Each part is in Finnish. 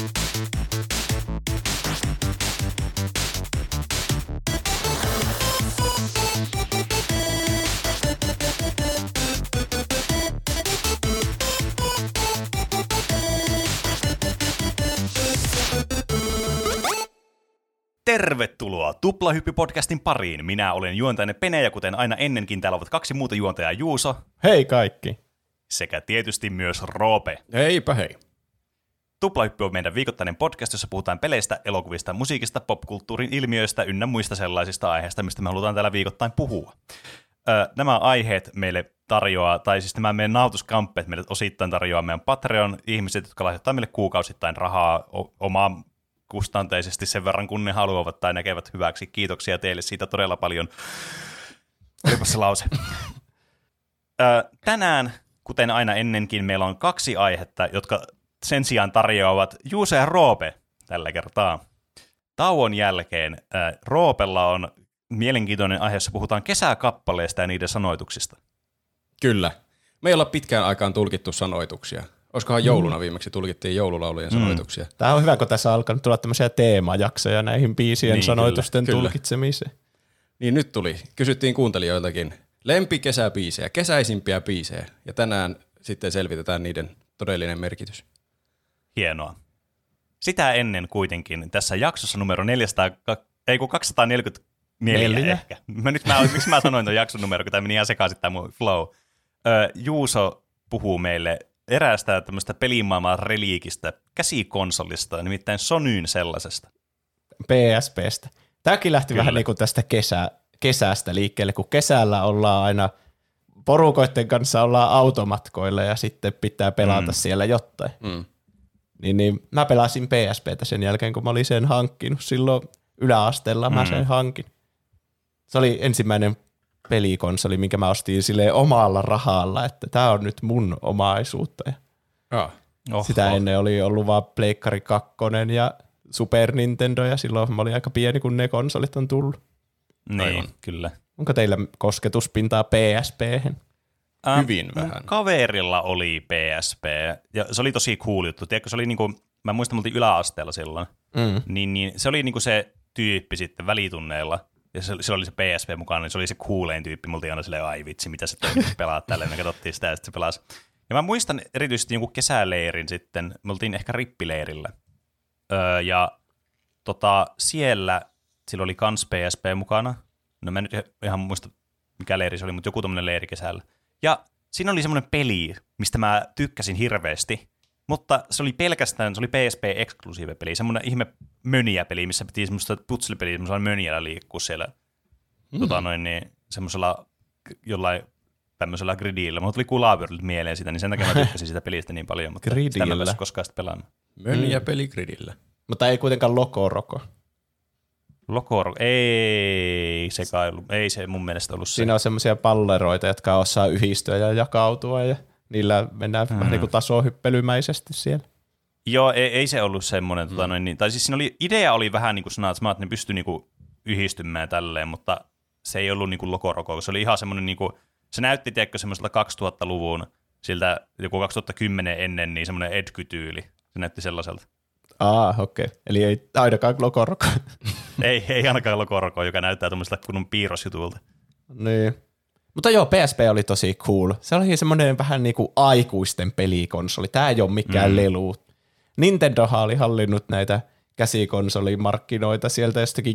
Tervetuloa Tuplahyppy-podcastin pariin. Minä olen juontajanne Pene, ja kuten aina ennenkin, täällä ovat kaksi muuta juontajaa, Juuso. Hei kaikki. Sekä tietysti myös Roope. Heipä hei. Tuplahyppy on meidän viikoittainen podcast, jossa puhutaan peleistä, elokuvista, musiikista, popkulttuurin ilmiöistä ynnä muista sellaisista aiheista, mistä me halutaan täällä viikoittain puhua. Nämä aiheet meille tarjoaa, tai siis nämä meidän nautuskamppeet meille osittain tarjoaa meidän Patreon-ihmiset, jotka lahjoittaa meille kuukausittain rahaa omaa kustanteisesti sen verran, kun ne haluavat tai näkevät hyväksi. Kiitoksia teille siitä todella paljon. Olipas se lause. Tänään, kuten aina ennenkin, meillä on kaksi aihetta, jotka sen sijaan tarjoavat Juuse ja Roope tällä kertaa. Tauon jälkeen Roopella on mielenkiintoinen aihe, jossa puhutaan kesäkappaleista ja niiden sanoituksista. Kyllä. Me ei olla pitkään aikaan tulkittu sanoituksia. Olisikohan jouluna viimeksi tulkittiin joululaulujen sanoituksia. Tämä on hyvä, kun tässä on alkanut tulla tämmöisiä teemajaksoja näihin biisien niin, sanoitusten tulkitsemiseen. Niin nyt tuli. Kysyttiin kuuntelijoiltakin lempikesäbiisejä, kesäisimpiä biisejä. Ja tänään sitten selvitetään niiden todellinen merkitys. Hienoa. Sitä ennen kuitenkin tässä jaksossa numero 244 ehkä. Miksi mä sanoin tuon jakson numero, kun tämä meni ihan sekaisin tämä mun flow. Juuso puhuu meille eräästä tämmöistä pelimaailman reliikistä, käsikonsolista, nimittäin Sonyn sellaisesta. PSPstä. Tämäkin lähti vähän niin kuin tästä kesästä liikkeelle, kun kesällä ollaan aina porukoiden kanssa ollaan automatkoilla ja sitten pitää pelata siellä jotain. Niin mä pelasin PSPtä sen jälkeen, kun mä olin sen hankkinut. Silloin yläasteella mä sen hankin. Se oli ensimmäinen pelikonsoli, minkä mä ostin silleen omalla rahalla, että tää on nyt mun omaisuutta. Sitä ennen oli ollut vaan Pleikkari 2 ja Super Nintendo, ja silloin mä olin aika pieni, kun ne konsolit on tullut. Niin, kyllä. Onko teillä kosketuspintaa PSP:hen? Hyvin vähän. Mun kaverilla oli PSP, ja se oli tosi cool juttu. Tiedätkö, se oli niinku, mä muistan, me oltiin yläasteella silloin, niin se oli niinku se tyyppi sitten välitunneilla, ja se oli se PSP mukana, niin se oli se coolein tyyppi. Me oltiin aina silleen, ai vitsi, mitä sä pelaat tälleen. Me katsottiin sitä, ja sitten se pelasi. Ja mä muistan erityisesti jonkun kesäleirin sitten, me oltiin ehkä rippileirillä. Ja sillä oli kans PSP mukana. No mä en nyt ihan muista, mikä leiri se oli, mutta joku tommonen leiri kesällä. Ja siinä oli semmoinen peli, mistä mä tykkäsin hirveästi, mutta se oli PSP-eksklusiive peli, semmoinen ihme möniä-peli, missä piti semmoista putselipeliä, semmoisella möniällä liikkua siellä semmoisella jollain tämmöisellä gridillä. Mulla tuli Kulavyöriltä mieleen sitä, niin sen takia mä tykkäsin sitä pelistä niin paljon, mutta sitä mä pääsin koskaan sitten pelaamaan. Möniä-peli gridillä. Mutta ei kuitenkaan Lokoroko. Lokoroko, ei se mun mielestä ollut se. Siinä on semmoisia palleroita, jotka osaa yhdistyä ja jakautua, ja niillä mennään vähän niin kuin tasohyppelymäisesti siellä. Joo, ei se ollut semmoinen, tai siis siinä idea oli vähän niin kuin sanat, että ne pystyi niin kuin yhdistymään tälleen, mutta se ei ollut niin kuin Lokoroko, se oli ihan semmoinen, niin kuin, se näytti tiedätkö semmoiselta 2000-luvun, siltä joku 2010 ennen, niin semmoinen edgy-tyyli, se näytti sellaiselta. Okei. Eli ei ainakaan Lokoroko. ei ainakaan Lokoroko, joka näyttää tuommoiselta kunnon piirrosjutulta. Niin. Mutta joo, PSP oli tosi cool. Se oli semmoinen vähän niin kuin aikuisten pelikonsoli. Tämä ei ole mikään lelu. Nintendohan oli hallinnut näitä käsikonsolimarkkinoita sieltä jostakin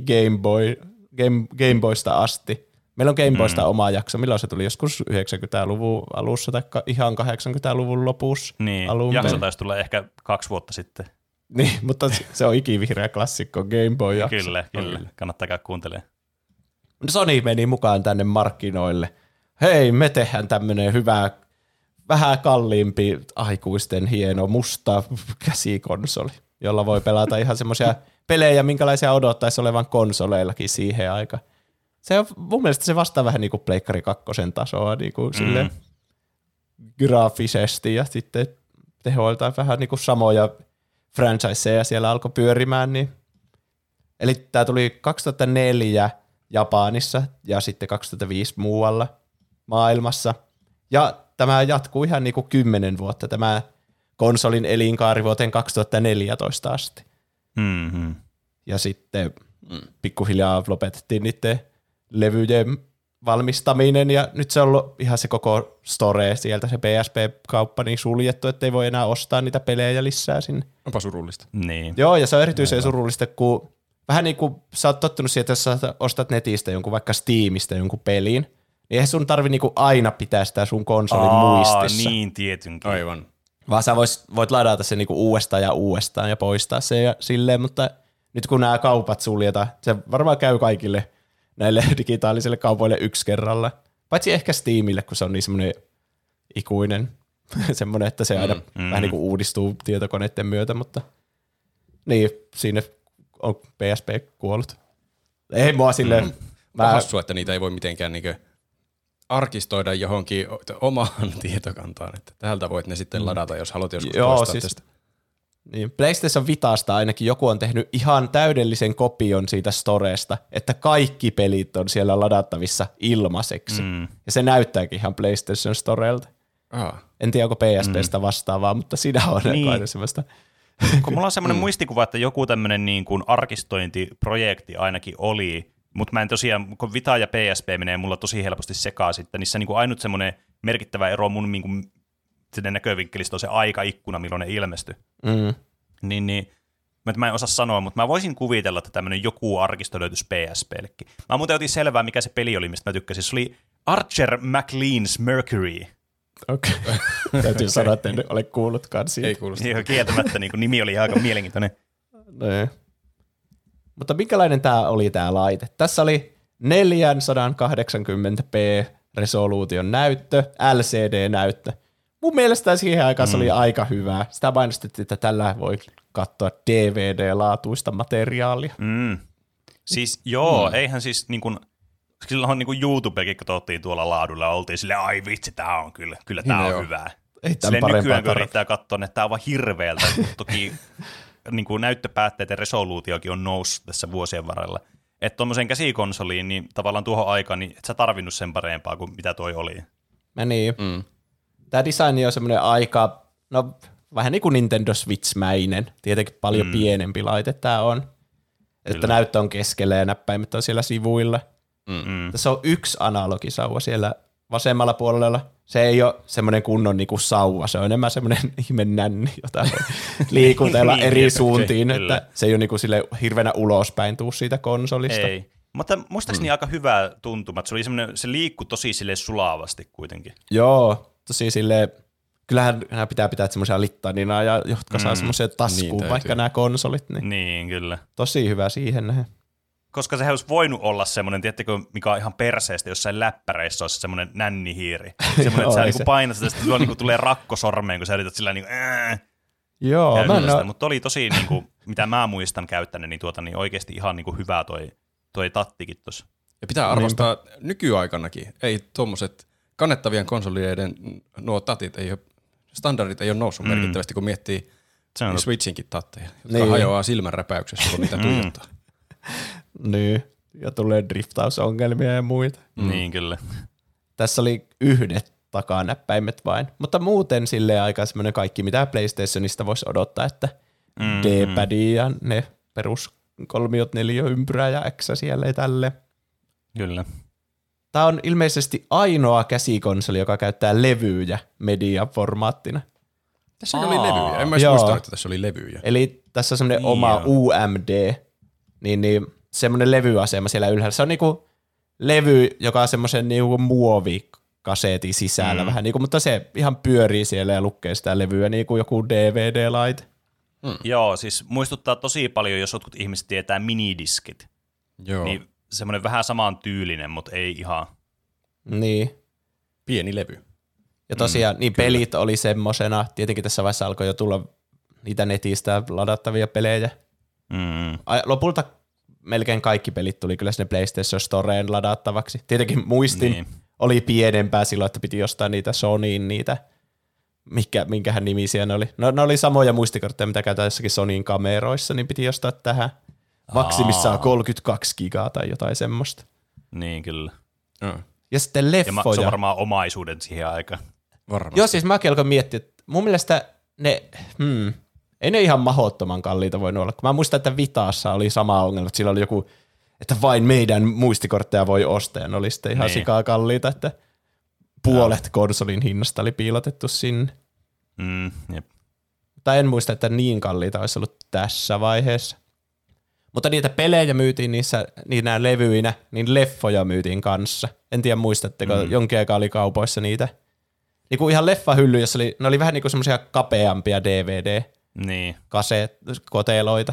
Game Boysta asti. Meillä on Game Boysta oma jakso. Milloin se tuli? Joskus 90-luvun alussa tai ihan 80-luvun lopussa. Niin, jakso taisi tulla ehkä 2 vuotta sitten. Niin, mutta se on ikivihreä klassikko Game Boy jakso. Kyllä. Kannattaa käydä kuuntelemaan. Sony meni mukaan tänne markkinoille. Hei, me tehdään tämmöinen hyvä, vähän kalliimpi, aikuisten hieno, musta käsikonsoli, jolla voi pelata ihan semmoisia pelejä, minkälaisia odottaisi olevan konsoleillakin siihen aikaan. Se on, mun mielestä se vastaa vähän niin kuin Pleikkari 2 tasoa niin kuin silleen graafisesti, ja sitten tehoiltaan vähän niin kuin samoja franchiseja siellä alkoi pyörimään. Niin. Eli tämä tuli 2004 Japanissa ja sitten 2005 muualla maailmassa. Ja tämä jatkuu ihan niin kuin 10 vuotta tämä konsolin elinkaari vuoteen 2014 asti. Mm-hmm. Ja sitten pikkuhiljaa lopetettiin niiden levyjen valmistaminen, ja nyt se on ollut ihan se koko store sieltä, se PSP-kauppa niin suljettu, ettei voi enää ostaa niitä pelejä lisää sinne. Onpa surullista. Niin. Joo, ja se on erityisen surullista, kun vähän niin kuin sä oot tottunut siihen, että jos sä ostat netistä jonkun vaikka Steamista jonkun pelin, niin eihän sun tarvi niinku aina pitää sitä sun konsolin muistissa. Niin, tietenkin. Aivan. Vaan sä voit ladata sen niinku uudestaan ja poistaa se ja silleen, mutta nyt kun nämä kaupat suljetaan, se varmaan käy kaikille näille digitaalisille kaupoille yksi kerralla. Paitsi ehkä Steamille, kun se on niin semmoinen ikuinen, semmoinen, että se aina vähän niin kuin uudistuu tietokoneiden myötä, mutta niin, siinä on PSP kuollut. Ei mua silleen. Hassua, että niitä ei voi mitenkään niinku arkistoida johonkin omaan tietokantaan, että täältä voit ne sitten ladata, jos haluat joskus poistaa tästä. Niin, PlayStation Vitasta ainakin joku on tehnyt ihan täydellisen kopion siitä storesta, että kaikki pelit on siellä ladattavissa ilmaiseksi. Ja se näyttääkin ihan PlayStation Storelta. En tiedä, onko PSPstä vastaavaa, mutta siinä on aina semmoista. Kun mulla on semmoinen muistikuva, että joku tämmöinen niin kuin arkistointiprojekti ainakin oli, mutta mä en tosiaan, kun Vita ja PSP menee mulla tosi helposti sekaisin, että niissä niin kuin ainut semmoinen merkittävä ero mun niin kuin sinne näkövinkkelistä on se aikaikkuna, milloin ne ilmestyi. Niin, mä en osaa sanoa, mutta mä voisin kuvitella, että tämmöinen joku arkisto löytyisi PSPllekin. Mä muuten otin selvää, mikä se peli oli, mistä mä tykkäsin. Se oli Archer McLean's Mercury. Okei. Täytyy sanoa, että en ole kuullutkaan siitä. Ei kuulosta. Ihan kieltämättä, niin nimi oli aika mielenkiintoinen. Nee. Mutta minkälainen tämä oli tämä laite? Tässä oli 480p resoluution näyttö, LCD-näyttö. Mun mielestä siihen aikaan se oli aika hyvä. Sitä mainostettiin, että tällä voi katsoa DVD-laatuista materiaalia. Siis joo, eihän siis niin kuin, silloin niin kuin YouTubekin katsottiin tuolla laadulla ja oltiin silleen, ai vitsi, tää on kyllä tää on hyvä. Silleen nykyään kun yrittää katsoa, että tää on vaan hirveältä, mutta toki niin kuin näyttöpäätteet resoluutiokin on noussut tässä vuosien varrella. Että tuommoiseen käsikonsoliin, niin tavallaan tuohon aikaan, niin et sä tarvinnut sen parempaa kuin mitä toi oli. Niin. Tämä design on semmoinen aika, no vähän niin kuin Nintendo Switch-mäinen. Tietenkin paljon pienempi laite tämä on. Että näyttö on keskellä ja näppäimet on siellä sivuilla. Tässä on yksi analogisauva siellä vasemmalla puolella. Se ei ole semmoinen kunnon niinku sauva, se on enemmän semmoinen ihme nänni, jota voi liikutella eri suuntiin, että se ei ole niinku sille hirveänä ulospäin tuu siitä konsolista. Ei, mutta muistaakseni aika hyvä tuntuma, että se liikkui tosi sille sulavasti kuitenkin. Joo, tosi silleen, kyllähän nämä pitää semmoisia littanina, jotka saa semmoisia taskuun, niin vaikka nämä konsolit. Niin, kyllä. Tosi hyvä siihen nähdä. Koska sehän olisi voinut olla semmoinen, tiedättekö, mikä on ihan perseestä, jossain läppäreissä olisi semmoinen nännihiiri. Semmoinen, että sä niin painat sitä, että niin tulee rakko sormeen, kun sä yrität sillä niin joo, mutta oli tosi, niin kuin, mitä mä muistan käyttäneeni, niin oikeasti ihan niin kuin hyvä toi tattikin tuossa. Ja pitää arvostaa nykyaikanakin. Ei tuommoiset kannettavien konsolieiden nuo tatit, standardit ei ole noussut merkittävästi, kun miettii Switchinkin tatteja, jotka hajoaa silmänräpäyksessä, kun niitä tuijottaa. Niin, ja tulee driftausongelmia ja muita. Niin, kyllä. Tässä oli yhdet takanäppäimet vain, mutta muuten silleen aika semmoinen kaikki, mitä PlayStationista voisi odottaa, että D-pad ja ne perus 3, 4 ympyrää ja X siellä ja tälle. Kyllä. Tämä on ilmeisesti ainoa käsikonsoli, joka käyttää levyjä mediaformaattina. Tässä oli levyjä. En mä muistanut, että tässä oli levyjä. Eli tässä on semmoinen oma UMD, niin semmoinen levyasema siellä ylhäällä. Se on niinku levy, joka on semmoisen niinku muovikaseetin sisällä vähän, niinku, mutta se ihan pyörii siellä ja lukee sitä levyä niin kuin joku DVD-laite. Joo, siis muistuttaa tosi paljon, jos jotkut ihmiset tietää minidiskit. Joo. Niin semmoinen vähän saman tyylinen, mutta ei ihan. Niin. Pieni levy. Ja tosiaan niin pelit oli semmosena. Tietenkin tässä vaiheessa alkoi jo tulla niitä netistä ladattavia pelejä. Lopulta melkein kaikki pelit tuli kyllä sinne PlayStation Storeen ladattavaksi. Tietenkin muistin oli pienempää silloin, että piti ostaa niitä Sonyin niitä, minkähän nimisiä ne oli. No ne oli samoja muistikortteja, mitä käytetään jossakin Sonyin kameroissa, niin piti ostaa tähän. Maksimissaan 32 gigaa tai jotain semmoista. Niin, kyllä. Ja sitten leffoja. Ja se on varmaan omaisuuden siihen aikaan. Varmasti. Joo, siis mäkin alkoin miettiä, että mun mielestä ei ne ihan mahdottoman kalliita voinut olla. Mä muistan, että Vitassa oli sama ongelma, että sillä oli joku, että vain meidän muistikortteja voi ostaa, ja ne oli sitten ihan sikaa kalliita, että puolet konsolin hinnasta oli piilotettu sinne. Jep. Tai en muista, että niin kalliita olisi ollut tässä vaiheessa. Mutta niitä pelejä myytiin niinä levyinä, niin leffoja myytiin kanssa. En tiedä muistatteko, jonkin aikaa oli kaupoissa niitä. Niin kuin ihan leffahylly, jossa ne oli vähän niin kuin semmoisia kapeampia DVD-koteloita.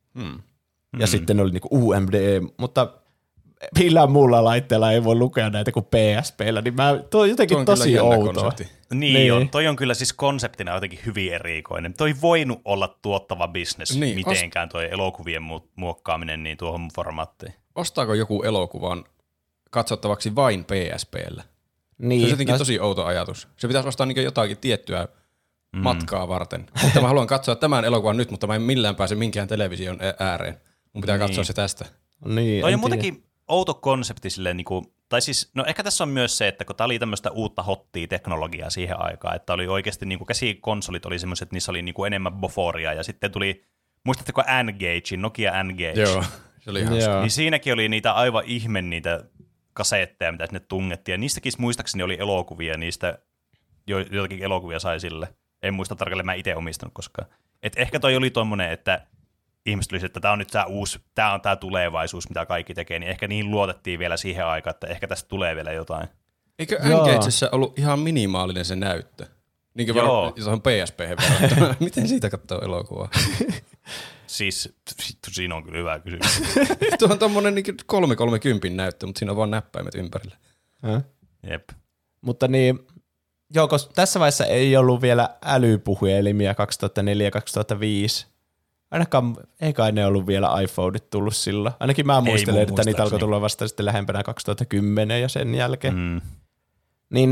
Ja sitten ne oli niin kuin UMD, mutta millään muulla laitteella ei voi lukea näitä kuin PSP:llä, niin tuo on jotenkin tosi outoa. Niin on, toi on kyllä siis konseptina jotenkin hyvin erikoinen. Toi ei voinut olla tuottava bisnes mitenkään toi elokuvien muokkaaminen niin tuohon formaattiin. Ostaako joku elokuvan katsottavaksi vain PSP:llä? Niin. Se on jotenkin tosi outo ajatus. Se pitäisi ostaa niin jotakin tiettyä matkaa varten. Että mä haluan katsoa tämän elokuvan nyt, mutta mä en millään pääse minkään television ääreen. Mun pitää katsoa se tästä. Niin, toi on muutenkin outo konsepti silleen, niin kuin, tai siis, no ehkä tässä on myös se, että kun tää oli tämmöistä uutta hottia teknologiaa siihen aikaan, että oli oikeasti niin kuin käsikonsolit oli semmoiset, että niissä oli niin kuin enemmän boforia, ja sitten tuli, muistatteko N-Gage, Nokia N-Gage? Joo, se oli ihan niin siinäkin oli niitä aivan niitä kasetteja, mitä sinne tungettiin, ja niistäkin muistaakseni oli elokuvia, niistä joitakin elokuvia sai sille. En muista tarkalleen, mä itse omistanut koskaan. Et ehkä toi oli tommonen, että ihmiset tulisi, että tämä on nyt tämä on tämä tulevaisuus, mitä kaikki tekee, niin ehkä niihin luotettiin vielä siihen aikaan, että ehkä tästä tulee vielä jotain. Eikö N-Gagessa ollut ihan minimaalinen se näyttö? Niin kuin tuohon PSP:hen verrattuna. Miten siitä katsoo elokuvaa? Siis, siinä on kyllä hyvä kysymys. Tuo on tommonen niin 330 näyttö, mutta siinä on vaan näppäimet ympärillä. Jep. Mutta niin, tässä vaiheessa ei ollut vielä älypuhelimia 2004-2005. Ainakaan, ei kai ne ollut vielä iPhoneit tullut silloin. Ainakin mä muistelen, että niitä alkoi tulla vasta sitten lähempänä 2010 ja sen jälkeen. Niin,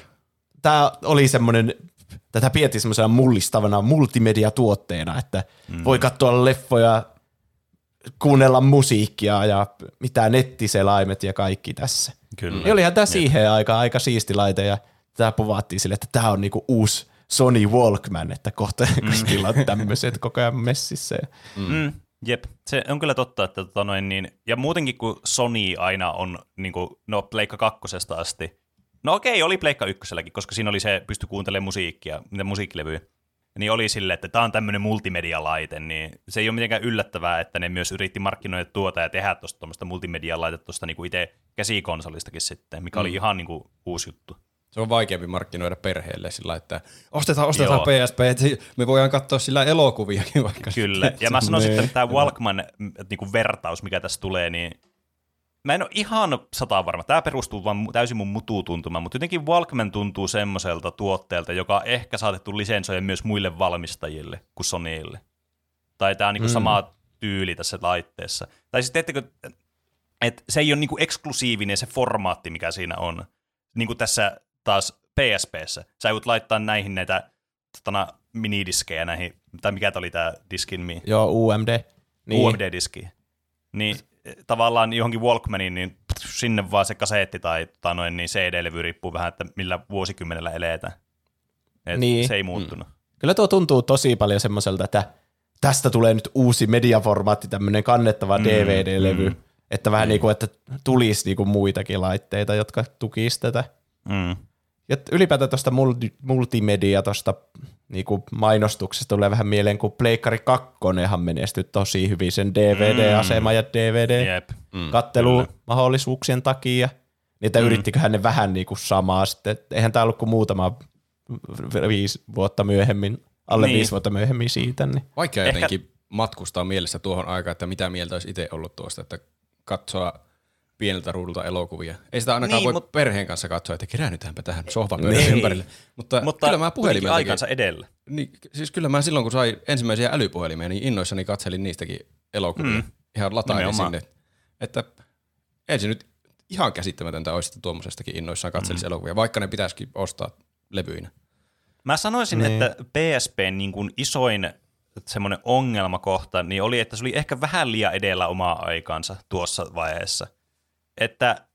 tää oli semmoinen, tätä pidettiin semmoisena mullistavana multimediatuotteena, että voi katsoa leffoja, kuunnella musiikkia ja mitä nettiselaimet ja kaikki tässä. Kyllä. Ja olihan tämä siihen aikaan aika siisti laite ja tämä povaattiin sille, että tämä on niinku uusi Sony Walkman, että kohta kaikilla on tämmöiset koko ajan messissä. Jep, se on kyllä totta, että ja muutenkin kun Sony aina on niinku, Pleikka 2 asti. No okei, oli Pleikka 1:lläkin, koska siinä oli se, pystyi kuuntelemaan musiikkia, musiikkilevyä. Niin oli silleen, että tämä on tämmöinen multimedialaite, niin se ei ole mitenkään yllättävää, että ne myös yritti markkinoida tuota ja tehdä tuosta multimedialaitetta tuosta niinku itse käsikonsolistakin sitten, mikä oli ihan niinku uusi juttu. Se on vaikeampi markkinoida perheelle sillä, että ostetaan PSP, että me voidaan katsoa sillä elokuviakin vaikka. Kyllä, ja mä sanoisin, että tämä Walkman niinku vertaus, mikä tässä tulee, niin mä en ole ihan 100% varma. Tämä perustuu vaan täysin mun mututuntumaan, mutta jotenkin Walkman tuntuu semmoiselta tuotteelta, joka on ehkä saatettu lisensoida myös muille valmistajille kuin Sonylle. Tai tämä on niinku sama tyyli tässä laitteessa. Tai sitten että se ei ole niinku eksklusiivinen se formaatti, mikä siinä on. Niin kuin tässä taas PSP:ssä. Sä voit laittaa näihin näitä minidiskejä näihin, tai mikä oli tämä diskin mi? Joo, UMD. Niin. UMD-diski. Niin tavallaan johonkin Walkmaniin, niin sinne vaan se kaseetti tai niin CD-levy riippuu vähän, että millä vuosikymmenellä eletään. Niin. Se ei muuttunut. Kyllä tuo tuntuu tosi paljon semmoiselta, että tästä tulee nyt uusi mediaformaatti, tämmöinen kannettava DVD-levy, että vähän niin kuin, että tulisi niin kuin muitakin laitteita, jotka tukisi tätä. Ja ylipäätään tuosta multimedia tuosta niinku mainostuksesta tulee vähän mieleen, kun Pleikkari 2:nhan menestyi tosi hyvin sen DVD-asema ja DVD-kattelumahdollisuuksien takia. Niitä yrittiköhän ne vähän niinku samaa sitten. Eihän tämä ollut kuin muutama 5 vuotta myöhemmin, alle 5 vuotta myöhemmin siitä. Niin. Vaikea jotenkin matkustaa mielessä tuohon aikaan, että mitä mieltä olisi itse ollut tuosta, että katsoa pieneltä ruudulta elokuvia. Ei sitä ainakaan voi perheen kanssa katsoa, että keräännytäänpä tähän sohvapöydän ympärille. Mutta kyllä mä puhelimelta aikansa edellä. Niin, siis kyllä mä silloin, kun sai ensimmäisiä älypuhelimia, niin innoissani katselin niistäkin elokuvia. Ihan latailin sinne. Että ei se nyt ihan käsittämätöntä olisi, että tuommoisestakin innoissaan katselisi elokuvia, vaikka ne pitäisikin ostaa levyinä. Mä sanoisin, että PSPn niin kuin isoin semmoinen ongelmakohta niin oli, että se oli ehkä vähän liian edellä omaa aikaansa tuossa vaiheessa. Että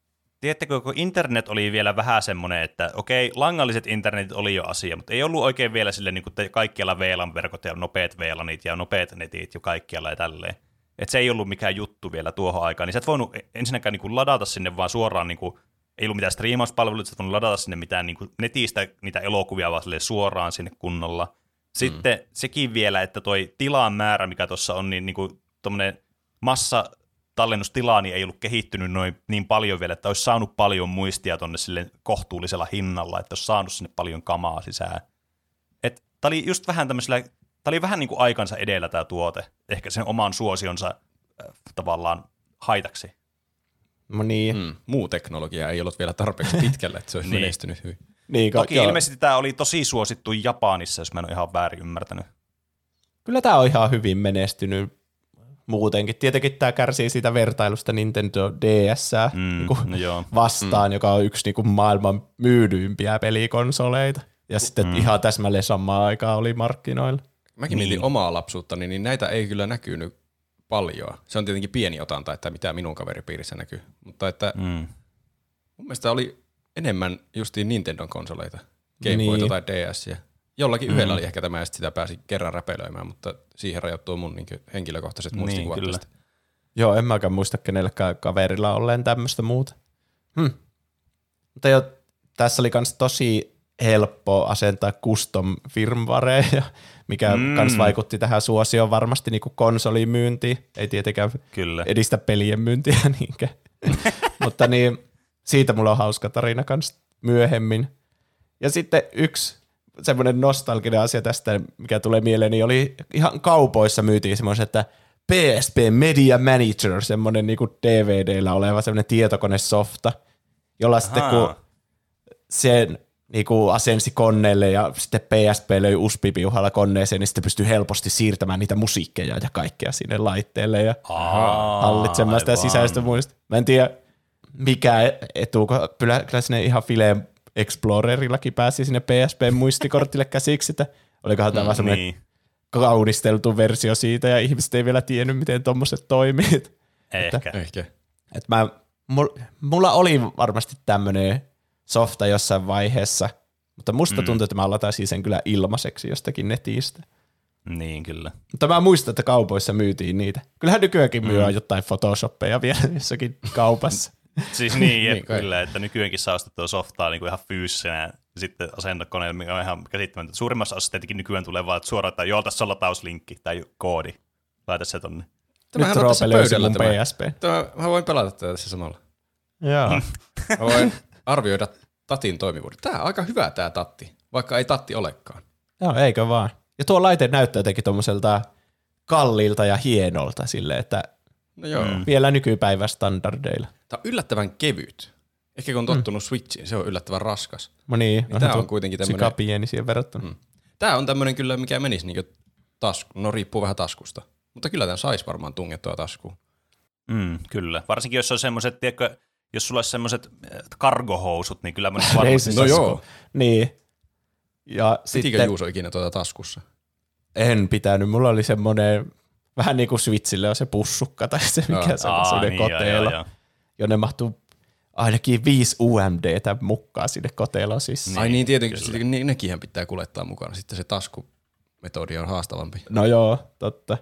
tiedättekö, kun internet oli vielä vähän semmoinen, että okei, langalliset internetit oli jo asia, mutta ei ollut oikein vielä sille niin kuin kaikkialla VLAN-verkot ja nopeat VLANit ja nopeat netit jo kaikkialla ja tälleen. Että se ei ollut mikään juttu vielä tuohon aikaan, niin sä et voinut ensinnäkään niin kuin ladata sinne vaan suoraan, niin kuin, ei ollut mitään striimauspalveluita, sä et voinut ladata sinne mitään niin kuin netistä niitä elokuvia vaan suoraan sinne kunnolla. Sitten sekin vielä, että toi tilan määrä, mikä tuossa on, niin kuin tommonen massatallennustila niin ei ollut kehittynyt noin niin paljon vielä, että olisi saanut paljon muistia tonne sille kohtuullisella hinnalla, että olisi saanut sinne paljon kamaa sisään. Tämä oli just vähän tämmöisellä, tämä oli vähän niin kuin aikansa edellä tämä tuote, ehkä sen oman suosionsa tavallaan haitaksi. No niin. Muu teknologia ei ollut vielä tarpeeksi pitkällä, että se olisi menestynyt hyvin. Niin, toki ilmeisesti tämä oli tosi suosittu Japanissa, jos mä en ole ihan väärin ymmärtänyt. Kyllä tämä on ihan hyvin menestynyt muutenkin. Tietenkin tämä kärsii siitä vertailusta Nintendo DS:ää vastaan, joka on yksi niin kuin maailman myydyimpiä pelikonsoleita. Ja sitten ihan täsmälleen samaan aikaan oli markkinoilla. Mäkin mietin omaa lapsuuttani, niin näitä ei kyllä näkynyt paljon. Se on tietenkin pieni otanta, että mitä minun kaveripiirissä näkyy. Mutta että mun mielestä oli enemmän justiin Nintendon konsoleita, Game Boyta tai DS:iä. Jollakin yhdellä oli ehkä tämä, ja sitä pääsi kerran räpelöimään, mutta siihen rajoittuu mun niin henkilökohtaiset muistikuvat tästä. Joo, en mäkään muista kenelläkään kaverilla olleen tämmöistä muuta. Mutta jo, tässä oli kans tosi helppo asentaa custom firmwareja, mikä kans vaikutti tähän suosioon varmasti niin kuin konsolimyyntiin. Ei tietenkään edistä pelien myyntiä niinkään. Mutta niin, siitä mulla on hauska tarina kans myöhemmin. Ja sitten yksi semmoinen nostalginen asia tästä, mikä tulee mieleen, niin oli ihan kaupoissa myytiin semmoisen, että PSP Media Manager, semmoinen niinku DVD:llä oleva semmoinen tietokonesofta, jolla sitten kun sen niinku asensi koneelle ja sitten PSP löi USB-piuhalla koneeseen, niin sitten pystyy helposti siirtämään niitä musiikkeja ja kaikkea sinne laitteelle ja hallitsemaan sitä sisäistä muista. Mä en tiedä mikä etu, kyllä sinne ihan fileen Explorerillakin pääsi sinne PSP-muistikortille käsiksi, että olikohan tämä semmoinen kaunisteltu versio siitä, ja ihmiset ei vielä tiennyt, miten tommoset toimii. Ehkä. Mulla oli varmasti tämmöinen softa jossain vaiheessa, mutta musta tuntuu, että mä lataisin sen kyllä ilmaiseksi jostakin netistä. Niin, kyllä. Mutta mä muistan, että kaupoissa myytiin niitä. Kyllähän nykyäänkin myy jotain Photoshoppeja vielä jossakin kaupassa. Siis niin, kyllä, että nykyäänkin saa ostettua softaa niin kuin ihan fyysisenä ja sitten asentokoneella, mikä on ihan käsittämätöntä. Suurimmassa osassa tietenkin nykyään tulee vaan suoraan, että joo, tässä on latauslinkki tai koodi. Laita se tonne. Nyt Roope löysi mun PSP. Mä voin pelata tätä tässä samalla. Joo. Mä voin arvioida tatin toimivuuden. Tää on aika hyvä tää tatti, vaikka ei tatti olekaan. Joo, eikö vaan. Ja tuo laite näyttää jotenkin tommoselta kalliilta ja hienolta silleen, että vielä nykypäivän standardeilla. Tämä on yllättävän kevyt. Ehkä kun on tottunut Switchiin, se on yllättävän raskas. No niin, tämä on kuitenkin tämmöinen sika pieni siihen verrattuna. Tämä on tämmöinen kyllä, mikä menisi niin no riippuu vähän taskusta. Mutta kyllä tämän saisi varmaan tungettua taskuun. Kyllä. Varsinkin jos on semmoiset, tiedätkö, jos sulla olisi semmoiset kargohousut, niin kyllä menisi varmasti. No joo. Niin. Ja pitikö Juuso ikinä tuota taskussa? En pitänyt. Mulla oli semmoinen vähän niin kuin Switchille on se pussukka tai se mikä se on semmoinen koteelo, jonne mahtuu ainakin 5 UMDtä mukaan sinne koteeloon. Siis. Ai niin, tietenkin nekinhän pitää kuljettaa mukana. Sitten se taskumetodi on haastavampi. No joo, totta.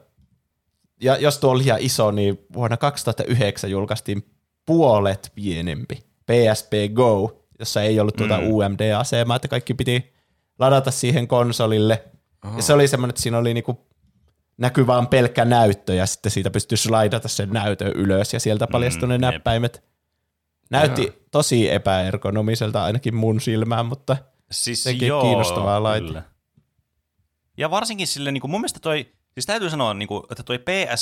Ja jos tuo oli liian iso, niin vuonna 2009 julkaistiin puolet pienempi PSP Go, jossa ei ollut tuota UMD-asemaa, että kaikki piti ladata siihen konsolille. Aha. Ja se oli semmoinen, että siinä oli niinku näkyy vaan pelkkä näyttö, ja sitten siitä pystyy slaidata sen näytön ylös, ja sieltä paljastui ne näppäimet. Näytti tosi epäergonomiselta ainakin mun silmään, mutta siis sekin kiinnostavaa laite. Ja varsinkin sille, niin kuin mun mielestä siis täytyy sanoa, niin kuin, että toi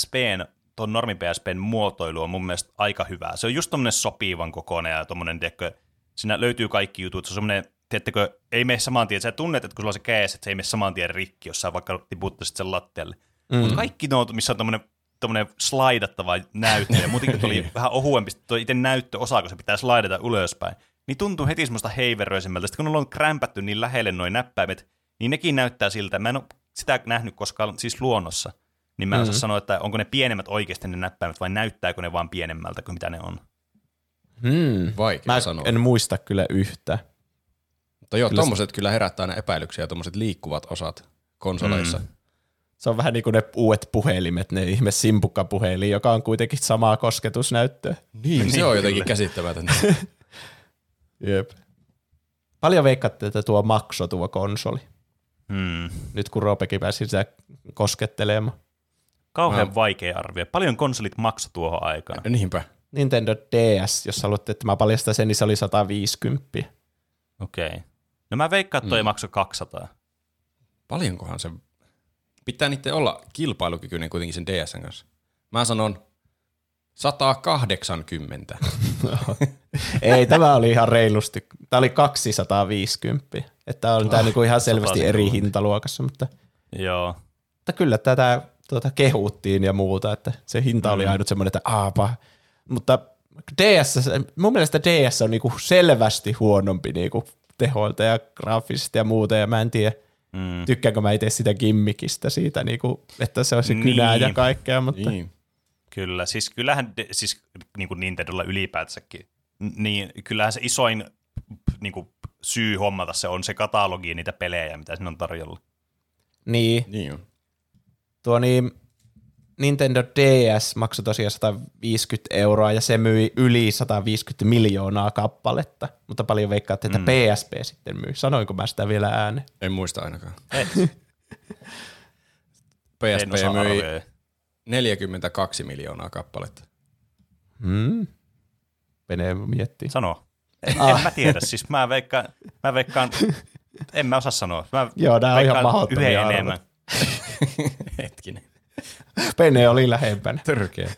tuon normi PSPn muotoilu on mun mielestä aika hyvä. Se on just tommonen sopivan kokoinen, ja tommonen, tiedätkö, siinä löytyy kaikki jutut, se on semmoinen, tiedättekö, ei mene saman tien, sä tunnet, että kun sulla on se käes, että se ei mene saman tien rikki, jos sä vaikka tiputtaisit sen lattialle. Mutta kaikki nuo, missä on tommonen slaidattava näyttö, ja muutenkin oli vähän ohuempi, tuo itse näyttöosa, kun se pitää slaidata ylöspäin, niin tuntuu heti semmoista heiveröisemmältä. Sitten kun on krämpätty niin lähelle noin näppäimet, niin nekin näyttää siltä. Mä en ole sitä nähnyt koskaan siis luonnossa, niin mä en osaa sanoa, että onko ne pienemmät oikeasti ne näppäimet, vai näyttääkö ne vaan pienemmältä kuin mitä ne on. Vaikea sanoa. En muista kyllä yhtään. Mutta joo, tommoset kyllä herättää aina epäilyksiä, tommoset liikkuvat osat konsoleissa. Se on vähän niin kuin ne uudet puhelimet, ne ihme simpukkapuhelin, joka on kuitenkin samaa kosketusnäyttöä. Niin, se on jotenkin käsittämätöntä. Jep. Paljon veikkaatte, että tuo maksoi tuo konsoli. Nyt kun Roopekin pääsi sitä koskettelemaan. Kauhean vaikea arvio. Paljon konsolit maksoi tuohon aikaan. Niinpä. Nintendo DS, jos haluatte, että mä paljastan sen, niin se oli 150. Okei. No mä veikkaan, että toi maksoi 200. Paljonkohan se... Pitää niiden olla kilpailukykyinen kuitenkin sen DS:n kanssa. Mä sanon 180. Ei, tämä oli ihan reilusti. Tämä oli 250. Että on tämä niinku ihan selvästi eri hintaluokassa, mutta, Joo. mutta kyllä tätä kehuttiin ja muuta, että se hinta oli ainut semmoinen, että aapa. Mutta mun mielestä DS on niinku selvästi huonompi niinku tehoilta ja graafisesti ja muuta, ja mä en tiedä, tykkäänkö mä itse sitä gimmikistä siitä, niinku, että se olisi kynää ja kaikkea, mutta... Niin. Kyllä, siis kyllähän niin kuin Nintendolla ylipäätänsäkin, niin kyllähän se isoin niin kuin syy hommata se on se katalogi niitä pelejä, mitä siinä on tarjolla. Niin on. Tuo Nintendo DS maksoi tosiaan 150 € ja se myi yli 150 miljoonaa kappaletta, mutta paljon veikkaatte, että PSP sitten myi. Sanoinko mä sitä vielä ääneen? En muista ainakaan. PSP myi 42 miljoonaa kappaletta. Pene miettii. Sano. En mä tiedä, siis mä veikkaan, en mä osaa sanoa. Joo, nää on ihan mahdottomia arvoja. Hetkinen. Pene oli lähempänä. Törkeä.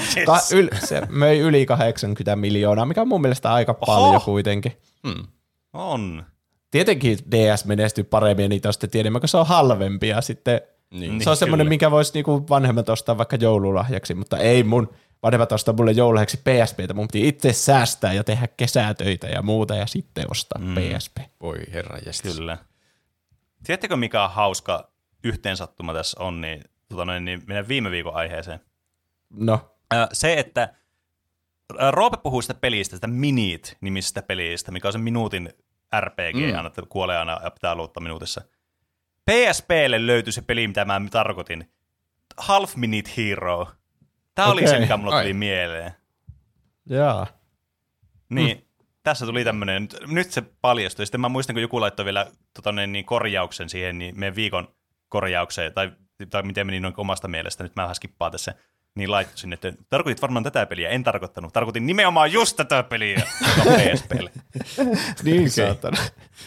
Se möi yli 80 miljoonaa, mikä on mun mielestä aika paljon kuitenkin. On. Tietenkin DS menestyy paremmin ja niitä on sitten tiedämme, kun se on halvempi ja sitten se on semmoinen, minkä voisi niinku vanhemmat ostaa vaikka joululahjaksi, mutta ei mun vanhemmat ostaa mulle joululahjaksi PSPtä, mun piti itse säästää ja tehdä kesätöitä ja muuta ja sitten ostaa PSP. Voi herranjestas. Kyllä. Tiedättekö mikä on hauska yhteensattuma tässä on, niin mennään viime viikon aiheeseen. No. Se, että Roope puhuu sitä pelistä, sitä Minit-nimisestä pelistä, mikä on se minuutin RPG, aina kuolee aina ja pitää luottaa minuutissa. PSPlle löytyi se peli, mitä mä tarkoitin. Half Minute Hero. Tämä oli se, mikä mulla tuli mieleen. Jaa. Niin, tässä tuli tämmöinen, nyt se paljastui. Sitten mä muistan, kun joku laittoi vielä korjauksen siihen, niin meidän viikon korjaukseen, tai miten meni noin omasta mielestä, nyt mä vähän skippaan tässä, niin laittoi sinne, että tarkoitit varmaan tätä peliä, en tarkoittanut. Tarkoitin nimenomaan just tätä peliä, joka on PSPlle. Niin saatana.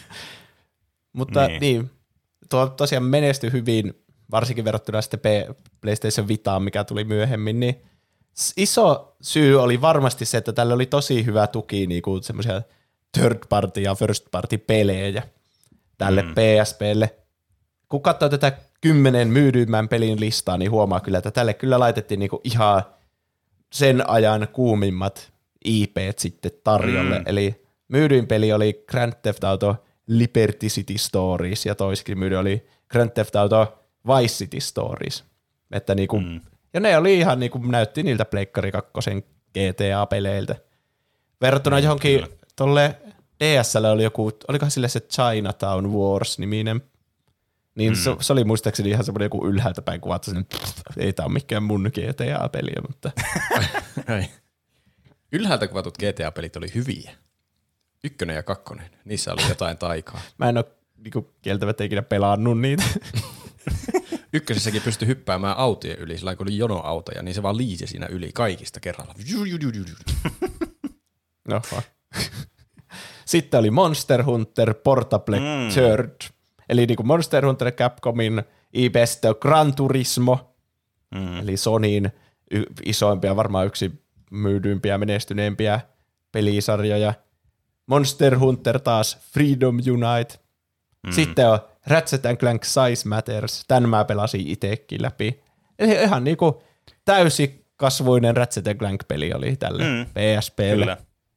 Mutta niin, tuo tosiaan menestyi hyvin, varsinkin verrattuna sitten PlayStation Vitaan, mikä tuli myöhemmin, niin iso syy oli varmasti se, että tällä oli tosi hyvä tuki niinku semmoisia third party ja first party pelejä tälle PSPlle. Kun katsoo tätä 10 myydyimmän pelin listaa, niin huomaa kyllä, että tälle kyllä laitettiin niinku ihan sen ajan kuumimmat IP:t sitten tarjolle. Eli myydyin peli oli Grand Theft Auto Liberty City Stories ja toisikin myydy oli Grand Theft Auto Vice City Stories. Että niinku, ja ne oli ihan niinku, näytti niiltä Pleikkari 2 GTA-peleiltä. Verrattuna johonkin tolle DS:lle oli joku, olikohan sille se Chinatown Wars-niminen, niin se oli muistaakseni ihan semmoinen joku ylhäältä päin kuvattu, ei tää ole mikään mun GTA-peliä, mutta... Ylhäältä kuvatut GTA-pelit oli hyviä. 1 ja 2, niissä oli jotain taikaa. Mä en ole niinku, kieltämättä ikinä pelannut niitä. Ykkösessäkin pystyi hyppäämään autojen yli, sillä kun oli jonoautoja, niin se vaan liisi siinä yli kaikista kerralla. No, sitten oli Monster Hunter Portable Third, eli niinku Monster Hunter Capcomin IP:stä Gran Turismo, eli Sonyin isoimpia, varmaan yksi myydyimpiä menestyneempiä pelisarjoja. Monster Hunter taas Freedom Unite. Sitten on Ratchet & Clank Size Matters. Tän mä pelasin itekin läpi. Eli ihan niinku täysikasvuinen Ratchet & Clank-peli oli tälle PSPlle. Kyllä.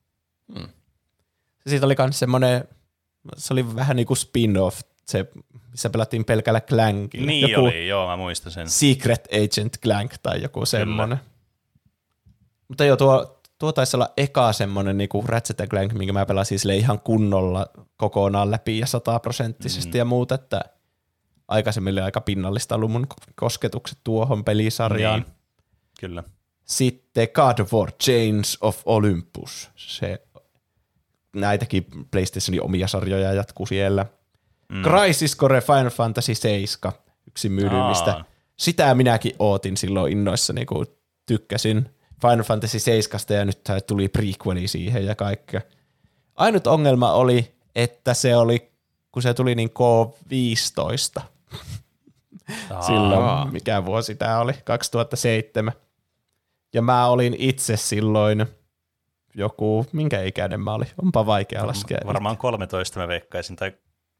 Siitä oli kans semmonen, se oli vähän niinku spin-off, se, missä pelattiin pelkällä Clankilla. Niin joku oli, joo, mä muistan sen. Secret Agent Clank tai joku semmonen. Mutta joo, tuo tuo taisi olla eka semmoinen niinku Ratchet & Clank, minkä mä pelasin sille ihan kunnolla kokonaan läpi ja 100% ja muuta, että aikaisemmin oli aika pinnallista ollut mun kosketukset tuohon pelisarjaan. Niin. Kyllä. Sitten God of War Chains of Olympus. Näitäkin PlayStationin omia sarjoja jatkuu siellä. Crisis Core Final Fantasy 7, yksi myydymmistä. Sitä minäkin ootin silloin innoissani, kun tykkäsin Final Fantasy 7 ja nyt tuli prequeli siihen ja kaikkea. Ainut ongelma oli, että se oli, kun se tuli niin K15. Silloin, mikä vuosi tämä oli, 2007. Ja mä olin itse silloin joku, minkä ikäinen mä olin, onpa vaikea laskea. Varmaan 13 mä veikkaisin. Tai...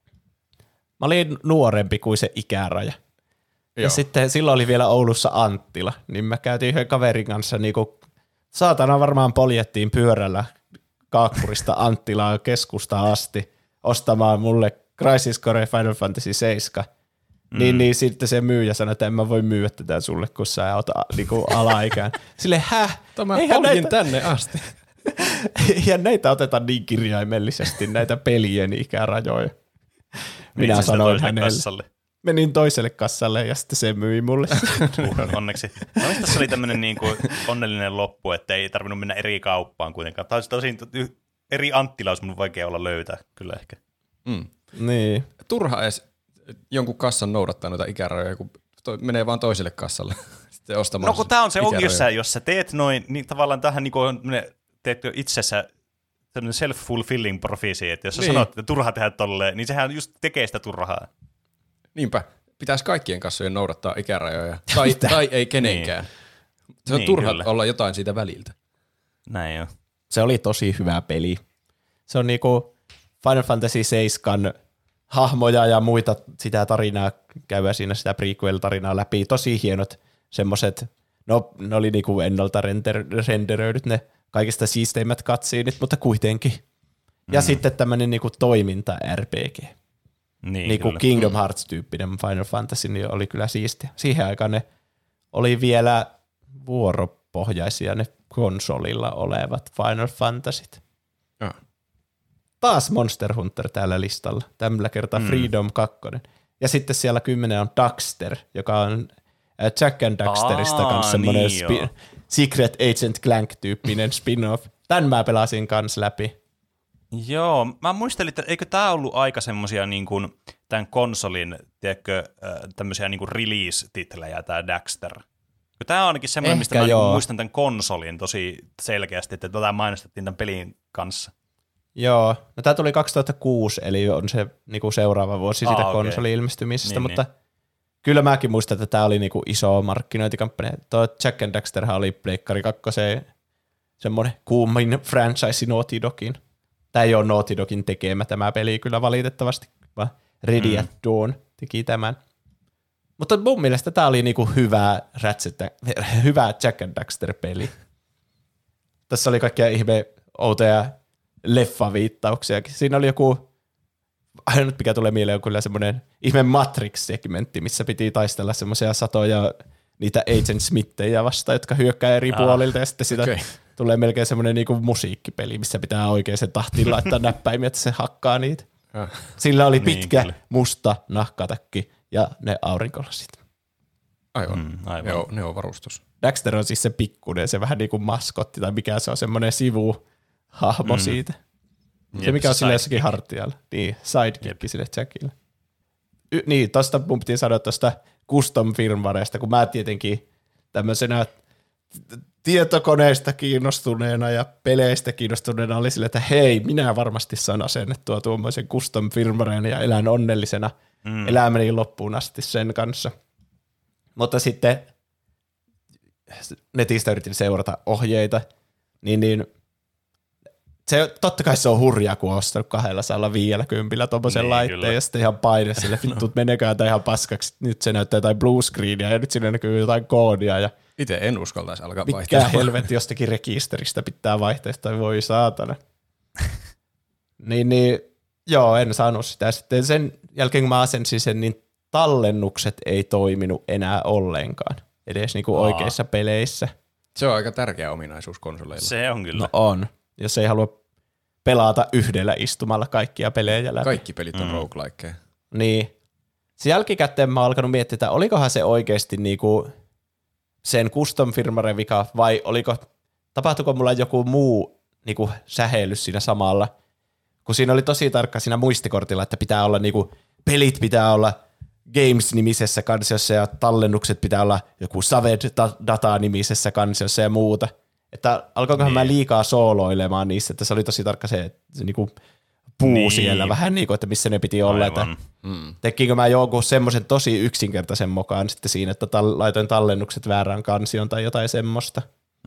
Mä olin nuorempi kuin se ikäraja. Ja sitten silloin oli vielä Oulussa Anttila, niin mä käytiin yhden kaverin kanssa niinku, saatana varmaan poljettiin pyörällä Kaakkurista Anttilaan keskustaan asti ostamaan mulle Crisis Core Final Fantasy 7. Niin sitten se myyjä sanoi, että en mä voi myydä tätä sulle, kun sä oot niinku alaikään. Silleen, Mä poljin tänne asti. Ja näitä otetaan niin kirjaimellisesti, näitä pelien ikärajoja. Minä sanoin hänelle. Kassalle. Menin toiselle kassalle ja sitten se myi mulle. Onneksi. Tässä oli tämmöinen niinku onnellinen loppu, että ei tarvinnut mennä eri kauppaan kuitenkaan. Tämä olisi tosin eri Anttila olisi mun vaikea olla löytää, kyllä ehkä. Niin. Turha edes jonkun kassan noudattaa noita ikärajoja, kun menee vaan toiselle kassalle. Sitten ostamaan no kun tämä on se ongelma, jos sä teet noin, niin tavallaan tähän niinku teet jo itsessä sellainen self-fulfilling prophecy, että jos sä sanot, että turha tehdä tolleen, niin sehän just tekee sitä turhaa. Niinpä. Pitäisi kaikkien kassojen noudattaa ikärajoja. Tai ei kenenkään. Niin. Se on turha olla jotain siitä väliltä. Näin jo. Se oli tosi hyvä peli. Se on niinku Final Fantasy 7 hahmoja ja muita sitä tarinaa, käydä siinä sitä prequel-tarinaa läpi. Tosi hienot semmoset, ne oli niinku ennalta renderöidyt ne kaikista siisteimmät cutsceneit, mutta kuitenkin. Ja sitten tämmönen niinku toiminta-RPG. Niinku Kingdom Hearts-tyyppinen Final Fantasy niin oli kyllä siistiä. Siihen aikaan ne oli vielä vuoropohjaisia ne konsolilla olevat Final Fantasyt. Taas Monster Hunter täällä listalla. Tällä kertaa Freedom 2. Ja sitten siellä 10 on Daxter, joka on Jack and Daxterista kanssa semmoinen Secret Agent Clank-tyyppinen spin-off. Tän mä pelasin kans läpi. Joo, mä muistelin, että eikö tää ollut aika semmosia niin kuin tämän konsolin, tiedätkö, tämmöisiä niin kuin release-titlejä, tää Daxter. Tää on ainakin semmoinen, mistä mä muistan tämän konsolin tosi selkeästi, että tätä mainostettiin tämän pelin kanssa. Joo, no tää tuli 2006, eli on se niinku seuraava vuosi siitä konsolin ilmestymisestä, mutta kyllä mäkin muistan, että tää oli niinku iso markkinointikampanja. Tuo Jack and Daxterhan oli Pleikkari 2 semmoinen kuumin franchise Naughty Dogin. Tää ei ole Naughty Dogin tekemä tämä peli kyllä valitettavasti, vaan Ready at Dawn teki tämän. Mutta mun mielestä tää oli niinku hyvä Jack and Daxter-peli. Tässä oli kaikkia ihme outoja leffaviittauksiakin. Siinä oli joku, ainut mikä tulee mieleen on kyllä semmoinen ihme Matrix-segmentti, missä piti taistella semmoisia satoja niitä Agent Smithejä vastaan, jotka hyökkää eri puolilta, ja sitten sitä tulee melkein semmoinen niinku musiikkipeli, missä pitää oikein sen tahtiin laittaa näppäimiä, että se hakkaa niitä. Sillä oli pitkä musta nahkatakki ja ne aurinkolasit. Aivan. Joo, ne on varustus. Daxter on siis se pikkuinen, se vähän niin kuin maskotti, tai mikä se on, semmoinen sivuhahmo siitä. Se mikä on sillä jossakin hartialla. Niin, sidekick sille Jackille. Niin, tosta mun piti sanoa tuosta custom firmwareista, kun mä tietenkin tämmöisenä tietokoneista kiinnostuneena ja peleistä kiinnostuneena oli sille, että hei, minä varmasti saan asennettua tuommoisen custom firmwareen ja elän onnellisena elämäni loppuun asti sen kanssa. Mutta sitten netistä yritin seurata ohjeita, niin se, totta kai se on hurjaa, kun on ostanut 250 tuommoisen laitteen ja sitten ihan paine sille, vittu, meneekään tämä ihan paskaksi. Nyt se näyttää jotain blue screenia ja nyt siinä näkyy jotain koodia. Ja itse en uskaltaisi alkaa vaihtaa. Mikä helvetti jostakin rekisteristä pitää vaihtaa, voi saatana. niin, joo, en saanut sitä. Sitten sen jälkeen, kun mä asensin sen, niin tallennukset ei toiminut enää ollenkaan, edes niinku oikeissa peleissä. Se on aika tärkeä ominaisuus konsoleilla. Se on kyllä. No on. Jos ei halua pelata yhdellä istumalla kaikkia pelejä läpi. Kaikki pelit on roguelikeja. Niin. Sen jälkikäteen mä oon alkanut miettiä, että olikohan se oikeasti niinku sen custom firmware vika vai tapahtuiko mulla joku muu niinku sähellys siinä samalla, kun siinä oli tosi tarkka siinä muistikortilla, että pitää olla niinku, pelit pitää olla Games-nimisessä kansiossa ja tallennukset pitää olla joku Savage Data-nimisessä kansiossa ja muuta. Että alkoinkohan mä liikaa sooloilemaan niissä, että se oli tosi tarkka se niinku puu siellä vähän niin kuin, että missä ne piti olla. Että tekinkö mä jonkun semmoisen tosi yksinkertaisen mokaan sitten siinä, että laitoin tallennukset väärään kansioon tai jotain semmoista.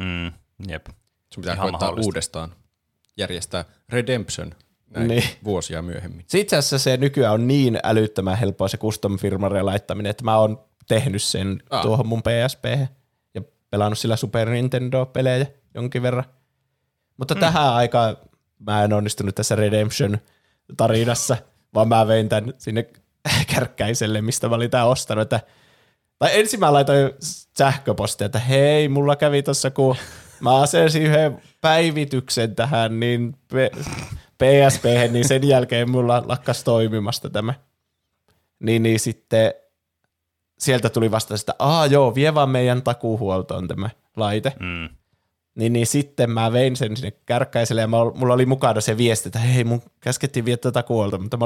Jep. Sun pitää koittaa uudestaan järjestää Redemption näin vuosia myöhemmin. Itse asiassa se nykyään on niin älyttömän helppoa se custom firmware laittaminen, että mä oon tehnyt sen tuohon mun PSP:hen ja pelannut sillä Super Nintendo-pelejä jonkin verran. Mutta tähän aikaan mä en onnistunut tässä Redemption-tarinassa, vaan mä vein tän sinne Kärkkäiselle, mistä mä olin tää ostanut. Tai ensin mä laitoin sähköpostia, että hei, mulla kävi tossa, kun mä asensin yhden päivityksen tähän niin PSP:hen, niin sen jälkeen mulla lakkas toimimasta tämä. Niin sitten sieltä tuli vasta sitä, vie vaan meidän takuuhuoltoon tämä laite. Niin sitten mä vein sen sinne Kärkkäiselle ja mulla oli mukana se viesti, että hei, mun käskettiin viettää takuuhuoltoon, mutta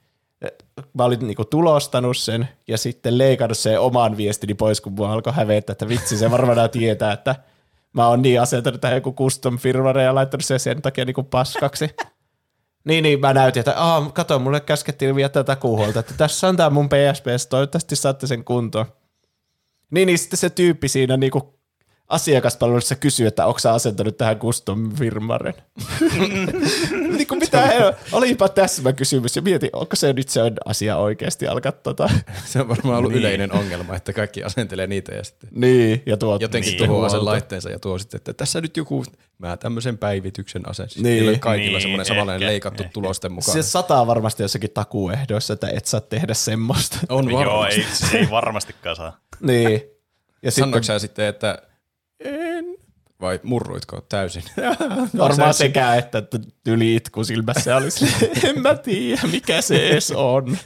mä olin niinku tulostanut sen ja sitten leikannut sen oman viestini pois, kun mua alkoi hävetä, että vitsi, se varmaan tietää, että mä oon niin asentanut tähän joku custom firmware ja laittanut sen takia niinku paskaksi. Niin, mä näytin, että kato, mulle käskettiin viettää takuuhuolta, että tässä on tää mun PSP, toivottavasti saatte sen kuntoon. Niin sitten se tyyppi siinä niinku asiakaspalvelussa kysyy, että onko sä asentanut tähän custom firmwaren. Niin kuin olipa täsmä kysymys ja mietin, onko se nyt se asia oikeasti alkaa Se on varmaan ollut yleinen ongelma, että kaikki asentelee niitä ja sitten ja jotenkin tuhoaa sen laitteensa ja tuo sitten, että tässä nyt joku, mä tämmöisen päivityksen asensin. Niin. Kaikilla semmoinen samanlainen leikattu tulosten mukaan. Se sataa varmasti jossakin takuuehdoissa, että et saa tehdä semmoista. On varmasti. Joo, ei varmastikaan saa. Niin. Sanoitko sä sitten, että vai murruitko täysin? Varmaan sekä, että yli itku silmässä olisi, en mä tiedä, mikä se edes on.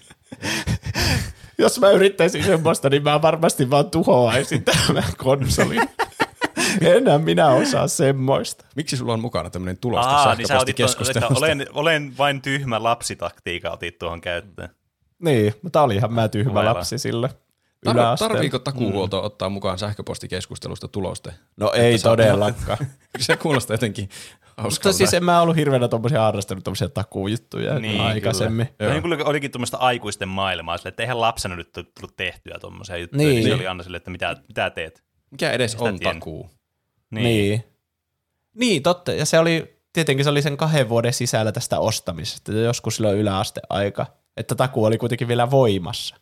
Jos mä yrittäisin semmoista, niin mä varmasti vaan tuhoaisin tämän konsolin. Enää minä osaa semmoista. Miksi sulla on mukana tämmöinen tulosta sähköpostikeskustelusta? Olen vain tyhmä lapsitaktiika, otit tuohon käyttöön. Niin, mutta olihan mä tyhmä lapsi sillä. Tarviiko takuuhuolto ottaa mukaan sähköpostikeskustelusta tuloste? No ei todellakaan. Se kuulostaa jotenkin hauskalta. Mutta siis en mä ollut hirveänä harrastanut tommosia takuujuttuja aikaisemmin. Kyllä olikin tuommoista aikuisten maailmaa, että eihän lapsena nyt tullut tehtyä tommosia juttuja, niin se oli aina silleen, että mitä teet. Mikä edes on takuu? Niin, totta. Ja tietenkin se oli sen 2 vuoden sisällä tästä ostamisesta, joskus silloin yläasteaika, että takuu oli kuitenkin vielä voimassa.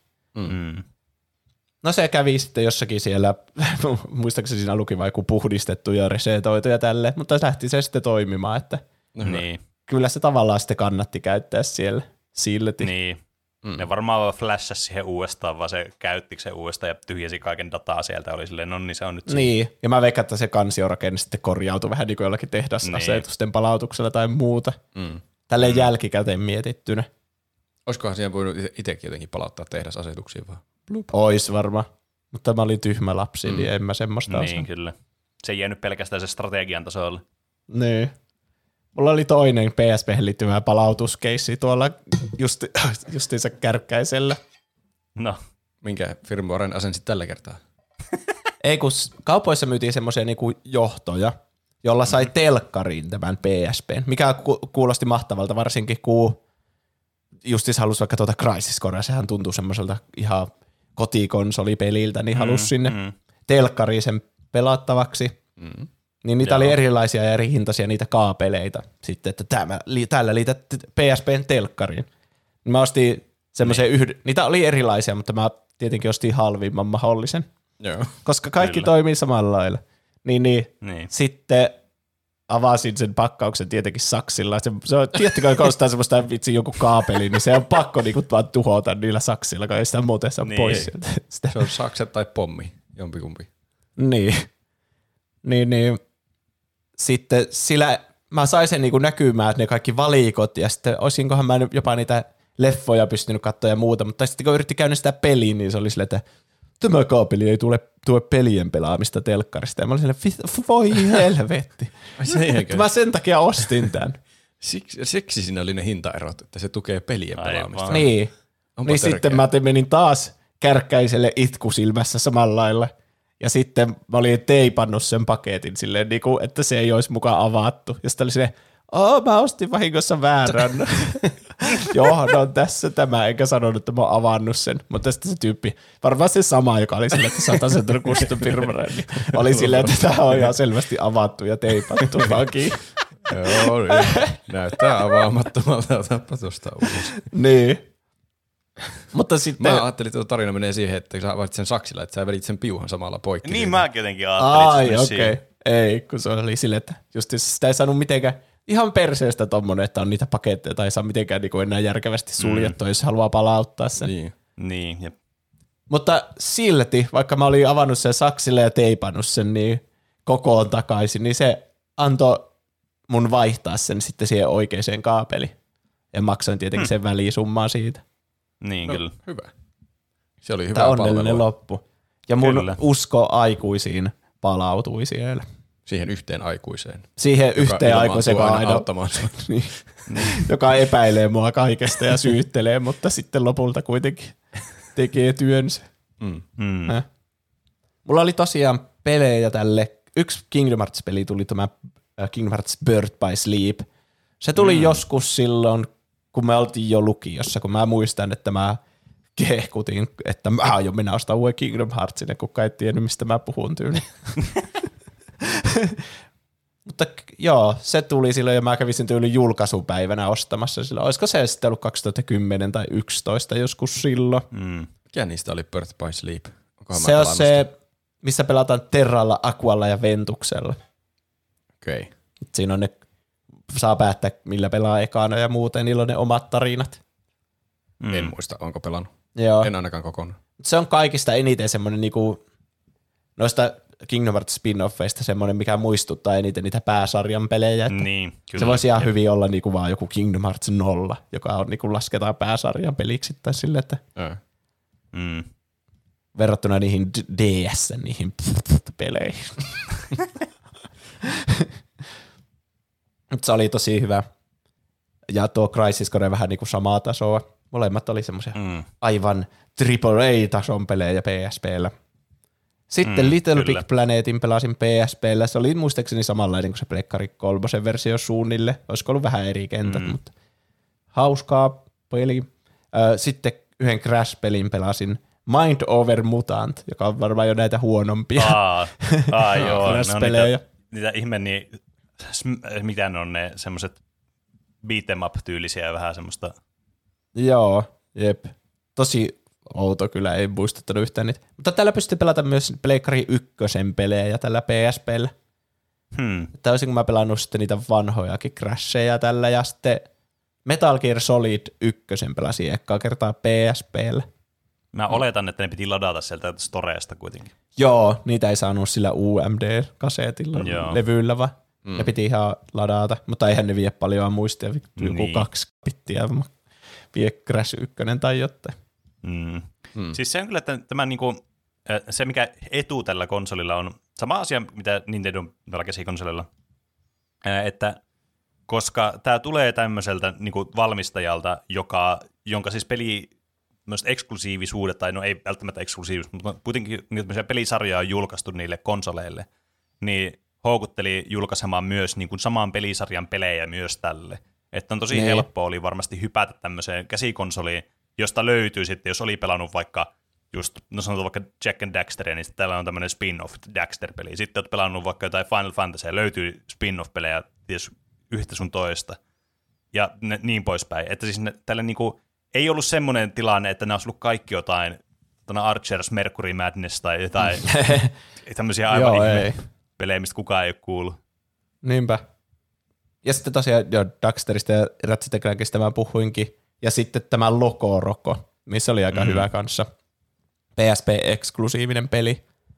No se kävi sitten jossakin siellä, muistaakseni siinä luki vaikka puhdistettu ja resetoitu ja tälleen, mutta lähti se sitten toimimaan, että kyllä se tavallaan sitten kannatti käyttää siellä silti. Niin, ne varmaan flashasi siihen uudestaan, vaan se käyttikö se uudestaan ja tyhjäsi kaiken dataa sieltä, oli silleen, no niin se on nyt siinä. Niin, ja mä veikkaan, että se kansiorakenne sitten korjautui vähän niin kuin jollakin tehdasasetusten palautuksella tai muuta. Tälleen jälkikäteen mietittynä. Olisikohan siihen voinut itsekin jotenkin palauttaa tehdasasetuksiin vaan? Ois varmaan, mutta mä olin tyhmä lapsi, niin en mä semmoista osaa. Niin, kyllä. Se ei jäänyt pelkästään se strategian tasolle. Niin. Mulla oli toinen PSP:hen liittyvä palautuskeissi tuolla justiinsa Kärkkäisellä. No. Minkä firmwaren asensit tällä kertaa? Ei, kun kaupoissa myytiin semmoisia niinku johtoja, jolla sai telkkariin tämän PSPn, mikä kuulosti mahtavalta, varsinkin kun justiinsa halusi vaikka Crisis Core, sehän tuntuu semmoiselta ihan kotikonsolipeliltä, niin halusi sinne telkkariin sen pelattavaksi. Niin niitä oli erilaisia ja eri hintaisia niitä kaapeleita sitten, että täällä liität PSPn telkkariin. Mä ostin semmoisen niitä oli erilaisia, mutta mä tietenkin ostin halvimman mahdollisen, koska kaikki toimii samalla lailla. Niin. Sitten avasin sen pakkauksen tietenkin saksilla. Se on, tiettikö, kun ostaa semmoista vitsi joku kaapeli, niin se on pakko niinku vaan tuhota niillä saksilla, kun ei sitä muuten saa pois. Se on sakset tai pommi, jompikumpi. niin sitten sillä mä sain sen niinku näkymään, että ne kaikki valikot, ja sitten olisinkohan mä jopa niitä leffoja pystynyt katsoa ja muuta, mutta sitten kun yritti käynnistää peliin, niin se oli silleen, että tämä kaapeli ei tue pelien pelaamista telkkarista. Ja mä olin silleen, voi helvetti. Mä sen takia ostin tämän. Siksi siinä oli ne hintaerot, että se tukee pelien pelaamista. Niin. Niin sitten mä menin taas kärkkäiselle itkusilmässä samalla lailla. Ja sitten mä olin teipannut sen paketin silleen, että se ei olisi mukaan avattu. Ja sitten oli silleen, mä ostin vahingossa väärän. Johdon tässä tämä, enkä sanonut, että mä oon avannut sen. Mutta sitten se tyyppi, varmaan se sama, joka oli silleen, että 100 sentin custom firmware, niin oli silleen, että tämä on ihan selvästi avattu ja teipattu vakiin. Joo, niin. Näyttää avaamattomalta, otapa tuosta ulos. Niin. Mutta sitten... Mä ajattelin, että tarina menee siihen, että sä avasit sen saksilla, että sä vedit sen piuhan samalla poikki. Niin mäkin jotenkin ajattelin. Okei. Ei, kun se oli silleen, että just sitä ei saanut mitenkään ihan perseestä tommonen, että on niitä paketteja tai ei saa mitenkään niin enää järkevästi suljettua, jos haluaa palauttaa sen. Niin. Jep. Mutta silti, vaikka mä olin avannut sen saksille ja teipannut sen niin kokoon takaisin, niin se antoi mun vaihtaa sen sitten siihen oikeaan kaapeliin. Ja maksoin tietenkin sen välisummaa siitä. Niin, kyllä. Hyvä. Se oli hyvä onnellinen loppu. Ja mun usko aikuisiin palautui siellä. Siihen yhteen aikuiseen. Siihen yhteen aikuiseen, niin. joka epäilee mua kaikesta ja syyttelee, mutta sitten lopulta kuitenkin tekee työnsä. Mulla oli tosiaan pelejä tälle. Yksi Kingdom Hearts-peli tuli tämä Kingdom Hearts Birth by Sleep. Se tuli joskus silloin, kun me oltiin jo lukiossa, kun mä muistan, että mä kehkutin, että mä aion mennä ostaa uuden Kingdom Heartsin, kukaan ei tiennyt, mistä mä puhun tyyliin. Mutta joo, se tuli silloin ja mä kävin sen tyylin julkaisupäivänä ostamassa silloin. Olisiko se sitten ollut 2010 tai 2011 joskus silloin? Mikä niistä oli Birth by Sleep? Se on se, missä pelataan Terralla, Aqualla ja Ventuksella. Okei. Okay. Siinä on ne, saa päättää millä pelaa ekana ja muuten, niillä on ne omat tarinat. En muista, onko pelannut. Joo. En ainakaan kokonaan. Se on kaikista eniten semmoinen niinku, noista Kingdom Hearts spin-offeista semmoinen, mikä muistuttaa eniten niitä pääsarjan pelejä. Niin, kyllä. Se voisi ihan hyvin olla niinku vaan joku Kingdom Hearts 0, joka on niinku lasketaan pääsarjan peliksi tai silleen, että verrattuna niihin DS, niihin peleihin. Mutta se oli tosi hyvä. Ja tuo Crisis Core vähän niinku samaa tasoa. Molemmat oli semmoisia aivan AAA-tason pelejä PSP:llä. Sitten Little Big Planetin pelasin PSP:llä. Se oli muistaakseni samanlainen kuin se Pleikkari 3 versio suunnille. Olisiko ollut vähän eri kentät, mutta hauskaa peli. Sitten yhden Crash-pelin pelasin Mind Over Mutant, joka on varmaan jo näitä huonompia joo. Crash-pelejä. Niitä ihme, niin mitä ne on ne semmoiset beat em up-tyylisiä ja vähän semmoista. Joo, jep. Tosi outo kyllä, ei muistuttanut yhtään niitä. Mutta täällä pystyy pelata myös Pleikkari 1 pelejä tällä PSP:llä. Että olisinko mä pelannut sitten niitä vanhojakin Crasheja tällä ja sitten Metal Gear Solid 1 pelasin ekaa kertaa PSP:llä. Mä oletan, että ne piti ladata sieltä Storeesta kuitenkin. Joo, niitä ei saanut sillä UMD-kasetilla, levyllä vaan. Ne piti ihan ladata, mutta eihän ne vie paljon muistia, joku 2 bittiä vie Crash 1 tai jotain. Siis se on kyllä, että tämä niinku, se mikä etu tällä konsolilla on, sama asia mitä Nintendo tällä käsikonsolilla, että koska tämä tulee tämmöiseltä niinku valmistajalta, jonka siis peli myös eksklusiivisuudet, tai no ei välttämättä eksklusiivisuus, mutta kuitenkin tämmöisiä pelisarjoja on julkaistu niille konsoleille, niin houkutteli julkaisemaan myös niin kuin saman pelisarjan pelejä myös tälle. Että on tosi helppoa oli varmasti hypätä tämmöiseen käsikonsoliin, josta löytyy sitten, jos oli pelannut vaikka just, no sanotaan vaikka Jack and Daxteria, niin täällä on tämmöinen spin-off Daxter-peli. Sitten olet pelannut vaikka jotain Final Fantasy, löytyy spin-off-pelejä ties yhtä sun toista. Ja niin poispäin. Että siis tällä niinku ei ollut semmoinen tilanne, että ne olisi ollut kaikki jotain Archer's Mercury Madness tai jotain tämmöisiä aivan pelejä, mistä kukaan ei ole kuullut. Niinpä. Ja sitten tosiaan Daxterista ja Ratchet & Clankista mä puhuinkin. Ja sitten tämä Loco Roco, missä oli aika hyvä kanssa. PSP-eksklusiivinen peli.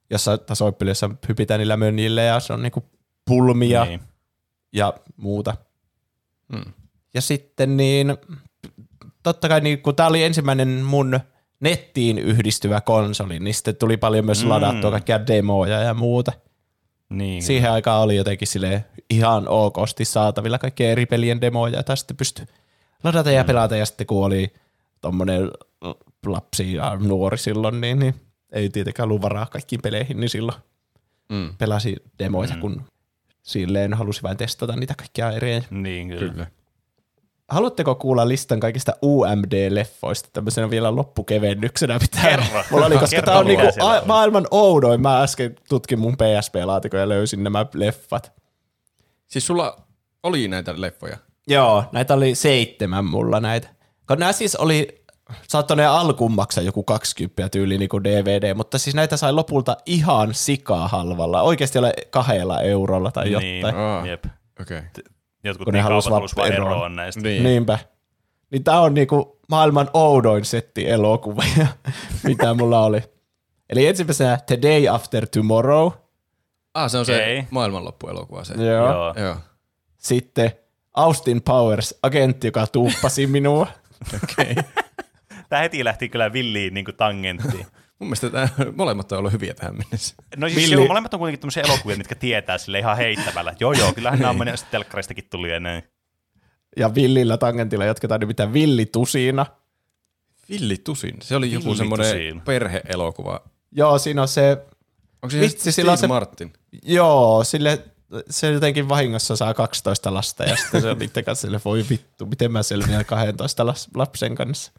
jossa tasoippelijossa hypitään niillä mönnillä ja se on niinku pulmia ja muuta. Ja sitten niin, totta kai niin, kun tää oli ensimmäinen mun nettiin yhdistyvä konsoli, niin sitten tuli paljon myös ladattua kaikkia demoja ja muuta. Niin. Siihen aikaan oli jotenkin silleen ihan okosti saatavilla kaikkia eri pelien demoja, joita sitten pystyi ladata ja pelata, ja sitten kun oli tommonen lapsi ja nuori silloin, niin ei tietenkään ollut varaa kaikkiin peleihin, niin silloin pelasi demoja, kun silleen halusi vain testata niitä kaikkia eri. Niin, kyllä. Haluatteko kuulla listan kaikista UMD-leffoista tämmöisenä vielä loppukevennyksenä? Mulla oli, koska tää on niinku maailman oudoin. Mä äsken tutkin mun PSP-laatikon ja löysin nämä leffat. Siis sulla oli näitä leffoja? Joo, näitä oli 7 mulla näitä. Kun nämä siis oli, saattoi ne alkuun maksaa joku 20 tyyli niin kuin DVD, mutta siis näitä sai lopulta ihan sikaa halvalla. Oikeasti ole 2 eurolla tai jotain. Jep. Okay. Jotkut niin halus vaan eroon näistä. Niin. Niinpä. Niin tää on niinku maailman oudoin setti elokuvia, mitä mulla oli. Eli ensimmäisenä The Day After Tomorrow. Se on se maailmanloppuelokuva se. Joo. Sitten Austin Powers, agentti, joka tuuppasi minua. Okei. Tää heti lähti kyllä villiin niin kuin tangenttiin. Mun mielestä tämä molemmat on ollut hyviä tähän mennessä. No siis joo, molemmat on kuitenkin tämmöisiä elokuvia, mitkä tietää sille ihan heittämällä. Joo, kyllähän nämä on mennyt, sitten telkkaristakin tuli ja näin. Ja villillä tangentilla jatketaan nimittäin Villitusina. Villitusina? Se oli joku semmoinen perhe-elokuva. Joo, siinä on se... Onko se Steve Martin? Joo, se jotenkin vahingossa saa 12 lasta ja sitten se on niiden kanssa sille, voi vittu, miten mä selviän 12 lapsen kanssa.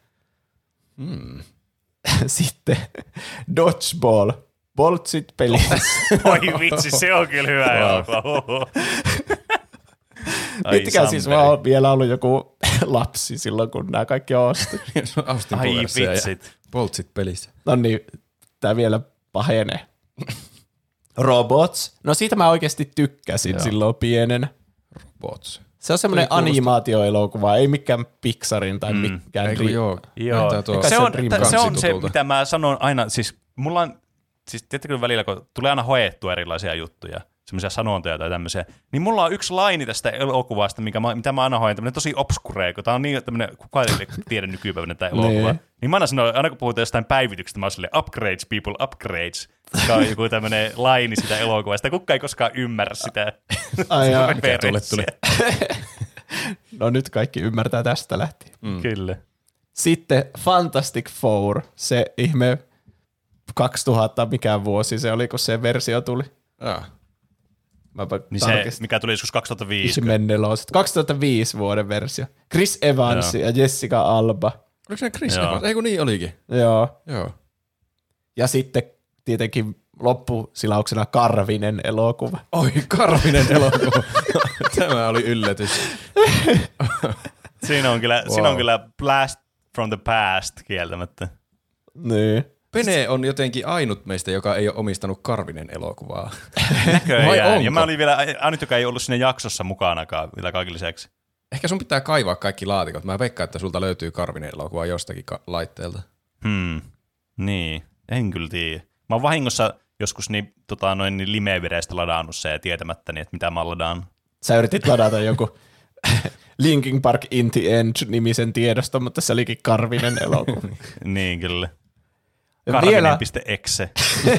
Sitten Dodgeball, Boltsit pelissä. Oi vitsi, se on kyllä hyvä elokuva. Mittikään siis mä oon vielä ollut joku lapsi silloin, kun nämä kaikki on ostettu. Ai vitsit. Boltsit pelissä. No niin, tää vielä pahenee. Robots. No siitä mä oikeasti tykkäsin silloin pienenä. Robots. Se on semmoinen animaatioelokuva, ei mikään Pixarin tai mikään. Joo. Se on se, mitä mä sanon aina, siis mulla on, siis tiedättekö välillä, kun tulee aina hoettua erilaisia juttuja, semmoisia sanontoja tai tämmöisiä, niin mulla on yksi laini tästä elokuvasta, mitä mä aina hoen, tämmöinen tosi obskuree, kun tää on niin tämmöinen, kukaan ei tiedä nykypäivänä tämä elokuva. Niin mä aina sanon, aina kun puhutaan jostain päivityksestä, mä oon silleen, upgrades people, upgrades. Tämä on joku tämmöinen laini sitä elokuvasta, kukaan ei koskaan ymmärrä sitä. Ai jaa, tuli. No nyt kaikki ymmärtää tästä lähtien. Kyllä. Sitten Fantastic Four, se ihme 2000, mikä vuosi se oli, kun se versio tuli. Niin se, mikä tuli joskus 2005. 2005 vuoden versio. Chris Evans ja Jessica Alba. Oliko se Chris Evans? Ei kun niin olikin. Joo. Ja sitten tietenkin loppusilauksena Karvinen elokuva. Oi, Karvinen elokuva. Tämä oli yllätys. Siinä on kyllä blast from the past kieltämättä. Niin. Pene on jotenkin ainut meistä, joka ei ole omistanut Karvinen elokuvaa. Näköjään. Ja mä olin vielä ainut, joka ei ollut siinä jaksossa mukanakaan vielä kaikille lisäksi. Ehkä sun pitää kaivaa kaikki laatikot. Mä veikkaan, että sulta löytyy Karvinen elokuvaa jostakin laitteelta. Niin, en kyllä tiedä. Mä oon vahingossa joskus niin Limevireistä ladannut se ja tietämättäni, että mitä mä ladaan. Sä yritit ladata joku Linkin Park in the End-nimisen tiedoston, mutta se olikin Karvinen elokuva. Niin kyllä. Karvinen.exe.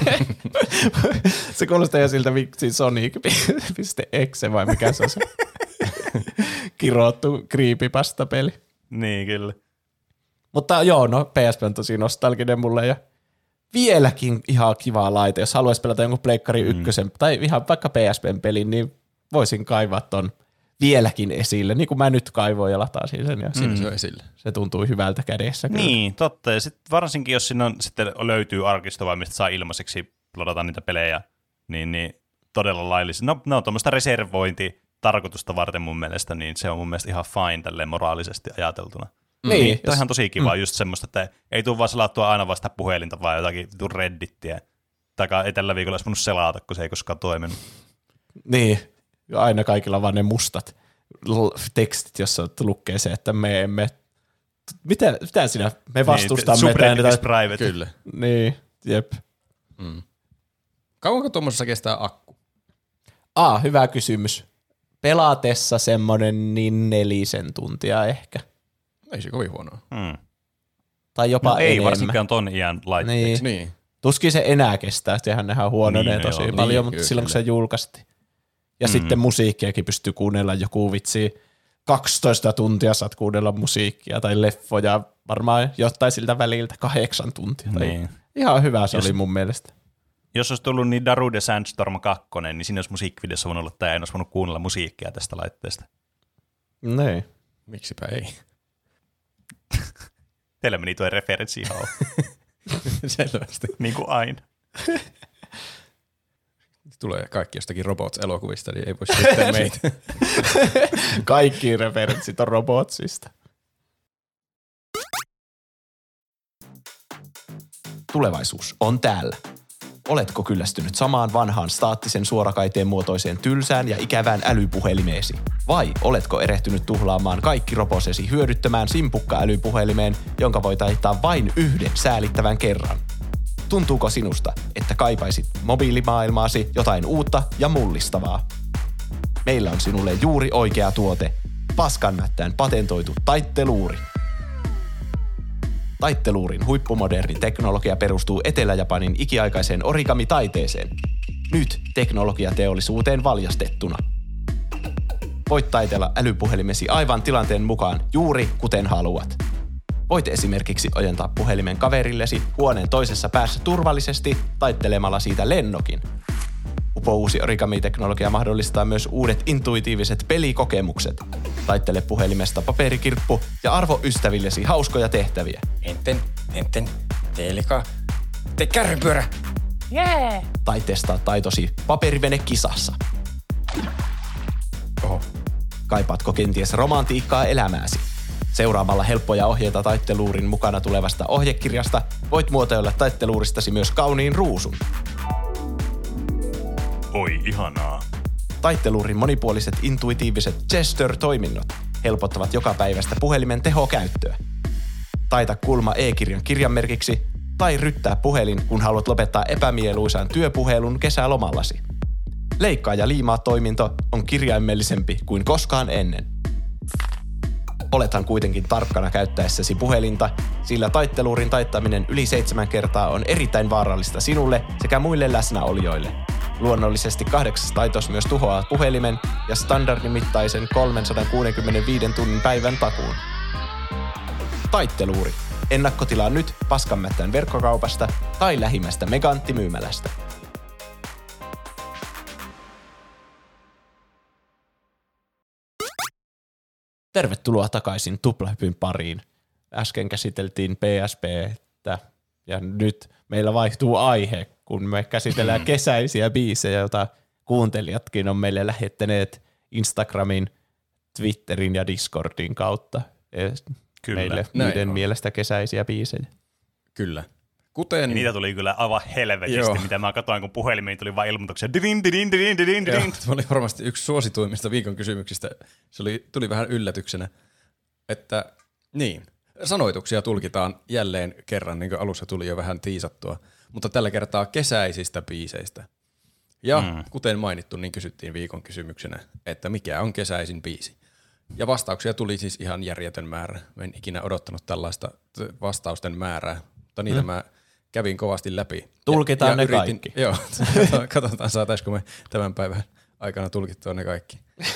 Se kuulostaa jo siltä Sonic.exe vai mikä se on se kirottu creepypasta-peli. Niin kyllä. Mutta joo, no PSP on tosi nostalginen mulle ja vieläkin ihan kivaa laite. Jos haluaisi pelata jonkun Pleikkari 1 tai ihan vaikka PSPn pelin, niin voisin kaivaa ton vieläkin esille, niin kuin mä nyt kaivoin ja lataasin sen. Ja se on esille. Se tuntuu hyvältä kädessä. Kyllä. Niin, totta. Ja sitten varsinkin, jos siinä sitten löytyy arkisto, mistä saa ilmaiseksi ladata niitä pelejä, niin todella laillisesti. Ne on tuommoista reservointitarkoitusta varten mun mielestä, niin se on mun mielestä ihan fine tälleen moraalisesti ajateltuna. Niin, on ihan tosi kiva just semmoista, että ei tule vaan selattua aina vasta puhelinta, vaan jotakin Reddittiä. Tai ei tällä viikolla olisi voinut selata, kun se ei koskaan toiminut. Niin, aina kaikilla vaan ne mustat tekstit, jossa lukee se, että me emme... Mitä sinä? Me vastustamme. Subreddit is private. Kyllä. Niin, jep. Kauanko tuommoisessa kestää akku? Hyvä kysymys. Pelatessa semmonen niin 4 tuntia ehkä. Ei se kovin huonoa. Tai jopa ei enemmän. varsinkaan ton iän laitteeksi. Niin. Tuskin se enää kestää, sehän nehän huononee Niin, tosi joo. paljon, Niin, mutta kyllä. silloin kun se julkaistiin. Ja sitten musiikkiakin pystyy kuunnella joku vitsi 12 tuntia saat kuunnella musiikkia tai leffoja, varmaan jotain siltä väliltä 8 tuntia. Niin. Ihan hyvä se oli mun mielestä. Jos olisi tullut niin Darude Sandstorm 2, niin siinä olisi musiikkivideossa voinut olla, että en olisi voinut kuunnella musiikkia tästä laitteesta. Niin. Miksipä ei? Teillä meni tuo referenssi ihan Selvästi. niin kuin aina. Tulee kaikki jostakin Robots-elokuvista, niin ei voi syyttää meitä. Kaikki referenssit on Robotsista. Tulevaisuus on täällä. Oletko kyllästynyt samaan vanhaan staattisen suorakaiteen muotoiseen tylsään ja ikävään älypuhelimeesi? Vai oletko erehtynyt tuhlaamaan kaikki roposesi hyödyttömään simpukka-älypuhelimeen, jonka voi taittaa vain yhden säälittävän kerran? Tuntuuko sinusta, että kaipaisit mobiilimaailmaasi jotain uutta ja mullistavaa? Meillä on sinulle juuri oikea tuote, paskanmättään patentoitu taitteluuri. Taitteluurin huippumoderni teknologia perustuu Etelä-Japanin ikiaikaiseen origami-taiteeseen. Nyt teknologiateollisuuteen valjastettuna. Voit taitella älypuhelimesi aivan tilanteen mukaan juuri kuten haluat. Voit esimerkiksi ojentaa puhelimen kaverillesi huoneen toisessa päässä turvallisesti taittelemalla siitä lennokin. Upouusi origami-teknologia mahdollistaa myös uudet intuitiiviset pelikokemukset. Taittele puhelimesta paperikirppu ja arvo ystävillesi hauskoja tehtäviä. Enten, teilika, te kärrypyörä. Tai testaa taitosi paperivene-kisassa. Oho. Kaipaatko kenties romantiikkaa elämääsi? Seuraamalla helppoja ohjeita taitteluurin mukana tulevasta ohjekirjasta voit muotoilla taitteluuristasi myös kauniin ruusun. Oi, ihanaa. Taitteluurin monipuoliset intuitiiviset gesture-toiminnot helpottavat jokapäiväistä puhelimen tehokäyttöä. Taita kulma e-kirjan kirjanmerkiksi tai ryttää puhelin, kun haluat lopettaa epämieluisan työpuhelun kesälomallasi. Leikkaa ja liimaa toiminto on kirjaimellisempi kuin koskaan ennen. Olethan kuitenkin tarkkana käyttäessäsi puhelinta, sillä taitteluurin taittaminen yli 7 kertaa on erittäin vaarallista sinulle sekä muille läsnäolijoille. Luonnollisesti 8. taitos myös tuhoaa puhelimen ja standardimittaisen 365 tunnin päivän takuun. Taitteluuri. Ennakkotilaa nyt Paskanmättään verkkokaupasta tai lähimmästä Megantti-myymälästä. Tervetuloa takaisin Tuplahypyn pariin. Äsken käsiteltiin PSP:tä ja nyt meillä vaihtuu aihe, kun me käsitellään kesäisiä biisejä, joita kuuntelijatkin on meille lähettäneet Instagramin, Twitterin ja Discordin kautta. Kyllä. Meille Näin niiden on. mielestä kesäisiä biisejä. Kyllä. Kuten... Ja niitä tuli kyllä aivan helvetisti, Joo. mitä mä katsoin, kun puhelimeen tuli vain ilmoituksia. Din. Tämä oli varmasti yksi suosituimmista viikon kysymyksistä. Tuli vähän yllätyksenä, että niin, sanoituksia tulkitaan jälleen kerran, niin kuin alussa tuli jo vähän tiisattua, mutta tällä kertaa kesäisistä biiseistä. Ja kuten mainittu, niin kysyttiin viikon kysymyksenä, että mikä on kesäisin biisi. Ja vastauksia tuli siis ihan järjetön määrä. Mä en ikinä odottanut tällaista vastausten määrää, mutta niitä mä kävin kovasti läpi. Tulkitaan ne yritin, kaikki. Joo, katsotaan saataisiko me tämän päivän aikana tulkittua ne kaikki.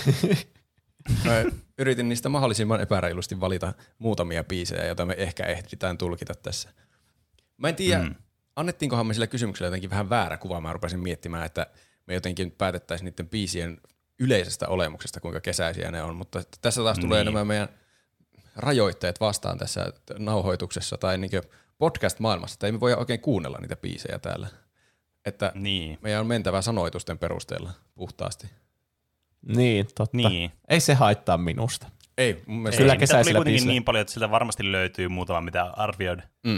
Mä yritin niistä mahdollisimman epäreilusti valita muutamia biisejä, joita me ehkä ehditään tulkita tässä. Mä en tiedä, annettiinkohan me sillä kysymyksellä jotenkin vähän väärä kuva. Mä rupesin miettimään, että me jotenkin päätettäisiin niiden biisien yleisestä olemuksesta, kuinka kesäisiä ne on. Mutta tässä taas tulee nämä meidän rajoitteet vastaan tässä nauhoituksessa tai niin podcast-maailmassa, että ei me voida oikein kuunnella niitä biisejä täällä. Että meidän on mentävä sanoitusten perusteella puhtaasti. Niin, totta. Niin. Ei se haittaa minusta. Ei, mun mielestä. Kyllä Tuli kesäisillä kuitenkin biisillä. niin paljon, että siltä varmasti löytyy muutama, mitä arvioida.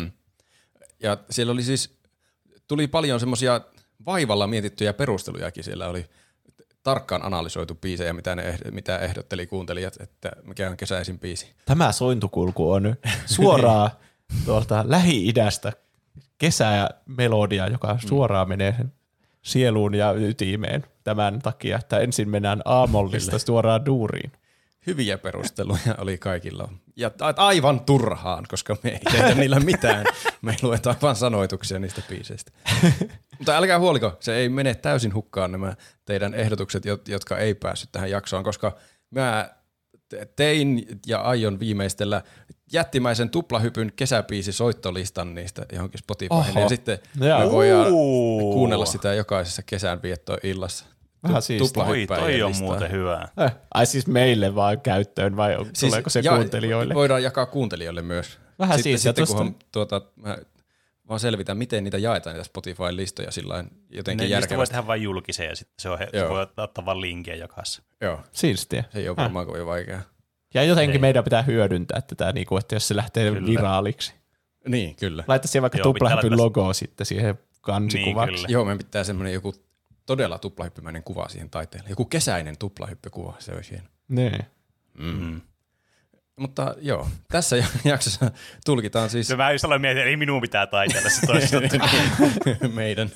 Ja siellä oli siis, tuli paljon semmoisia vaivalla mietittyjä perustelujakin. Siellä oli tarkkaan analysoitu biisejä, mitä ehdotteli kuuntelijat, että mikä on kesäisin biisi. Tämä sointukulku on suoraan tuolta Lähi-idästä kesämelodia, joka suoraan menee sieluun ja ytimeen tämän takia, että ensin mennään aamollista suoraan duuriin. Hyviä perusteluja oli kaikilla. Ja aivan turhaan, koska me ei tehdä niillä mitään. Me luetaan vaan sanoituksia niistä biiseistä. Mutta älkää huoliko, se ei mene täysin hukkaan nämä teidän ehdotukset, jotka ei päässyt tähän jaksoon, koska mä tein ja aion viimeistellä jättimäisen tuplahypyn kesäbiisisoittolistan niistä johonkin Spotifyhin. Ja sitten me voidaan kuunnella sitä jokaisessa kesänviettoillassa. Vähän siis toi on muuten hyvä. Ai siis meille vaan käyttöön vai siis, tuleeko se kuuntelijoille? Voidaan jakaa kuuntelijoille myös. Vähän sitten kunhan mä vaan selvitän, miten niitä jaetaan, niitä Spotify-listoja sillain jotenkin järkevästi. Niistä voi tehdä vain julkisia ja sitten se voi ottaa vaan linkiä jokaisessa. Joo. Siistiä. Se ei ole varmaan kovin vaikeaa. Ja jotenkin meidän pitää hyödyntää tätä, että jos se lähtee viraaliksi. Niin, kyllä. Laita siihen vaikka tuplahyppyn logo sitten siihen kansikuvaksi. Niin, joo, meidän pitää semmoinen joku todella tuplahyppymäinen kuva siihen taiteelle. Joku kesäinen tuplahyppykuva, se olisi hieno. Niin. Mm. Mutta joo, tässä jaksossa tulkitaan siis... Mä just aloin miettiä, ei minun pitää taiteella se toista. Meidän.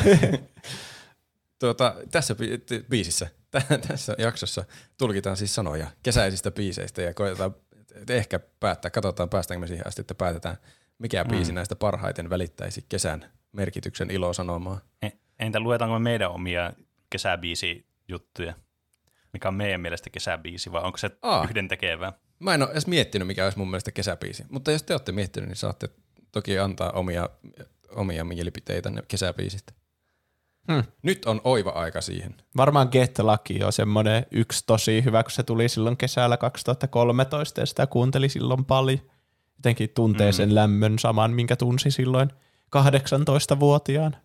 Tässä biisissä, tässä jaksossa tulkitaan siis sanoja kesäisistä biiseistä ja koetaan ehkä päättää, katsotaan päästäänkö me siihen asti, että päätetään mikä biisi näistä parhaiten välittäisi kesän merkityksen ilosanomaa. Entä luetaanko me meidän omia kesäbiisijuttuja? Mikä on meidän mielestä kesäbiisi vai onko se yhdentekevää? Mä en ole edes miettinyt, mikä olisi mun mielestä kesäbiisi, mutta jos te olette miettinyt, niin saatte toki antaa omia mielipiteitä kesäbiisistä. Nyt on oiva aika siihen. Varmaan Get Lucky on semmoinen yksi tosi hyvä, kun se tuli silloin kesällä 2013 ja sitä kuunteli silloin paljon. Jotenkin tuntee sen lämmön saman, minkä tunsi silloin 18-vuotiaana.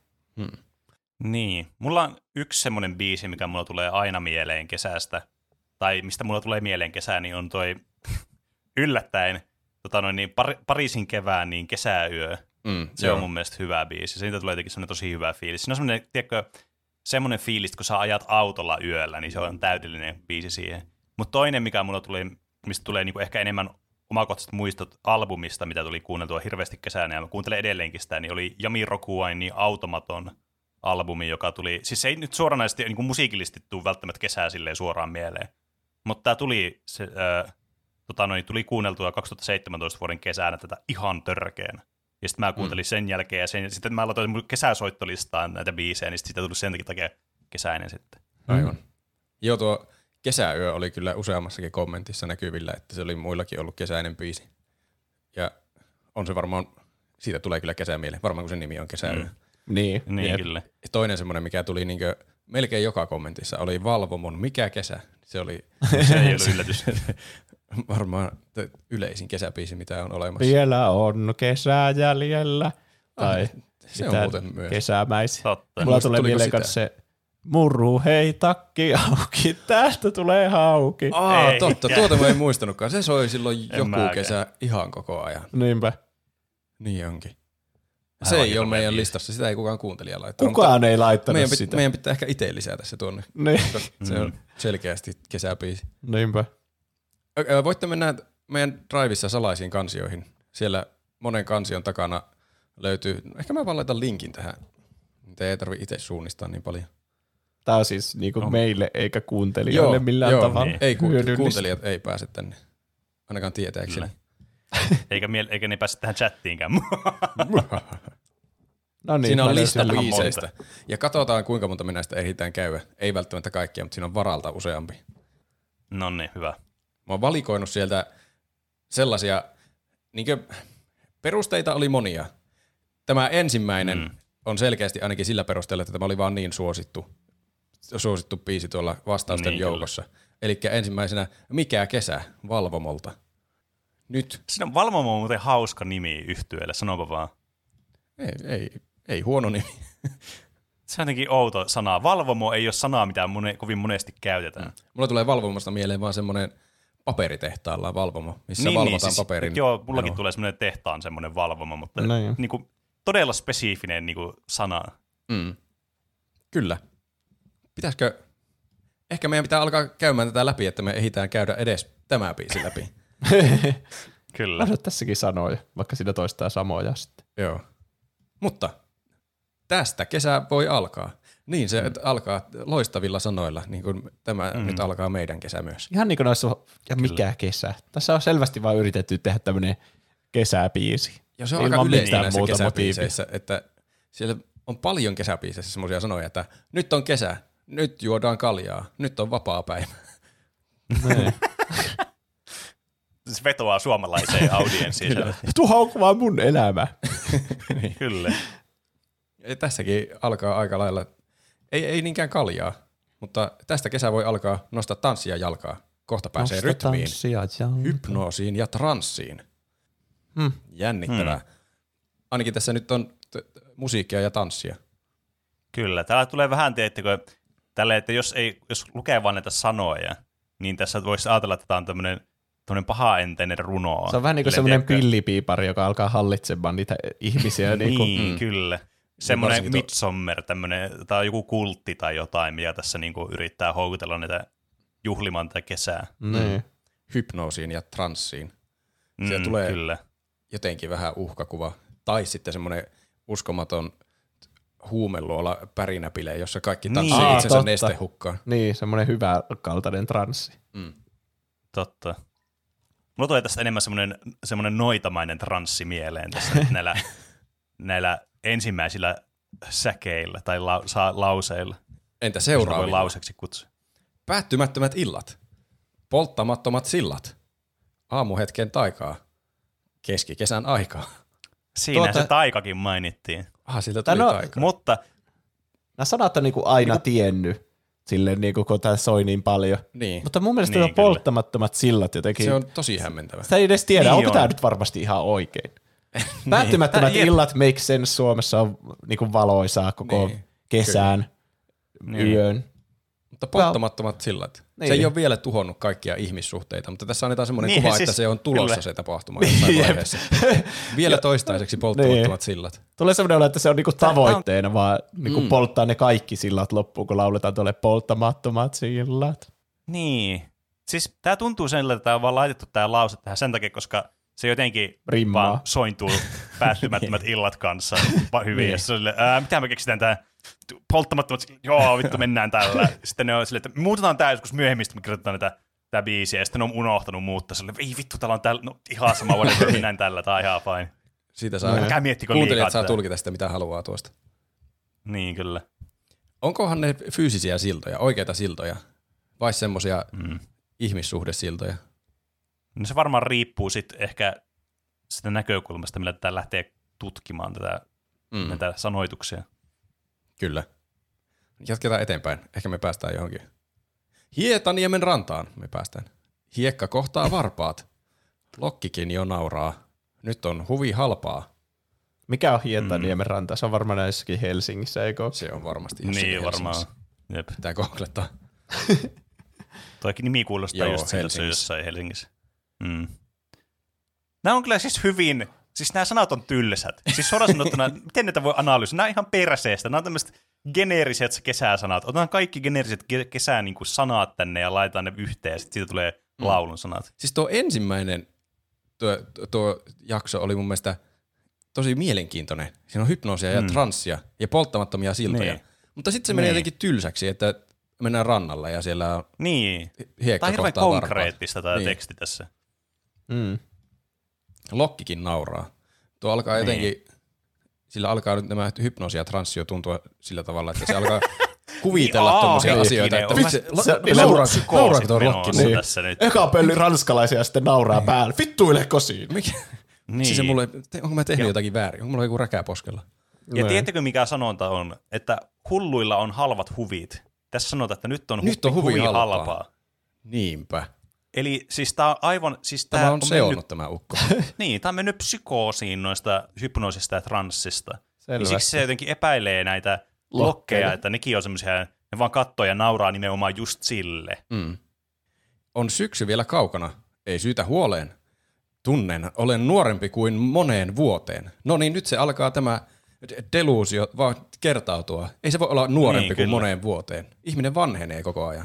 Niin. Mulla on yksi semmoinen biisi, mikä mulla tulee aina mieleen kesästä, tai mistä mulla tulee mieleen kesää, niin on toi yllättäen Pariisin kevään niin kesäyö. Se on mun mielestä hyvä biisi. Siitä tulee jotenkin semmoinen tosi hyvä fiilis. Siinä on semmoinen, tiedätkö, semmoinen fiilis, kun sä ajat autolla yöllä, niin se on täydellinen biisi siihen. Mutta toinen, mikä mulla tuli, mistä tulee niinku ehkä enemmän omakohtaiset muistot albumista, mitä tuli kuunneltua hirveästi kesänä, ja mä kuuntelen edelleenkin sitä, niin oli Jamiroquain Automaton albumi, joka tuli, siis se ei nyt suoranaisesti niin kuin musiikillisesti tule välttämättä kesää silleen suoraan mieleen, mutta tämä tuli, tuli kuunneltua 2017 vuoden kesänä tätä ihan törkeänä. Ja sitten mä kuuntelin sen jälkeen, ja sitten mä aloitin mun kesäsoittolistaan näitä biisejä, niin siitä tuli sen takia kesäinen sitten. Aivan. Joo, tuo kesäyö oli kyllä useammassakin kommentissa näkyvillä, että se oli muillakin ollut kesäinen biisi. Ja on se varmaan, siitä tulee kyllä kesä mieleen, varmaan kun sen nimi on kesäyö. Niin kyllä. Ja toinen semmoinen, mikä tuli niinkö melkein joka kommentissa, oli Valvomon Mikä kesä. Se ei ollut yllätys. Varmaan yleisin kesäbiisi, mitä on olemassa. Vielä on kesää jäljellä. Tai se on muuten myös. Kesämäisiä. Totta. Mulla tulee mieleen kanssa se murru, hei takki auki, tästä tulee hauki. Totta, tuota mä en muistanutkaan. Se soi silloin joku kesä ihan koko ajan. Niinpä. Niin onkin. Se ei ole meidän listassa, sitä ei kukaan kuuntelija laittanut. Kukaan ei laittanut sitä. Meidän pitää ehkä itse lisätä se tuonne, niin. Se on selkeästi kesäbiisi. Niinpä. Voitte mennä meidän Drivessa salaisiin kansioihin. Siellä monen kansion takana löytyy, ehkä mä vaan laitan linkin tähän. Te ei tarvitse itse suunnistaa niin paljon. Tää on siis niinku meille eikä kuuntelijoille millään tavalla. Niin. Ei kuuntelijat ei pääse tänne, ainakaan tietääkseni. Eikä ne pääse tähän chattiinkään. No niin, siinä on lista biiseistä. Ja katsotaan, kuinka monta me näistä ehditään käydä. Ei välttämättä kaikkia, mutta siinä on varalta useampi. No niin, hyvä. Mä oon valikoinut sieltä sellaisia, perusteita oli monia. Tämä ensimmäinen on selkeästi ainakin sillä perusteella, että tämä oli vaan niin suosittu biisi tuolla vastausten joukossa. Eli ensimmäisenä, Mikä kesä Valvomolta. Nyt. Siinä on Valvomo muuten hauska nimi yhtyeelle, sanopa vaan. Ei huono nimi. Se on jotenkin outo sana. Valvomo ei ole sanaa, mitä kovin monesti käytetään. Mulla tulee Valvomosta mieleen vaan semmoinen paperitehtaalla Valvomo, missä valvotaan siis, paperin. Joo, mullakin tulee semmoinen tehtaan semmoinen Valvomo, mutta niinku, todella spesifinen niinku, sana. Kyllä. Pitäisikö, ehkä meidän pitää alkaa käymään tätä läpi, että me ehditään käydä edes tämä biisi läpi. Kyllä. Mä tässäkin sanoja, vaikka siinä toistaa samoja sitten. Joo. Mutta tästä kesä voi alkaa. Niin, se alkaa loistavilla sanoilla, niin kuin tämä nyt alkaa meidän kesä myös. Ihan niin kuin noissa ja mikä kesä. Tässä on selvästi vaan yritetty tehdä tämmöinen kesäbiisi. Ja se on aika yleistä näissä kesäbiiseissä, että siellä on paljon kesäbiiseissä semmoisia sanoja, että nyt on kesä, nyt juodaan kaljaa, nyt on vapaa päivä. Se vetoaa suomalaiseen audienssiin. Tuohan on vaan mun elämä. Niin. Kyllä. Ja tässäkin alkaa aika lailla, ei niinkään kaljaa, mutta tästä kesä voi alkaa nostaa tanssia jalkaa. Kohta pääsee rytmiin, hypnoosiin ja transsiin. Jännittävää. Ainakin tässä nyt on musiikkia ja tanssia. Kyllä. Täällä tulee vähän, teettekö, tälle, että jos lukee vaan näitä sanoja, niin tässä voisi ajatella, että tämä on tämmöinen pahaenteinen runo. Se on vähän niin kuin semmoinen pillipiipari, joka alkaa hallitsemaan niitä ihmisiä. Niin, kyllä. Semmoinen Midsommar, tai joku kultti tai jotain, mikä tässä niinku yrittää houkutella näitä juhlimaan tätä kesää. Hypnoosiin ja transsiin. Siellä tulee kyllä jotenkin vähän uhkakuva. Tai sitten semmoinen uskomaton huumeluola pärinäpile, jossa kaikki tanssii itsensä nestehukkaan. Niin, semmoinen hyvä kaltainen transsi. Totta. Mulla tulee tästä enemmän semmoinen noitamainen transsi mieleen tässä näillä ensimmäisillä säkeillä tai lauseilla. Entä seuraavilla? Voi lauseksi kutsua. Päättymättömät illat. Polttamattomat sillat. Aamuhetken taikaa. Keskikesän aikaa. Siinä se taikakin mainittiin. Siltä tuli taika. Mutta nämä sanat on niinku aina tiennyt, silleen niinku, kun tämä soi niin paljon. Niin. Mutta mun mielestä on polttamattomat sillat jotenkin. Se on tosi hämmentävä. Sitä ei edes tiedä, onko tämä nyt varmasti ihan oikein. Päättymättömät illat make sense, Suomessa on niinku valoisaa koko kesän, yön. Mutta polttamattomat sillat. Niin. Se ei ole vielä tuhonnut kaikkia ihmissuhteita, mutta tässä annetaan semmoinen kuva, että se on tulossa se tapahtuma jossain vaiheessa. Vielä toistaiseksi polttamattomat sillat. Tulee semmoinen olo, että se on niinku tavoitteena vaan niinku polttaa ne kaikki sillat loppuun, kun lauletaan tuolle polttamattomat sillat. Niin. Siis tää tuntuu sen, että tää on vaan laitettu tää lause tähän sen takia, koska se jotenkin vaan sointuu päättymättömät illat kanssa hyvin. Ja se on silleen, mitä me keksitään tää polttamattomat, joo vittu mennään tällä. Sitten ne on silleen, että muutetaan tää joskus myöhemmin, sitten me kirjoitetaan tää biisiä, ja sitten ne on unohtanut muuttaa silleen, ei vittu, täällä on täällä, no ihan sama vuoden, mennään tällä, tää on ihan fine. Siitä saa, kuuntelijat saa tulkita sitä, mitä haluaa tuosta. Niin, kyllä. Onkohan ne fyysisiä siltoja, oikeita siltoja, vai semmosia ihmissuhdesiltoja? No se varmaan riippuu sitten ehkä sitä näkökulmasta, millä tätä lähtee tutkimaan näitä sanoituksia. Kyllä. Jatketaan eteenpäin. Ehkä me päästään johonkin. Hietaniemen rantaan me päästään. Hiekka kohtaa varpaat. Lokkikin jo nauraa. Nyt on huvi halpaa. Mikä on Hietaniemen ranta? Se on varmaan jossakin Helsingissä, eikö? Se on varmasti jossakin niin, varmaan. Jep. Pitää googlettaa. Toikin nimi kuulostaa just siltä, se on jossain Helsingissä. Nämä on kyllä siis hyvin, siis nämä sanat on tylsät. Siis suoraan sanottuna, miten näitä voi analysoida? Nämä on ihan perseestä. Nämä on tämmöiset geneeriset kesäsanat. Otetaan kaikki geneeriset kesän niin kuin sanat tänne ja laitetaan ne yhteen ja sitten siitä tulee laulun sanat. Siis tuo ensimmäinen tuo jakso oli mun mielestä tosi mielenkiintoinen. Siinä on hypnoosia ja transsia ja polttamattomia siltoja. Niin. Mutta sitten se menee jotenkin tylsäksi, että mennään rannalla ja siellä on hiekka kohtaa varpaat. Tämä on hirveän konkreettista tämä teksti tässä. Lokkikin nauraa. Tuo alkaa jotenkin, sillä alkaa nyt nämä hypnoosi ja transsio tuntua sillä tavalla, että se alkaa kuvitella tommosia asioita. Että nauraako tuo lokki? Eka pölli ranskalaisia ja sitten nauraa päälle. Vittuile kosiin. Niin. Siis onko mä tehnyt jotakin väärin? Onko mulla joku räkää poskella? Ja tiedättekö mikä sanonta on? Että hulluilla on halvat huvit. Tässä sanotaan, että nyt on huvi halpaa. Niinpä. Eli siis tämä on aivan... Siis tämä on seonnut tämä ukko. Niin, tämä on mennyt psykoosiin noista hypnoosista ja transsista. Ja siksi se jotenkin epäilee näitä lokkeja, että nekin on semmoisia, ne vaan katsoo ja nauraa nimenomaan just sille. On syksy vielä kaukana, ei syytä huoleen. Tunnen, olen nuorempi kuin moneen vuoteen. No niin, nyt se alkaa tämä deluusio vaan kertautua. Ei se voi olla nuorempi kuin moneen vuoteen. Ihminen vanhenee koko ajan.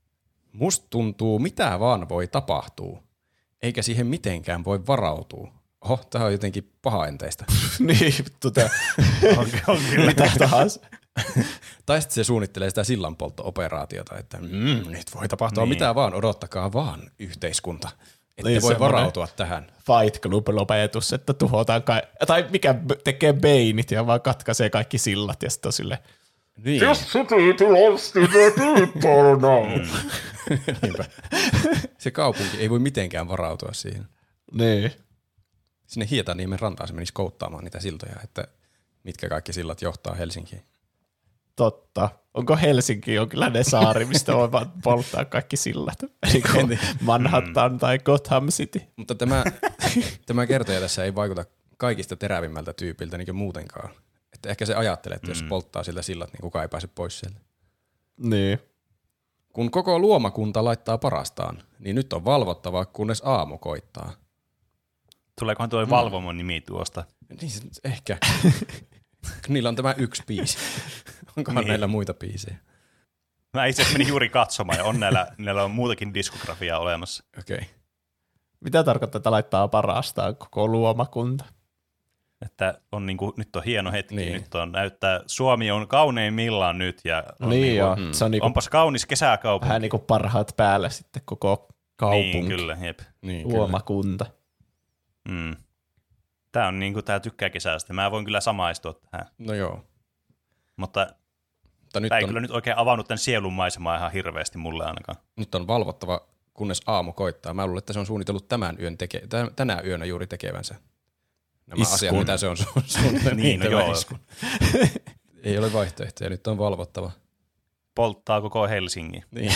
Musta tuntuu, mitä vaan voi tapahtua, eikä siihen mitenkään voi varautua. Oho, tää on jotenkin pahaenteistä. Niin, On kyllä. mitä tahansa. Tai sitten se suunnittelee sitä sillanpoltto-operaatiota, että nyt voi tapahtua mitä vaan, odottakaa vaan yhteiskunta. Ette Niin, voi varautua tähän. Fight Club-lopetus, että tuhotaan tai mikä tekee Beinit ja vaan katkaisee kaikki sillat ja sitten on silleen, Niin. This city belongs to the people now. Niinpä. Se kaupunki ei voi mitenkään varautua siihen. Niin. Sinne Hietaniemen rantaan se menisi kouttaamaan niitä siltoja, että mitkä kaikki sillat johtaa Helsinkiin. Totta. Onko Helsinki jonkinlainen saari, mistä voi vaan polttaa kaikki sillat? Niin kuin Manhattan tai Gotham City. Mutta tämä kertoja tässä ei vaikuta kaikista terävimmältä tyypiltä niin kuin muutenkaan. Että ehkä se ajattelee, että jos polttaa sillä sillat, niin kukaan ei pääse pois sieltä. Niin. Kun koko luomakunta laittaa parastaan, niin nyt on valvottava, kunnes aamu koittaa. Tuleekohan tuo valvomon nimi tuosta? Niin ehkä. Niillä on tämä yksi biisi. Onkohan näillä muita biisejä? Mä itse asiassa menin juuri katsomaan ja näillä on muutakin diskografiaa olemassa. Okei. Okay. Mitä tarkoittaa, että laittaa parastaan koko luomakunta? Että on niinku, nyt on hieno hetki, Niin. nyt on näyttää, Suomi on kauneimmillaan nyt ja on Niin niinku, joo, se on niinku onpas kaunis kesäkaupunki. vähän niinku parhaat päällä sitten koko kaupunki, Niin, kyllä, jep. Niin, luomakunta. Mm. Tää on niinku, tää tykkää kesästä. Mä voin kyllä samaistua tähän. No joo. Mutta Nyt tää ei kyllä nyt oikein avannut tämän sielunmaisemaa ihan hirveästi mulle ainakaan. nyt on valvottava, kunnes aamu koittaa. Mä luulen, että se on suunnitellut tänä yönä juuri tekevänsä. Nämä Iskun. asiat, mitä se on suunnitellut. Niin, no joo. iskun. Ei ole vaihtoehtoja, nyt on valvottava. Polttaa koko Helsingin. Niin.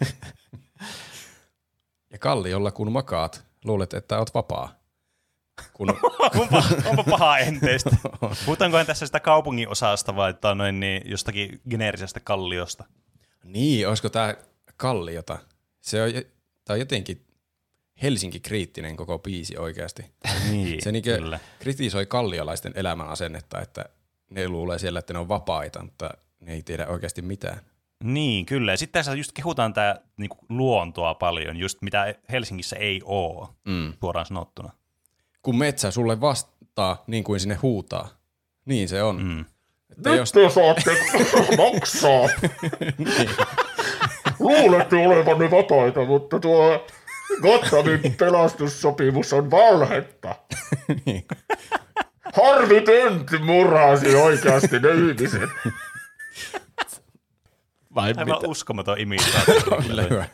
Ja Kalliolla kun makaat, luulet, että oot vapaa. Kun... Onpa paha enteistä. Puhutaankohan tässä sitä kaupungin osasta vai niin jostakin geneerisestä kalliosta? Niin, olisiko tää Kalliota? Tää on jotenkin Helsinki-kriittinen koko biisi oikeasti. Niin, Se kyllä. kritisoi kalliolaisten elämän asennetta, että ne luulee siellä, että ne on vapaita, mutta ne ei tiedä oikeasti mitään. Niin, kyllä. Ja sitten tässä just kehutaan tää niinku luontoa paljon, just mitä Helsingissä ei oo, suoraan sanottuna. Kun metsä sulle vastaa niin kuin sinne huutaa, niin se on. Että Nyt te saatte maksaa. Luulette olevanne vapaita, mutta tuo Gothamin pelastussopimus on valhetta. Niin. Harvey Dent murhasi oikeasti ne ihmiset. Vai Aivan mitä? uskomaton imitaatio. Kyllä hyvä.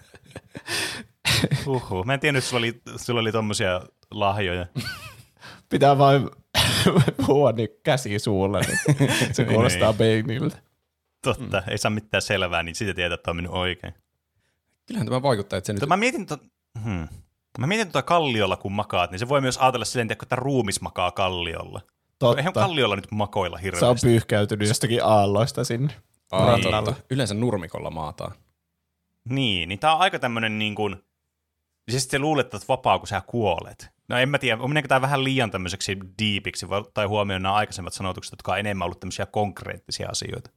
Mä en tiennyt, että sulla oli tommosia lahjoja. Pitää vain puhua niin käsi suulla, niin se kuulostaa Beiniltä. Totta, ei saa mitään selvää, niin siitä tietää, että on mennyt oikein. Kyllähän tämä vaikuttaa, että se nyt... Mä mietin tuota kalliolla, kun makaat, niin se voi myös ajatella silleen, että ruumis makaa kalliolla. Totta. Eihän kalliolla nyt makoilla Se hirveästi. on pyyhkäytynyt jostakin aalloista sinne. Totta. Yleensä nurmikolla maataan. Niin tää on aika tämmönen niin kuin, siis sitten luulet, että oot vapaa, kun sä kuolet. No en mä tiedä, meneekö tää vähän liian tämmöiseksi diipiksi, tai huomioon nämä aikaisemmat sanotukset, jotka on enemmän ollut tämmöisiä konkreettisia asioita.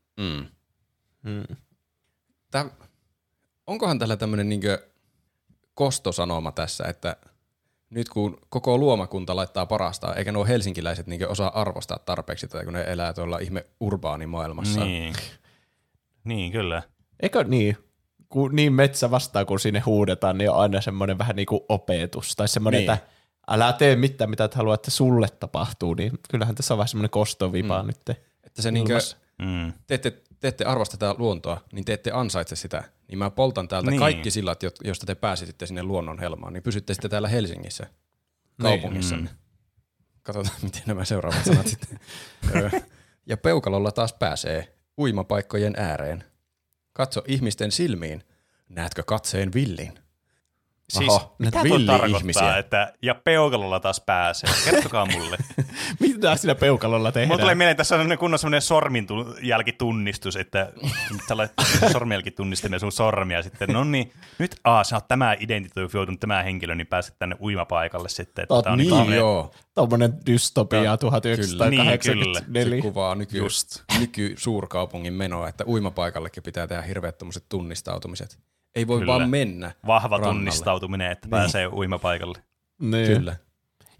Onkohan tällä tämmöinen niinkö kostosanoma tässä, että nyt kun koko luomakunta laittaa parastaan, eikä nuo helsinkiläiset niinkö osaa arvostaa tarpeeksi tätä, kun ne elää tuolla ihme urbaanimaailmassa. Niin, kyllä. Eikö niin? Kun niin metsä vastaa, kun sinne huudetaan, niin on aina semmoinen vähän niin kuin opetus. Tai semmoinen, että älä tee mitään, mitä et halua, että sulle tapahtuu. Niin kyllähän tässä on vähän semmoinen kostovipa nyt. Että se niinkö, te ette arvosta tätä luontoa, niin te ette ansaitse sitä. Niin mä poltan täältä kaikki sillat, josta te pääsisitte sinne luonnon helmaan, niin pysytte sitten täällä Helsingissä, kaupungissa. Katsotaan, miten nämä seuraavat sanat sitten. Ja peukalolla taas pääsee uimapaikkojen ääreen. Katso ihmisten silmiin. Näetkö katseen villin? Siis mitä tuo tarkoittaa, että ja peukalolla taas pääsee? Kertokaa mulle. Mitä siinä peukalolla tehdään? Mulla tulee mieleen, että tässä on kunnon semmoinen sormenjälkitunnistus, että sä laitat sormenjälkitunnistimia sun sormia sitten. No niin, nyt sä oot tämä identifioitunut tämä henkilö, niin pääset tänne uimapaikalle sitten. Että on joo. Tuommoinen dystopia 1984. Se kuvaa nyky suurkaupungin menoa, että uimapaikallekin pitää tehdä hirveät tommoset tunnistautumiset. Ei voi vaan mennä vahva rannalle. tunnistautuminen, että pääsee uimapaikalle. Niin. Kyllä.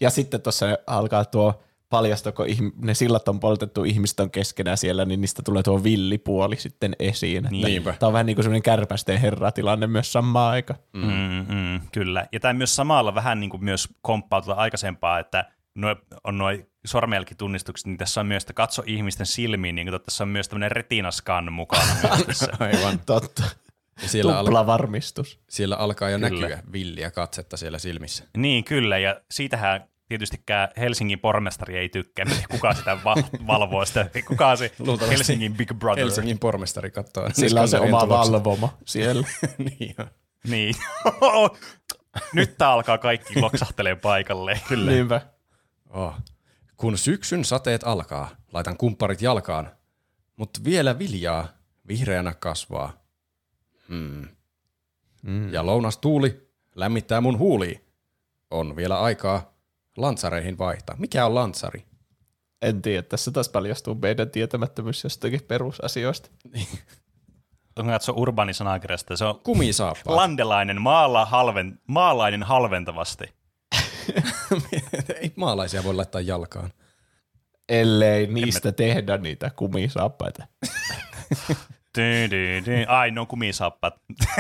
Ja sitten tuossa alkaa tuo paljastua, kun ne sillat on poltettu, ihmiset on keskenään siellä, niin niistä tulee tuo villipuoli sitten esiin. Niinpä. Tämä on vähän niin kuin semmoinen kärpästen herratilanne myös samaan aikaan. Kyllä. Ja tämä myös samalla vähän niin kuin myös komppaa tuota aikaisempaa, että on nuo sormenjälkitunnistukset, niin tässä on myös, että katso ihmisten silmiin, niin kuin tässä on myös tämmöinen retinascan mukana. Aivan. Totta. Varmistus. Siellä alkaa jo näkyä villiä katsetta siellä silmissä. Niin, kyllä. Ja siitähän tietystikään Helsingin pormestari ei tykkää, kuka sitä valvoo sitä, kuka se Helsingin Big Brother. Helsingin pormestari katsoo. Sillä on se oma valvoma siellä. Niin. Nyt tää alkaa kaikki loksahtelee paikalleen. Kyllä. Niinpä. Kun syksyn sateet alkaa, laitan kumpparit jalkaan, mutta vielä viljaa vihreänä kasvaa. Ja lounastuuli lämmittää mun huuliin. On vielä aikaa lantsareihin vaihtaa. Mikä on lantsari? En tiedä. Tässä taas paljastuu meidän tietämättömyys jostakin perusasioista. Kun katsoo urbaanisanakerrasta, se on kumisaappaat. Landelainen, maalainen halventavasti. Ei maalaisia voi laittaa jalkaan. Ellei niistä tehdä niitä kumisaappaita. Ai, ne on kumisaappaat.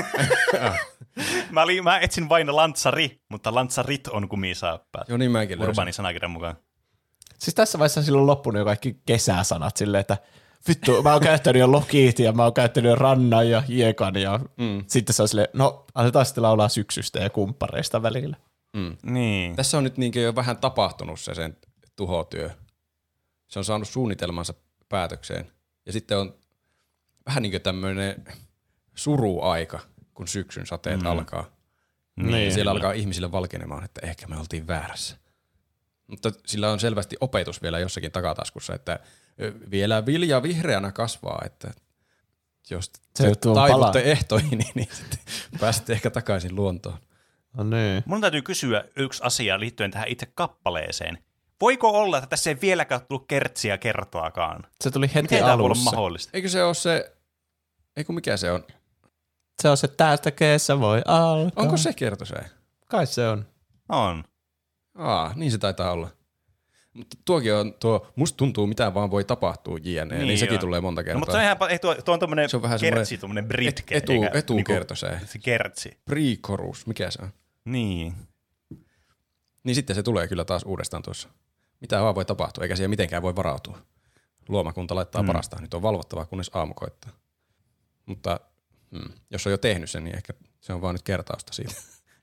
Mä etsin vain lantsari, mutta lantsarit on kumisaappaat. Joo, niin mäkin löysin. Urbaanisanakerran mukaan. Siis tässä vaiheessa silloin loppunut jo kaikki kesäsanat silleen, että vittu, mä oon käyttänyt jo lokit ja mä oon käyttänyt jo rannan ja hiekan ja sitten se on silleen, no aletaan sitten laulaa syksystä ja kumppareista välillä. Niin. Tässä on nyt niinkö jo vähän tapahtunut se sen tuhotyö. Se on saanut suunnitelmansa päätökseen. Ja sitten on vähän niin kuin tämmöinen suruaika, kun syksyn sateet alkaa. Niin, siellä alkaa ihmisille valkenemaan, että ehkä me oltiin väärässä. Mutta sillä on selvästi opetus vielä jossakin takataskussa, että vielä vilja vihreänä kasvaa, että jos taivutte ehtoihin, niin sitten pääsette ehkä takaisin luontoon. No niin. Mun täytyy kysyä yksi asia liittyen tähän itse kappaleeseen. Voiko olla, että tässä ei vieläkään tullut kertsiä kertaakaan? Se tuli heti Miten alussa. Tämä voi olla mahdollista? Eikö se ole se, mikä se on? Se on se täältä kesä voi alkaa. Onko se kerto se? Kai se on. On. Niin se taitaa olla. Mutta tuokin on musta tuntuu mitä vaan voi tapahtua jne, niin sekin tulee monta kertaa. No, mutta tuo on tommonen kertsi, tommonen britke. Etukerto se. Se kertsi. Pre-chorus, mikä se on? Niin. Niin sitten se tulee kyllä taas uudestaan tuossa. Mitä vaan voi tapahtua, eikä siihen mitenkään voi varautua. Luomakunta laittaa parastaan. Nyt on valvottavaa, kunnes aamu koittaa. Mutta jos on jo tehnyt sen, niin ehkä se on vaan nyt kertausta siitä.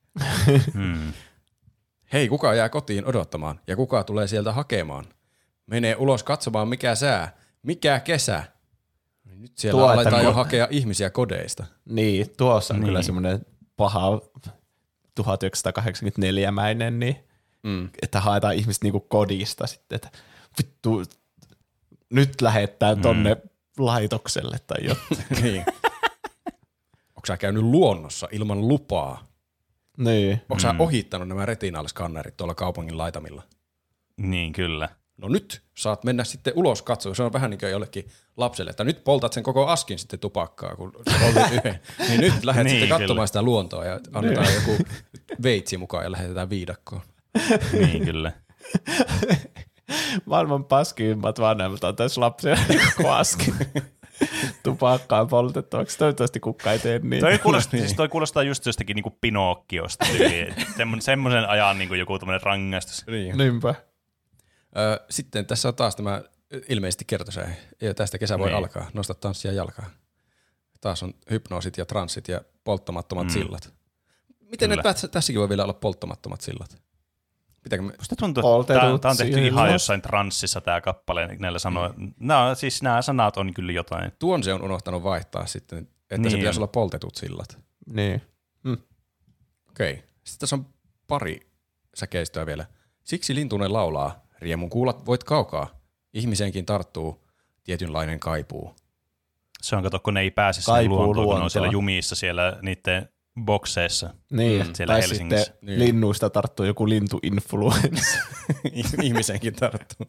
Hei, kuka jää kotiin odottamaan ja kuka tulee sieltä hakemaan? Menee ulos katsomaan mikä sää, mikä kesä. Nyt siellä aletaan jo hakea ihmisiä kodeista. Niin, tuossa on kyllä semmoinen paha 1984-mäinen, niin, että haetaan ihmiset niinku kodista sitten, että vittu, nyt lähdetään tonne laitokselle tai jotain. Niin. Onko sä käynyt luonnossa ilman lupaa? Niin. Onko sä ohittanut nämä retinal-skannerit tuolla kaupungin laitamilla? Niin, kyllä. No nyt saat mennä sitten ulos katsomaan. Se on vähän niin kuin jollekin lapselle, että nyt poltat sen koko askin sitten tupakkaa, kun poltit yhden. Niin nyt lähdet sitten katsomaan sitä luontoa ja annetaan joku veitsi mukaan ja lähetetään viidakkoon. Niin, kyllä. Maailman paskimmat vanhemmat on tässä lapsia koko askin. Tupakkaan poltettavaksi. Toivottavasti kukka ei tee niin. Toi kuulostaa just jostakin niinku Pinokkiosta. Semmoisen ajan niinku joku tämmöinen rangaistus. Niin. Niinpä. Sitten tässä on taas tämä ilmeisesti kertosää. Ja tästä kesä voi alkaa. Nosta tanssia jalkaa. Taas on hypnoosit ja transsit ja polttamattomat sillat. Miten tässäkin voi vielä olla polttamattomat sillat? Musta tuntuu, että tämä on tehty ihan jossain transsissa tämä kappale näillä sanoilla. No, siis nämä sanat on kyllä jotain. Tuon se on unohtanut vaihtaa sitten, että se pitäisi olla poltetut sillat. Niin. Okei. Sitten tässä on pari säkeistöä vielä. Siksi lintunen laulaa, riemun kuulat voit kaukaa. Ihmiseenkin tarttuu tietynlainen kaipuu. Se on, kato, kun ne ei pääse sinne luontoon, kun ne on siellä jumissa siellä niiden bokseissa. Niin, siellä tai Helsingissä. sitten linnuista tarttuu joku lintuinfluenssa. Ihmiseenkin tarttuu.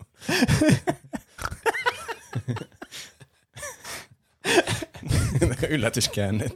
Yllätyskäännet.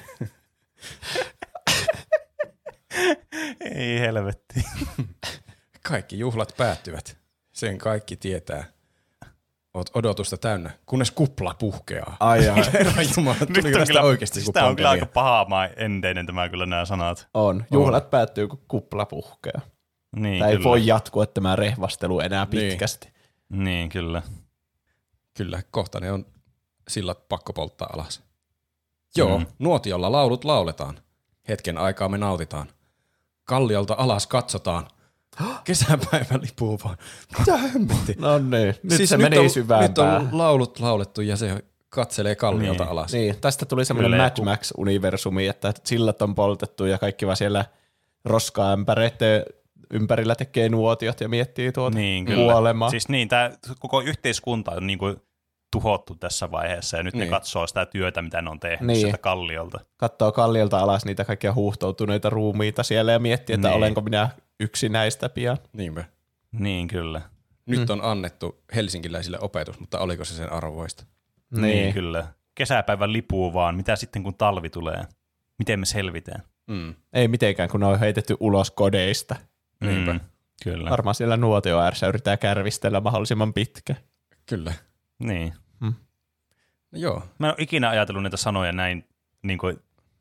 Ei helvetti. Kaikki juhlat päättyvät. Sen kaikki tietää. Oot odotusta täynnä, kunnes kupla puhkeaa. Ai. Herra Jumala, tuliko tästä oikeasti joku tämä on kyllä pandemia? aika pahaa enteinen tämä kyllä nämä sanat. On. Juhlat päättyy, kun kupla puhkeaa. Niin, tämä ei voi jatkua tämä rehvastelu enää pitkästi. Niin, kyllä. Kyllä, kohta ne on sillat pakko polttaa alas. Joo, nuotiolla laulut lauletaan. Hetken aikaa me nautitaan. Kalliolta alas katsotaan. Kesäpäivä lipuu vaan. Mitä hemmetti? No niin, nyt siis se meni syvään Nyt päähän. on laulut laulettu ja se katselee kalliolta alas. Niin, tästä tuli semmoinen Kyllä, Mad Max-universumi, että sillat on poltettu ja kaikki vaan siellä roskaämpäreiden ympärillä tekee nuotiot ja miettii tuota kuolemaa. Siis niin, tämä koko yhteiskunta on niin kuin tuhottu tässä vaiheessa ja nyt ne katsoo sitä työtä, mitä ne on tehnyt sieltä kalliolta. Katsoo kalliolta alas niitä kaikkia huuhtoutuneita ruumiita siellä ja miettii, että olenko minä yksi näistä pian. Niinpä. Niin, kyllä. Nyt on annettu helsinkiläisille opetus, mutta oliko se sen arvoista? Niin, kyllä. Kesäpäivän lipuu vaan. Mitä sitten, kun talvi tulee? Miten me selvitään? Ei mitenkään, kun ne on heitetty ulos kodeista. Niinpä. Kyllä. Varmaan siellä nuotio ääressä yrittää kärvistellä mahdollisimman pitkä. Kyllä. Niin. No joo. Mä en ole ikinä ajatellut niitä sanoja näin, niin kuin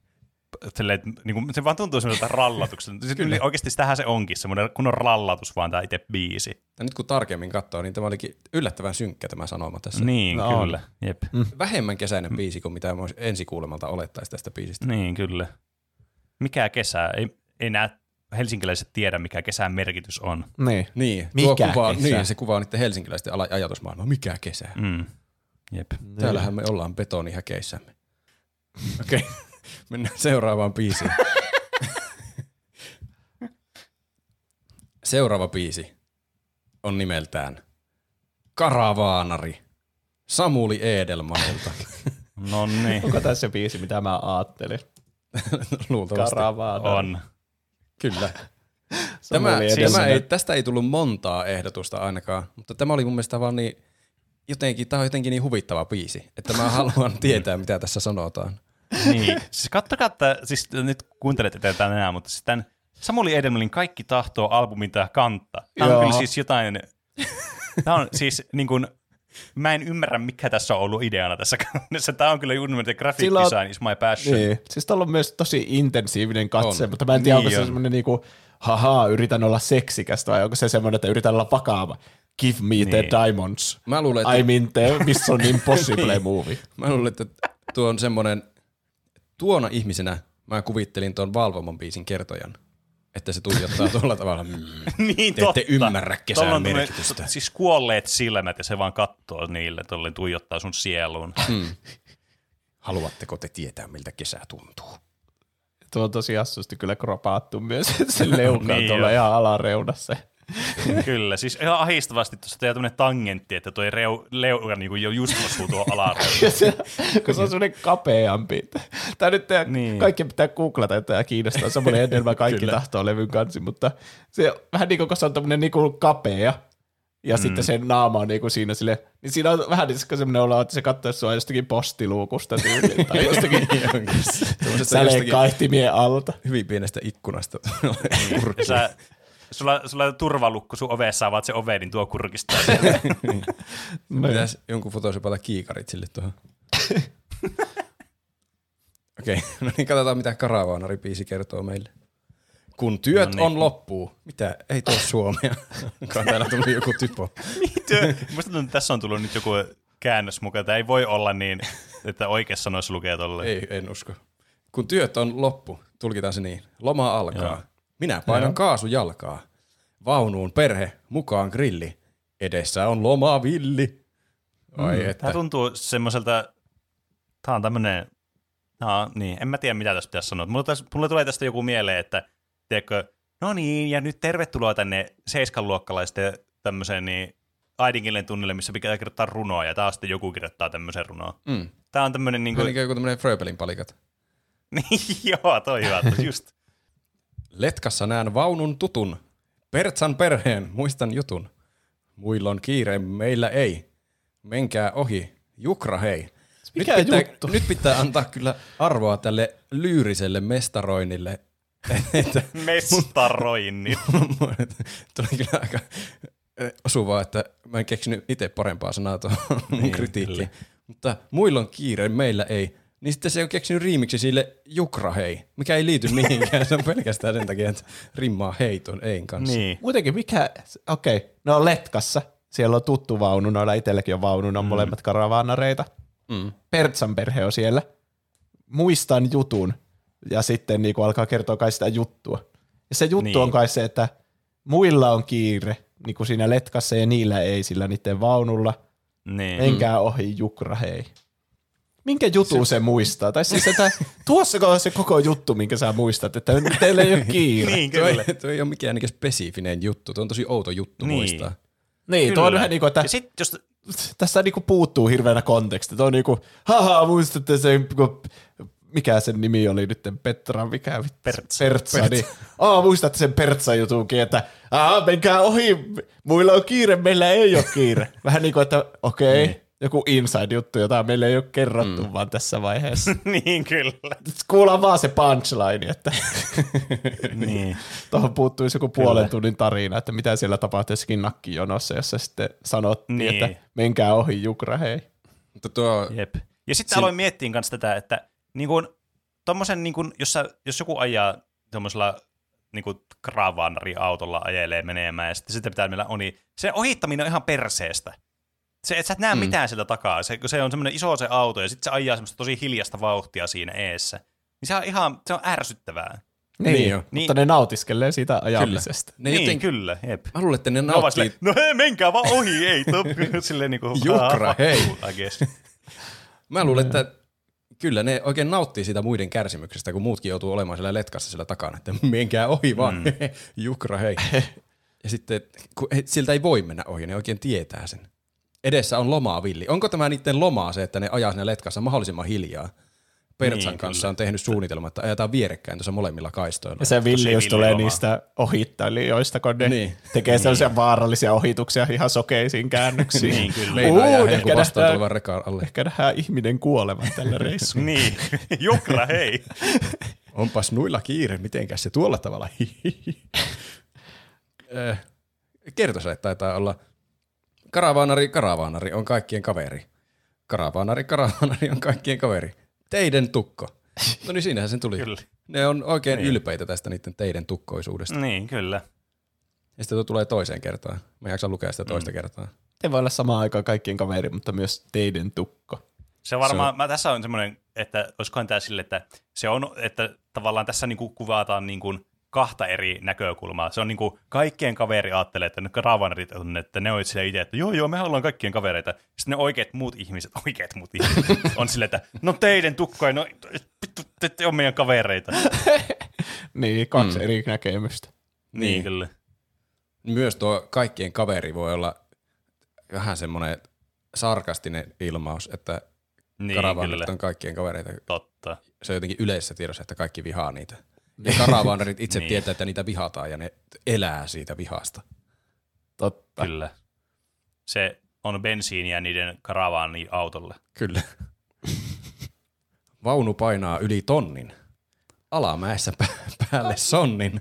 se vaan tuntuu semmoiselta rallatukselta. Oikeasti sitähän se onkin, semmoinen kunnon rallatus vaan tämä itse biisi. Ja nyt kun tarkemmin katsoo, niin tämä olikin yllättävän synkkä tämä sanoma tässä. Niin, kyllä. Jep. Vähemmän kesäinen biisi kuin mitä ensikuulemalta olettaisi tästä biisistä. Niin, kyllä. Mikä kesä? Ei näe helsinkiläiset tiedä, mikä kesän merkitys on. Niin. Mikä kuvaa, kesä? niin, se kuvaa niiden helsinkiläisten ajatusmaailmaa. Mikä kesä? Jep. Täällähän me ollaan betonihäkeissämme. Okei. Mennään seuraavaan biisiin. Seuraava biisi on nimeltään Karavaanari Samuli Edelmanilta. No niin. Onko tässä se biisi, mitä mä ajattelin? Luultavasti. Karavaanari. On. Kyllä. Tästä ei tullut montaa ehdotusta ainakaan, mutta tämä oli mun mielestä vaan niin, tämä on jotenkin niin huvittava biisi, että mä haluan tietää, mitä tässä sanotaan. Niin, siis kattokaa, että siis nyt kuuntelette tätä enää, mutta siis tämän Samuli Edelmanin Kaikki tahtoo -albumin tämä kantta. Tämä on kyllä siis jotain, tämä on siis niin kuin, mä en ymmärrä, mikä tässä on ollut ideana tässä kannessa. Tämä on kyllä juuri nimeltä graphic design is my passion. Niin, siis täällä on myös tosi intensiivinen katse, mutta mä en tiedä, onko se semmoinen niinku, yritän olla seksikästä vai onko se semmoinen, että yritän olla vakaava. Give me the diamonds. Mä luulen, että I'm in the Mission Impossible movie. Mä luulen, että tuo on semmoinen, tuona ihmisenä mä kuvittelin tuon Valvomon biisin kertojan, että se tuijottaa tuolla tavalla. Niin, te ette ymmärrä kesän merkitystä. Siis kuolleet silmät ja se vaan katsoo niille, tolleen tuijottaa sun sieluun. Haluatteko te tietää, miltä kesä tuntuu? Tuo on tosi hassusti kyllä kropaattu myös, että se leuka on tuolla ihan alareunassa. Kyllä, siis ihan ahistavasti tuossa tehdään tämmöinen tangentti, että tuo leuka niinku jo just osuu tuohon alareunaan. Kun se on semmoinen kapeampi. Tämä nyt kaikki pitää googlata, että tämä kiinnostaa. Semmoinen Edelman Kaikki tahtoo -levyn kansi, mutta se vähän niin kuin, kun se on tämmöinen niin kuin kapea, ja sitten sen naama on niin kuin siinä silleen, niin siinä on vähän niin semmoinen olo, että se katsoisi sua jostakin postiluukusta tyyliin, tai jostakin sälekaihtimien alta. Hyvin pienestä ikkunasta. Sulla turvalukko sun ovessa, avaat se oven, niin tuo kurkistaa. Pitäisi jonkun Photoshopalla kiikarit sille tuohon. Okei, no niin katsotaan mitä Karavaanari-biisi kertoo meille. Kun työt on loppuu. Mitä? Ei tuo suomea. Täällä tuli joku typo. Mitä? Musta tuntuu, että tässä on tullut nyt joku käännös mukaan. Tämä ei voi olla niin, että oikeassa sanoissa lukee tolleen. Ei, en usko. Kun työt on loppu, tulkitaan se niin. Loma alkaa. Joo. Minä painan kaasujalkaa. Vaunuun perhe, mukaan grilli. Edessä on lomavilli. Tämä tuntuu semmoiselta, tämä on tämmöinen, niin, en mä tiedä mitä tässä pitäisi sanoa. Mulle tulee tästä joku mieleen, että tiedätkö, no niin, ja nyt tervetuloa tänne 7-luokkalaisten tämmöiseen niin äidinkielen tunnille, missä pitää kirjoittaa runoa, ja taas sitten joku kirjoittaa tämmöisen runoa. Tämä on tämmöinen niin kuin... joku tämmöinen Fröbelin palikat. Joo, toi hyvä, just. Letkassa näen vaunun tutun. Pertsan perheen, muistan jutun. Muillon kiire, meillä ei. Menkää ohi, jukra hei. Nyt pitää antaa kyllä arvoa tälle lyyriselle mestaroinnille Mestaroinnin. Tuli kyllä aika osuvaa, että mä en keksinyt itse parempaa sanaa tuohon mun kritiikkiin. Mutta muilla on kiire, meillä ei. Niin sitten se on keksinyt riimiksi sille Jukra hei, mikä ei liity mihinkään. Se on pelkästään sen takia, että rimmaa hei tuon ein kanssa. Niin. Muutenkin okei, ne on Letkassa. Siellä on tuttu vaunu, noilla itselläkin on vaununa molemmat karavaanareita. Pertsan perhe on siellä. Muistan jutun ja sitten niin alkaa kertoa kai sitä juttua. Ja se juttu on kai se, että muilla on kiire, niin kuin siinä Letkassa ja niillä ei sillä niiden vaunulla. Menkää ohi Jukra hei. Minkä jutun se muistaa? Tai siis, että tuossako on se koko juttu, minkä sä muistat, että teillä ei ole kiire. Niin, kyllä. Tuo ei ole mikään niin spesifinen juttu, tuo on tosi outo juttu muistaa. Niin, tuo on vähän niin kuin, että tässä niin kuin puuttuu hirveänä konteksti. Tuo on niin kuin, muistatte sen, mikä sen nimi oli nyt, Petra, mikä Pertsa. Niin, muistatte sen Pertsan jutunkin, että menkää ohi, muilla on kiire, meillä ei ole kiire. Vähän niin kuin, että okei. Joku inside-juttu, jota meille ei ole kerrottu vaan tässä vaiheessa. Niin, kyllä. Kuullaan vaan se punchline, että tuohon puuttuisi joku puolen tunnin tarina, että mitä siellä tapahtui jossakin nakkijonossa, jossa sitten sanottiin, että menkää ohi Jukra, hei. Jep. Ja sitten aloin miettiä kanssa tätä, että niin kun, tommosen, niin kun, jos joku ajaa tuommoisella niin karavaanari-autolla ajelee menemään ja sitten pitää meillä on, niin se ohittaminen on ihan perseestä. Se, et sä et näe mitään sieltä takaa. Se on semmoinen iso se auto ja sitten se ajaa semmoista tosi hiljasta vauhtia siinä eessä. Niin se on ärsyttävää. Niin, mutta ne nautiskelee siitä ajamisesta. Kyllä. Jep. Mä luulen, että ne nauttii. No hei, menkää vaan ohi, ei. Silleen niinku, Jukra, hei. Mä luulen, että kyllä ne oikein nauttii siitä muiden kärsimyksestä, kun muutkin joutuu olemaan siellä letkassa siellä takana, että menkää ohi vaan, Jukra, hei. Ja sitten, kun siltä ei voi mennä ohi, ne oikein tietää sen. Edessä on lomavilli. Onko tämä niiden lomaa se, että ne ajaa siinä letkassa mahdollisimman hiljaa? Pertsan kanssa on tehnyt suunnitelma, että ajetaan vierekkäin tuossa molemmilla kaistoilla. Ja se villi just tulee niistä ohittalijoista, kun ne tekee sellaisia vaarallisia ohituksia ihan sokeisiin käännöksiin. Niin, kyllä. Ehkä nähdään ihminen kuolevan tällä reissulla. Niin, Jukra, hei. Onpas nuilla kiire, mitenkäs se tuolla tavalla. Kertoselle taitaa olla karavaanari on kaikkien kaveri. Karavaanari on kaikkien kaveri. Teiden tukko. No niin, siinähän sen tuli. Kyllä. Ne on oikein ylpeitä tästä niiden teiden tukkoisuudesta. Niin, kyllä. Ja sitten tuo tulee toiseen kertaan. Mä en jaksa lukea sitä toista kertaa. Ei voi olla samaan aikaan kaikkien kaveri, mutta myös teiden tukko. Se varmaan, tässä on semmoinen, että olisikohan tämä sille, että se on, että tavallaan tässä niinku kuvataan niinku kahta eri näkökulmaa. Se on niinku kaikkien kaveri ajattelee, että ne karavaanarit on, että ne on sille itse, että joo, me ollaan kaikkien kavereita. Sitten ne oikeat muut ihmiset on silleen, että no teidän tukkoja, no te on meidän kavereita. Niin, kaksi eri näkemystä. Niin, kyllä. Myös tuo kaikkien kaveri voi olla vähän semmoinen sarkastinen ilmaus, että karavaanarit on kaikkien kavereita. Totta. Se on jotenkin yleisessä tiedossa, että kaikki vihaa niitä. Ja karavaanarit itse tietää, että niitä vihataan ja ne elää siitä vihasta. Totta. Kyllä. Se on bensiiniä niiden karavaani-autolle. Kyllä. Vaunu painaa yli tonnin. Alamäessä päälle sonnin.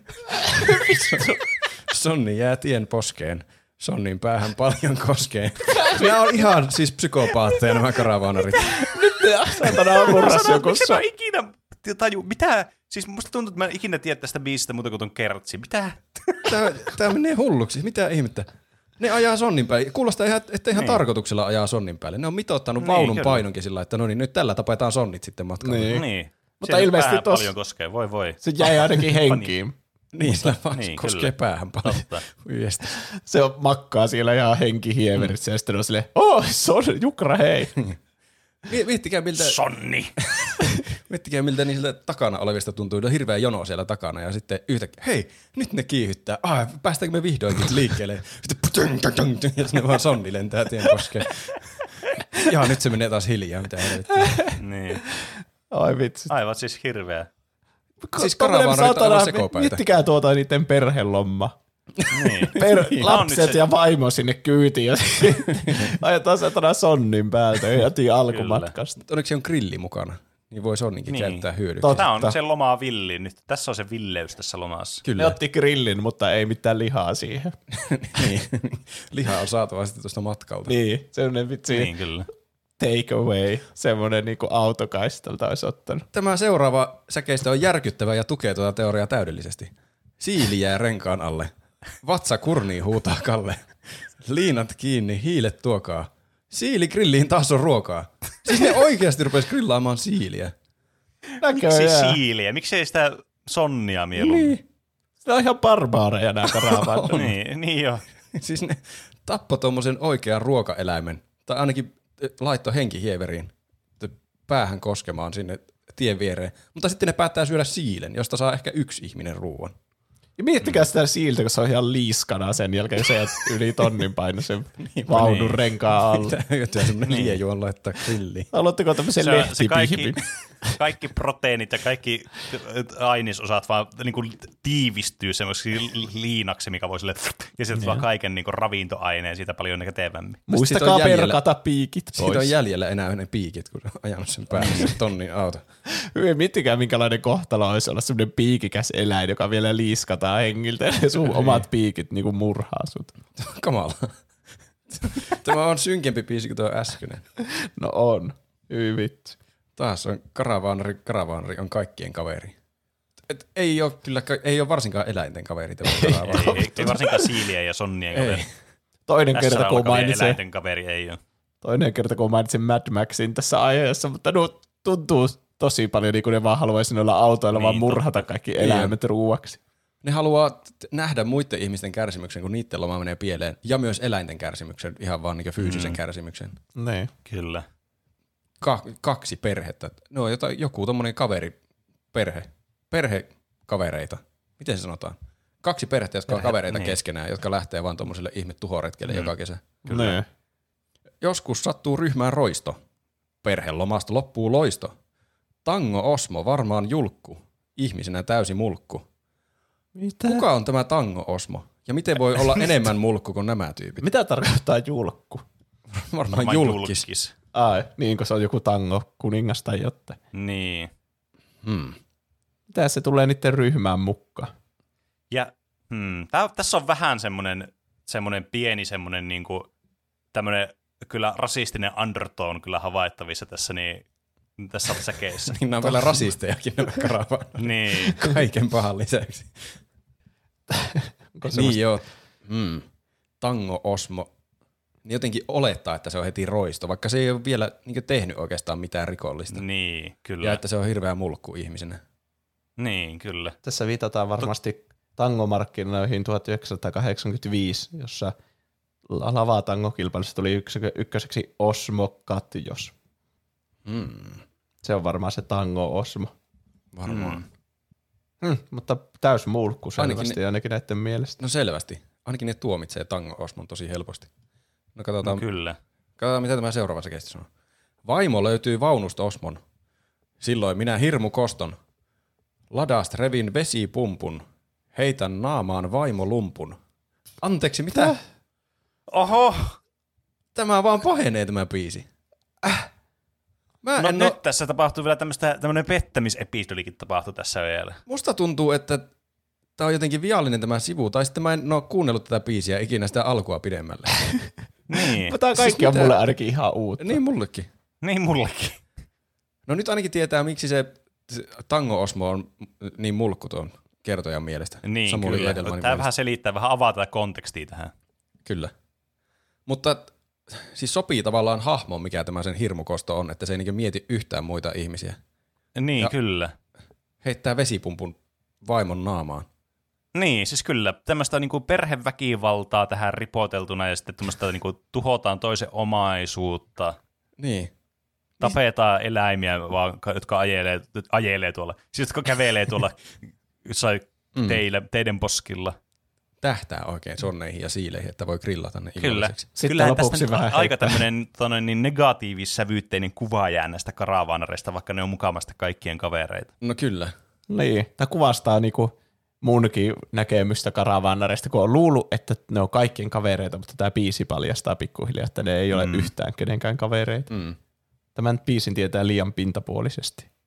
Sonni jää tien poskeen. Sonnin päähän paljon koskee. Nämä on ihan siis psykopaatteja nämä karavaanarit. Nyt ne saatana on murras joku. Miksi mä ikinä taju? Mitä? Siis musta tuntuu, että mä en ikinä tiedä tästä biisistä muuta kuin ton kertsi. Mitä? Tää menee hulluksi. Mitä ihmettä? Ne ajaa sonnin päälle. Kuulostaa ihan, että ihan tarkoituksella ajaa sonnin päälle. Ne on mitottanut vaunun painonkin sillä, että no niin, nyt tällä tapetaan sonnit sitten matkalla. Niin. Mutta ilmeisesti tossa paljon koskee. Voi. Se jäi ainakin henkiin. Niin, sillä vaan koskee päähän paljon. Se on makkaa siellä ihan henkihieverissä ja sitten on silleen, Jukra, hei. Miettikää miltä... Sonni! Miettikää miltä niiltä takana olevista tuntuu. On hirveä jono siellä takana ja sitten yhtäkkiä, hei, nyt ne kiihyttää. Päästäänkö me vihdoinkin liikkeelle? Sitten ja sinne vaan sonni lentää tien poskeen. Ja nyt se menee taas hiljaa, mitä helvettiä. Niin. Ai vitsi. Aivan siis hirveä. Siis karavaanarit on aivan sekopäitä. Miettikää niiden perhelomma. Niin. Lapset ja vaimo sinne kyytiin ja ajetaan satana sonnin päältä heti alkumatkasta. Onneksi on grilli mukana. niin voi Sonickin käyttää hyödyksi. Tämä on se lomaa villi. Nyt tässä on se villeys tässä lomassa. Kyllä. Ne otti grillin, mutta ei mitään lihaa siihen. Niin. Lihaa on saatava sitten tuosta matkalta. Niin, semmoinen vitsi. Niin, kyllä. Take away, semmoinen niin kuin autokaistalta olisi ottanut. Tämä seuraava säkeistö on järkyttävä ja tukee tuota teoriaa täydellisesti. Siili jää renkaan alle. Vatsa kurnii, huutaa Kalle. Liinat kiinni, hiilet tuokaa. Siili grilliin, taas on ruokaa. Siis ne oikeasti rupesi grillaamaan siiliä. Miksi siiliä? Miksei sitä sonnia mieluummin? Niin. Se on ihan barbaareja nämä karavaat. niin jo. Siis ne tappoi tuommoisen oikean ruokaeläimen. Tai ainakin laittoi henkihieveriin päähän koskemaan sinne tien viereen. Mutta sitten ne päättää syödä siilen, josta saa ehkä yksi ihminen ruuan. Ja miettikää sitä siiltä, kun se on ihan liiskana sen jälkeen, kun se yli tonnin paino sen vaunun renkaan alle. Mitä hyötyä semmoinen lieju on laittaa grilliin. Haluatteko tämmöisen lehtipihvin? Kaikki proteiinit ja kaikki ainesosat vaan niinku tiivistyy semmoiseksi liinaksi, mikä voi sille, ja sieltä tulee kaiken niinku ravintoaineen siitä paljon kätevämmin. Muistakaa perkata piikit pois. Siitä on jäljellä enää ne piikit, kun on ajanut sen päälle tonnin auto. Miettikää, minkälainen kohtalo olisi olla semmoinen piikikäs eläin, joka vielä liiskataan hengiltä, ja sun omat piikit niinku murhaa sut. Kamala. Tämä on synkempi biisi kuin tuo äskeinen. No on. Hyvin vittu. Taas on karavaanari on kaikkien kaveri. Ei ole varsinkaan eläinten kaveri. Ei varsinkaan siilien ja sonnien kaveri. Toinen kerta, kun mainitsin eläinten kaveri ei ole. Toinen kerta, kun mainitsin Mad Maxin tässä aiheessa, mutta tuntuu tosi paljon niin kuin ne vaan haluaisi noilla autoilla vaan murhata kaikki eläimet ruuaksi. Ne haluaa nähdä muiden ihmisten kärsimyksen, kun niiden loma menee pieleen, ja myös eläinten kärsimyksen, ihan vaan niin fyysisen kärsimyksen. Ne. Kyllä. Kaksi perhettä. No joku tommonen perhekavereita. Miten se sanotaan? Kaksi perhettä, jotka on kavereita keskenään, jotka lähtee vaan tommoselle ihme tuhoretkelle joka kesä. Kyllä. Joskus sattuu ryhmään roisto. Perhelomasta loppuu loisto. Tango Osmo, varmaan julkku. Ihmisenä täysi mulkku. Mitä? Kuka on tämä Tango Osmo? Ja miten voi olla enemmän mulkku kuin nämä tyypit? Mitä tarkoittaa julkku? Varmaan julkis. Ai, niin kuin se on joku tango kuningas tai jotain. Niin. Mitä se tulee niiden ryhmään mukaan? Ja tässä on vähän semmoinen pieni semmoinen niinku tämmöinen kyllä rasistinen undertone kyllä havaittavissa tässä tässä säkeissä. Niin nämä on vielä rasistejakin nämä karavaanat. Niin. Kaiken pahan lisäksi. Niin joo. Tango Osmo. Niin jotenkin olettaa, että se on heti roisto, vaikka se ei ole vielä tehnyt oikeastaan mitään rikollista. Niin, kyllä. Ja että se on hirveä mulkku ihmisenä. Niin, kyllä. Tässä viitataan varmasti tangomarkkinoihin 1985, jossa lavatangokilpailussa tuli ykköseksi Osmo Katjos. Se on varmaan se Tango Osmo. Varmaan. Mutta täys mulkku selvästi ainakin näiden mielestä. No selvästi. Ainakin ne tuomitsee Tango Osmon tosi helposti. No katsotaan, kyllä. Katsotaan, mitä tämä seuraava säkeistö sanoo. Vaimo löytyy vaunusta Osmon. Silloin minä hirmu koston. Ladast revin vesipumpun. Heitän naamaan vaimo lumpun. Anteeksi, mitä? Oho! Tämä vaan pahenee tämä biisi. Nyt tässä tapahtuu vielä tämmöinen pettämisepisodilikin tapahtui tässä vielä. Musta tuntuu, että tämä on jotenkin viallinen tämä sivu, tai sitten mä en ole kuunnellut tätä biisiä ikinä sitä alkua pidemmälle. Niin. Mutta kaikki on mulle ainakin ihan uutta. Niin mullekin. Niin mullekin. No nyt ainakin tietää, miksi se Tango Osmo on niin mulkku tuon kertojan mielestä. Niin, Samuli kyllä. Edelmanin Tämä vähän selittää, vähän avaa tätä kontekstia tähän. Kyllä. Mutta siis sopii tavallaan hahmoon, mikä tämä sen hirmukosto on, että se ei mieti yhtään muita ihmisiä. Niin, ja kyllä. Heittää vesipumpun vaimon naamaan. Niin, siis kyllä. Tämmöistä niinku perheväkivaltaa tähän ripoteltuna ja sitten tämmöistä niinku tuhotaan toisen omaisuutta. Niin. Tapetaan eläimiä, vaan, jotka ajelee tuolla. Siis jotka kävelee tuolla jossain teiden poskilla. Tähtää oikein sonneihin ja siileihin, että voi grillata ne kyllä. illalliseksi. Kyllähän tästä aika tämmöinen niin negatiivissävyytteinen kuva jää näistä karavaanareista, vaikka ne on mukavasti kaikkien kavereita. No kyllä. Niin, tämä kuvastaa niinku munkin näkemystä karavaanareista, kun on luullut, että ne on kaikkien kavereita, mutta tämä biisi paljastaa pikkuhiljaa, että ne ei ole yhtään kenenkään kavereita. Tämän biisin tietää liian pintapuolisesti.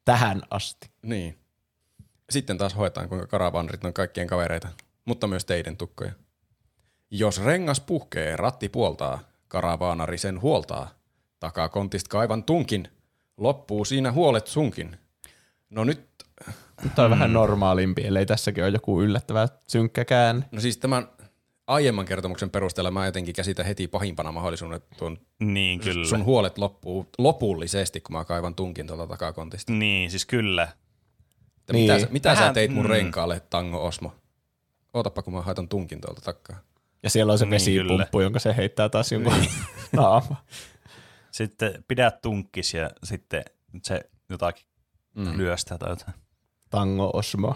tähän asti. Niin. Sitten taas hoetaan, kuinka karavaanarit on kaikkien kavereita, mutta myös teidän tukkoja. Jos rengas puhkee, ratti puoltaa, karavaanari sen huoltaa. Takakontista kaivan tunkin, loppuu siinä huolet sunkin. No nyt Nyt on vähän normaalimpi, ellei tässäkin ole joku yllättävä synkkä käänne. No siis tämän aiemman kertomuksen perusteella mä jotenkin käsitän heti pahimpana mahdollisuuden, että tuon Niin, kyllä. sun huolet loppuu lopullisesti, kun mä kaivan tunkin tuolta takakontista. Niin, siis kyllä. Niin. Mitä sä teit mun renkaalle, Tango Osmo? Ootappa, kun mä haitan tunkin tuolta takaa. Ja siellä on se vesipumppu, jonka se heittää taas jonkun naama. Sitten pidä tunkkis ja sitten se jotakin lyöstää tai jotain. Tango Osmo.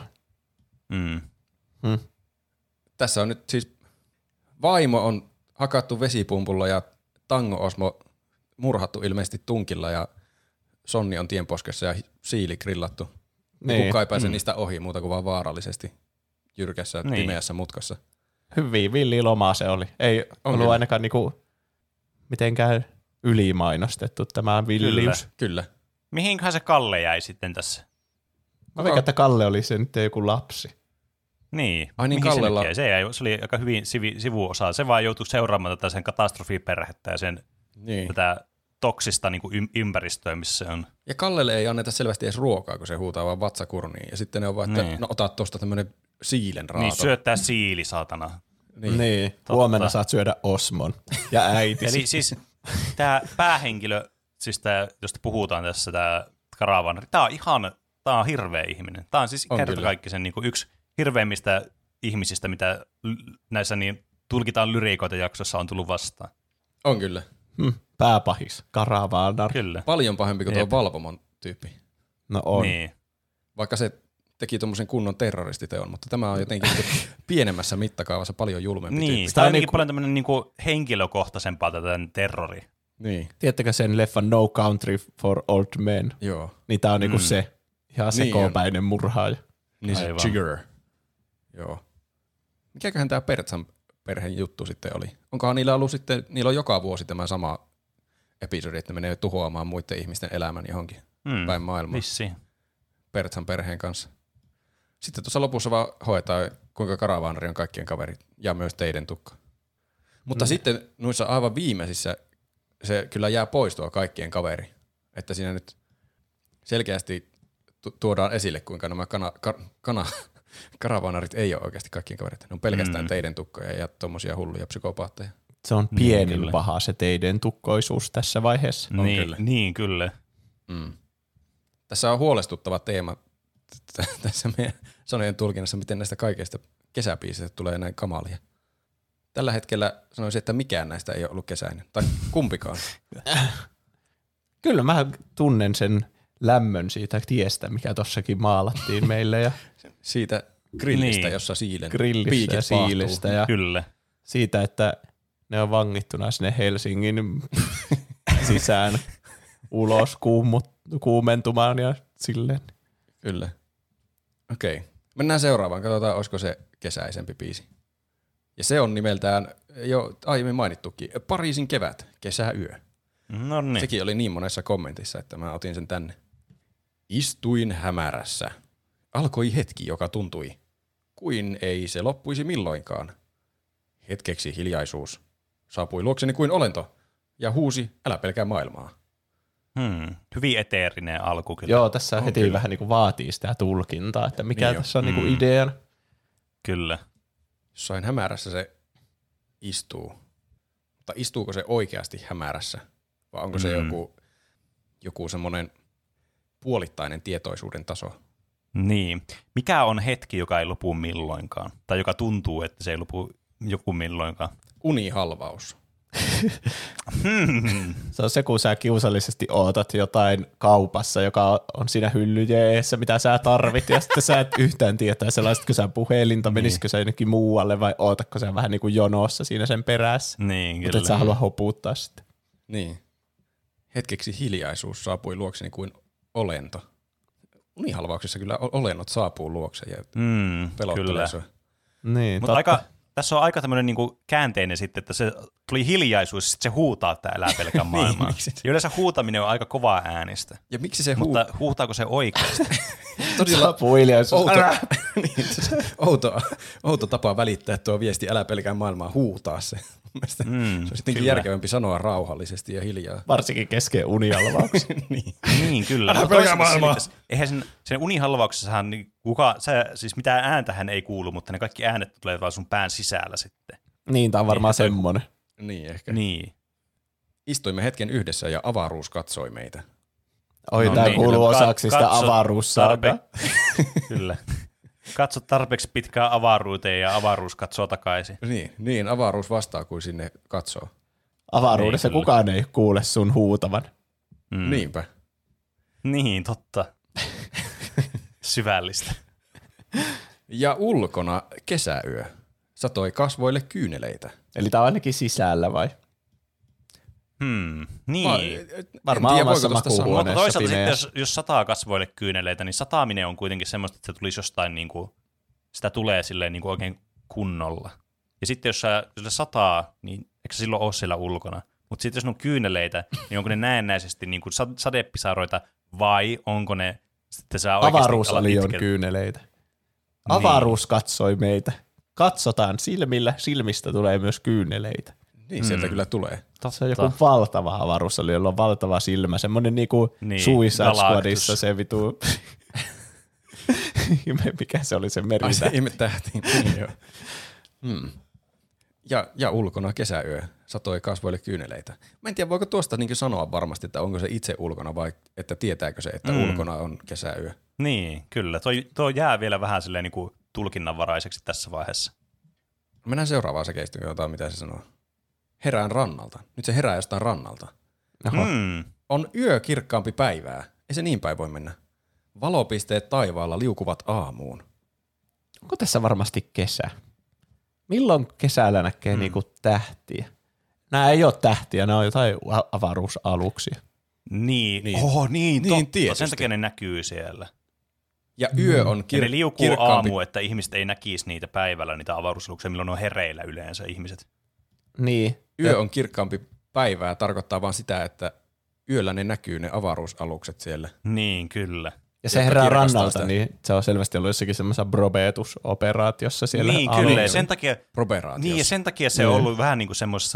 Tässä on nyt siis vaimo on hakattu vesipumpulla ja Tango Osmo murhattu ilmeisesti tunkilla ja Sonni on tienposkessa ja siili grillattu. Niin. Kukaan ei pääse niistä ohi muuta kuin vaan vaarallisesti jyrkässä, pimeässä mutkassa. Hyvin villi loma se oli. Ei ollut ainakaan niinku mitenkään ylimainostettu tämä villiys. Kyllä. Mihinköhän se Kalle jäi sitten tässä? Mä veikkaan, että Kalle oli se nyt joku lapsi. Niin. Ai niin, mihin Kallella. se oli aika hyvin sivuosa. Se vaan joutui seuraamaan tätä sen katastrofiperhettä ja sen tätä toksista niin kuin ympäristöä, missä se on. Ja Kallelle ei anneta selvästi edes ruokaa, kun se huutaa vaan vatsakurniin. Ja sitten ne on vaan, että no ota tuosta tämmönen siilen raato. Niin, syöttää siili, saatana. Niin. Huomenna saat syödä Osmon ja äitisi. Eli siis tämä päähenkilö, siis tää, josta puhutaan tässä, tämä karavaanari, tämä on hirveä ihminen. Tämä on siis kertakaikkisen niin kuin yksi hirveimmistä ihmisistä, mitä näissä niin tulkitaan lyriikoita jaksossa on tullut vastaan. On kyllä. Pääpahis, karavaanari. Kyllä. Paljon pahempi kuin tuo Valvomon tyyppi. No on. Niin. Vaikka se teki tuommoisen kunnon terroristiteon, mutta tämä on jotenkin pienemmässä mittakaavassa paljon julmempi tyyppi. Tämä on jotenkin paljon tämmöinen niinku henkilökohtaisempaa tätä terrori. Niin. Tiedättekö sen leffan No Country for Old Men? Joo. Niin tää on niinku se ihan sekopäinen murhaaja. Niin se Jigger. Joo. Mikäköhän tämä Pertsan perheen juttu sitten oli? Onkohan niillä ollut sitten, niillä on joka vuosi tämä sama episodi, että ne menee tuhoamaan muiden ihmisten elämän johonkin päin maailmaa. Vissiin. Pertsan perheen kanssa. Sitten tuossa lopussa vaan hoetaan, kuinka karavaanari on kaikkien kaverit ja myös teidän tukka. Mutta sitten noissa aivan viimeisissä se kyllä jää pois tuo kaikkien kaveri. Että siinä nyt selkeästi tuodaan esille, kuinka nämä karavaanarit ei ole oikeasti kaikkien kaverit. Ne on pelkästään teidän tukkoja ja tommosia hulluja psykopaatteja. Se on pienin paha se teidän tukkoisuus tässä vaiheessa. Niin, kyllä. Tässä on huolestuttava teema tässä meidän sanojen tulkinnassa, miten näistä kaikista kesäbiisistä tulee näin kamalia. Tällä hetkellä sanoisin, että mikään näistä ei ole ollut kesäinen. Tai kumpikaan. Kyllä mä tunnen sen lämmön siitä tiestä, mikä tossakin maalattiin meille. Ja siitä grillistä, jossa siilen piikit ja siilistä ja kyllä. Siitä, että ne on vangittuna sinne Helsingin sisään ulos kuumentumaan ja silleen. Kyllä. Okei. Mennään seuraavaan. Katsotaan, olisiko se kesäisempi biisi. Ja se on nimeltään jo aiemmin mainittukin. Pariisin kevät, kesäyö. No niin. Sekin oli niin monessa kommentissa, että mä otin sen tänne. Istuin hämärässä. Alkoi hetki, joka tuntui, kuin ei se loppuisi milloinkaan. Hetkeksi hiljaisuus. Saapui luokseni kuin olento ja huusi, älä pelkää maailmaa. Hyvin eteerinen alku kyllä. Joo, tässä heti kyllä vähän niinku vaatii sitä tulkintaa, että mikä niin tässä on niinku ideana. Kyllä. Jossain hämärässä se istuu. Mutta istuuko se oikeasti hämärässä? Vai onko se joku semmoinen puolittainen tietoisuuden taso? Niin. Mikä on hetki, joka ei lopu milloinkaan? Tai joka tuntuu, että se ei lopu joku milloinkaan? Unihalvaus. Se on se, kun sä kiusallisesti ootat jotain kaupassa, joka on siinä hyllyjen eessä, mitä sä tarvit, ja sitten sä et yhtään tietää sellaisetko sä puhelinta, menisikö sä jonnekin muualle vai ootatko sä vähän niin kuin jonossa siinä sen perässä. Niin, kyllä. Mutta et sä halua hopuuttaa sitten. Niin. Hetkeksi hiljaisuus saapui luokseni kuin olento. Unihalvauksessa kyllä olennot saapuu luokse ja pelottelee sua. Niin, mutta tässä on aika tämmöinen niinku käänteinen sitten, että se tuli hiljaisuus, sitten se huutaa, että elää pelkän maailmaa. Niin, Yleensä huutaminen on aika kovaa äänistä. Ja miksi se Mutta huutaako se oikeasti? Todella hiljaisuus. outo tapa välittää tuo viesti älä pelkää maailmaa, huutaa se. Se on sittenkin järkevämpi sanoa rauhallisesti ja hiljaa. Varsinkin kesken unihalvauksen. Niin, kyllä. Älä pelkää maailmaa. Eihän sen unihalvauksessahan siis mitään ääntähän ei kuulu, mutta ne kaikki äänet tulee vaan sun pään sisällä sitten. Niin, tää on varmaan semmonen. Niin, ehkä. Niin. Istuimme hetken yhdessä ja avaruus katsoi meitä. Oi, tää kuuluu osaksi sitä avaruussaagaa. Kyllä. Katso tarpeeksi pitkään avaruuteen ja avaruus katsoo takaisin. Niin, avaruus vastaa, kun sinne katsoo. Avaruudessa niin, kukaan ei kuule sun huutavan. Niinpä. Niin, totta. Syvällistä. Ja ulkona kesäyö. Satoi kasvoille kyyneleitä. Eli tää on ainakin sisällä vai? Niin. Varmaan omassa makuuhuoneessa. Mutta toisaalta sitten, jos sataa kasvoille kyyneleitä, niin sataaminen on kuitenkin semmoista, että se tulisi jostain, niin kuin, sitä tulee silleen niin kuin oikein kunnolla. Ja sitten jos se sataa, niin eikö se silloin ole siellä ulkona? Mutta sitten jos ne on kyyneleitä, niin onko ne näennäisesti niin kuin sadepisaroita vai onko ne sitten sä oikeasti avaruus oli on kyyneleitä. Avaruus katsoi meitä. Katsotaan silmillä, silmistä tulee myös kyyneleitä. Niin, sieltä kyllä tulee. Se on joku valtava avaruus, jolla on valtava silmä. Semmoinen niinku Suicide Squadissa se vitu... Mikä se oli se meri? Ai se ihmetähti. Ja ulkona kesäyö. Satoi kasvoille kyyneleitä. Mä en tiedä, voiko tuosta niin sanoa varmasti, että onko se itse ulkona vai että tietääkö se, että ulkona on kesäyö. Niin, kyllä. Tuo jää vielä vähän silleen niin kuin tulkinnanvaraiseksi tässä vaiheessa. Mennään seuraavaan säkeistöön, jotain mitä se sanoo. Herään rannalta. Nyt se herää jostain rannalta. On yö kirkkaampi päivää. Ei se niin päin voi mennä. Valopisteet taivaalla liukuvat aamuun. Onko tässä varmasti kesä? Milloin kesällä näkee niinku tähtiä? Nämä ei ole tähtiä, nämä on jotain avaruusaluksia. Niin totta. Sen takia ne näkyy siellä. Ja yö on ja ne liukuu aamu, että ihmiset ei näkisi niitä päivällä, niitä avaruusaluksia, milloin ne on hereillä yleensä ihmiset. Niin. Yö on kirkkaampi päivää tarkoittaa vaan sitä, että yöllä ne näkyy ne avaruusalukset siellä. Niin, kyllä. Ja se herää rannalta, sitä. Niin se on selvästi ollut jossakin semmoisessa Probetus-operaatiossa siellä. Niin, kyllä. Sen takia, niin, ja sen takia se on ollut vähän niin kuin semmoisessa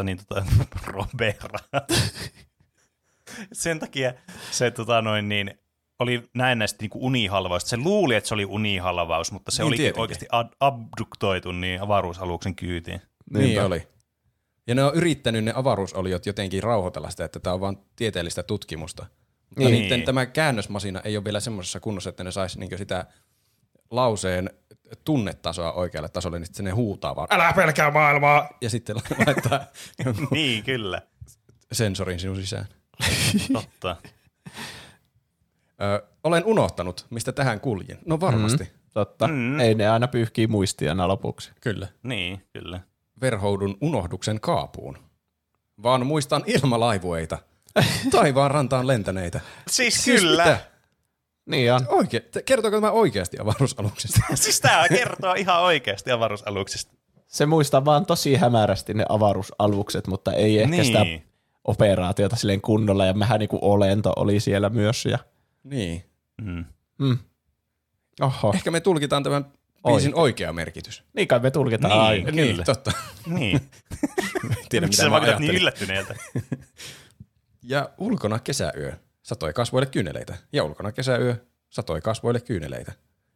sen takia se oli näennäisesti niin kuin unihalvaus. Se luuli, että se oli unihalvaus, mutta se oli oikeasti abduktoitu niin avaruusaluksen kyytiin. Niin oli. Ja ne on yrittänyt ne avaruusoliot jotenkin rauhoitella sitä, että tämä on vain tieteellistä tutkimusta. Mutta niiden tämä käännösmasina ei ole vielä semmoisessa kunnossa, että ne saisi niin sitä lauseen tunnetasoa oikealle tasolle, niin sitten ne huutaa vaan, älä pelkää maailmaa! Ja sitten laittaa niin, kyllä. sensorin sinun sisään. Totta. Olen unohtanut, mistä tähän kuljin. No varmasti. Totta. Ei ne aina pyyhkii muistia lopuksi. Kyllä. Niin, kyllä. Verhoudun unohduksen kaapuun. Vaan muistan ilmalaivueita. Taivaan rantaan lentäneitä. Siis kyllä. Mitä? Niin on. Kertooko tämä oikeasti avaruusaluksista? Siis tämä kertoo ihan oikeasti avaruusaluksista. Se muistaa vaan tosi hämärästi ne avaruusalukset, mutta ei ehkä sitä operaatiota silleen kunnolla. Ja mehän niinku olento oli siellä myös. Ja... Niin. Oho. Ehkä me tulkitaan tämän biisin oikea merkitys. Niin kai me tulkitaan aina. Niin, totta. Niin. Tiedän, mitä sä mä ajattelin. niin yllättyneeltä. Ja ulkona kesäyö. Satoi kasvoille kyyneleitä. Ja ulkona kesäyö. Satoi kasvoille kyyneleitä.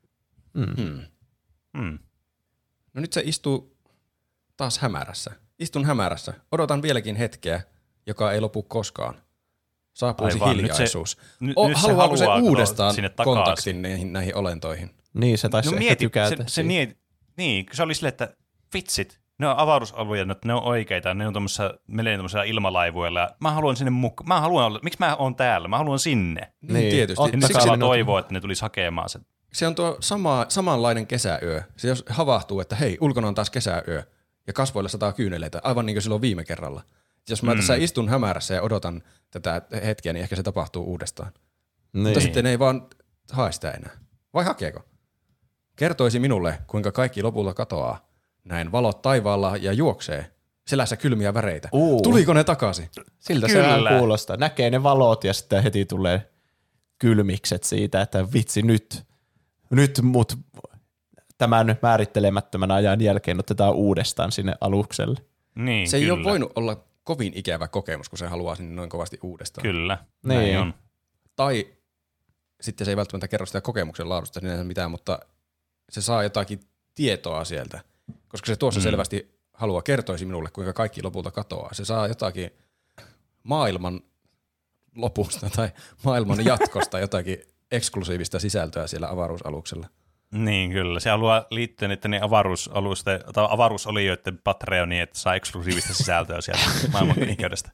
No nyt se istuu taas hämärässä. Istun hämärässä. Odotan vieläkin hetkeä, joka ei lopu koskaan. Saapuisi hiljaisuus. Haluaako se uudestaan kontaktin näihin olentoihin? Niin, se taisi ehkä tykätä. Niin, se oli silleen, että vitsit, ne on avaruusalueita, ne on oikeita, ne on tuommoisilla ilmalaivuilla. Mä haluan sinne mukaan. Miksi mä oon täällä? Mä haluan sinne. Niin, tietysti. Siksi toivoo, että ne tulisi hakemaan sen. Se on tuo samanlainen kesäyö. Se jos havahtuu, että hei, ulkona on taas kesäyö ja kasvoilla sataa kyyneleitä, aivan niin kuin silloin viime kerralla. Jos mä tässä istun hämärässä ja odotan tätä hetkeä, niin ehkä se tapahtuu uudestaan. Niin. Mutta sitten ei vaan hae sitä enää. Vai hakeeko? Kertoisi minulle, kuinka kaikki lopulta katoaa. näin valot taivaalla ja juoksee. Selässä kylmiä väreitä. Tuliko ne takaisin? Siltä se vähän kuulostaa. Näkee ne valot ja sitten heti tulee kylmikset siitä, että vitsi nyt mut tämän määrittelemättömän ajan jälkeen otetaan uudestaan sinne alukselle. Niin, se ei ole voinut olla kovin ikävä kokemus, kun se haluaa sinne noin kovasti uudestaan. Kyllä, näin on. Tai sitten se ei välttämättä kerro sitä kokemuksen laadusta sinänsä mitään, mutta se saa jotakin tietoa sieltä, koska se tuossa selvästi kertoisi minulle, kuinka kaikki lopulta katoaa. Se saa jotakin maailman lopusta tai maailman jatkosta jotakin eksklusiivista sisältöä siellä avaruusaluksella. Niin kyllä, se haluaa liittyä niiden avaruusolijoiden Patreoniin, että saa eksklusiivista sisältöä sieltä maailmankaikkeudesta.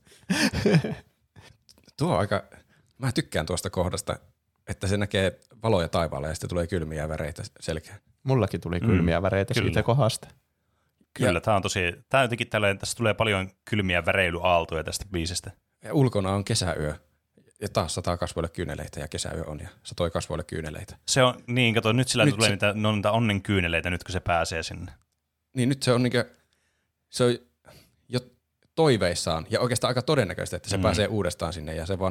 Mä tykkään tuosta kohdasta, että se näkee valoja taivaalla ja sitten tulee kylmiä väreitä selkään. Mullakin tuli kylmiä väreitä siitä kohdasta. Kyllä, tää on jotenkin tällainen, tässä tulee paljon kylmiä väreilyaaltoja tästä biisistä. Ja ulkona on kesäyö. Ja taas sataa kasvoille kyyneleitä ja kesäyö on ja satoi kasvoille kyyneleitä. Se on, niin kato, nyt sillä tulee niitä onnen kyyneleitä nyt kun se pääsee sinne. Niin nyt se on jo toiveissaan ja oikeastaan aika todennäköistä, että se pääsee uudestaan sinne ja se vaan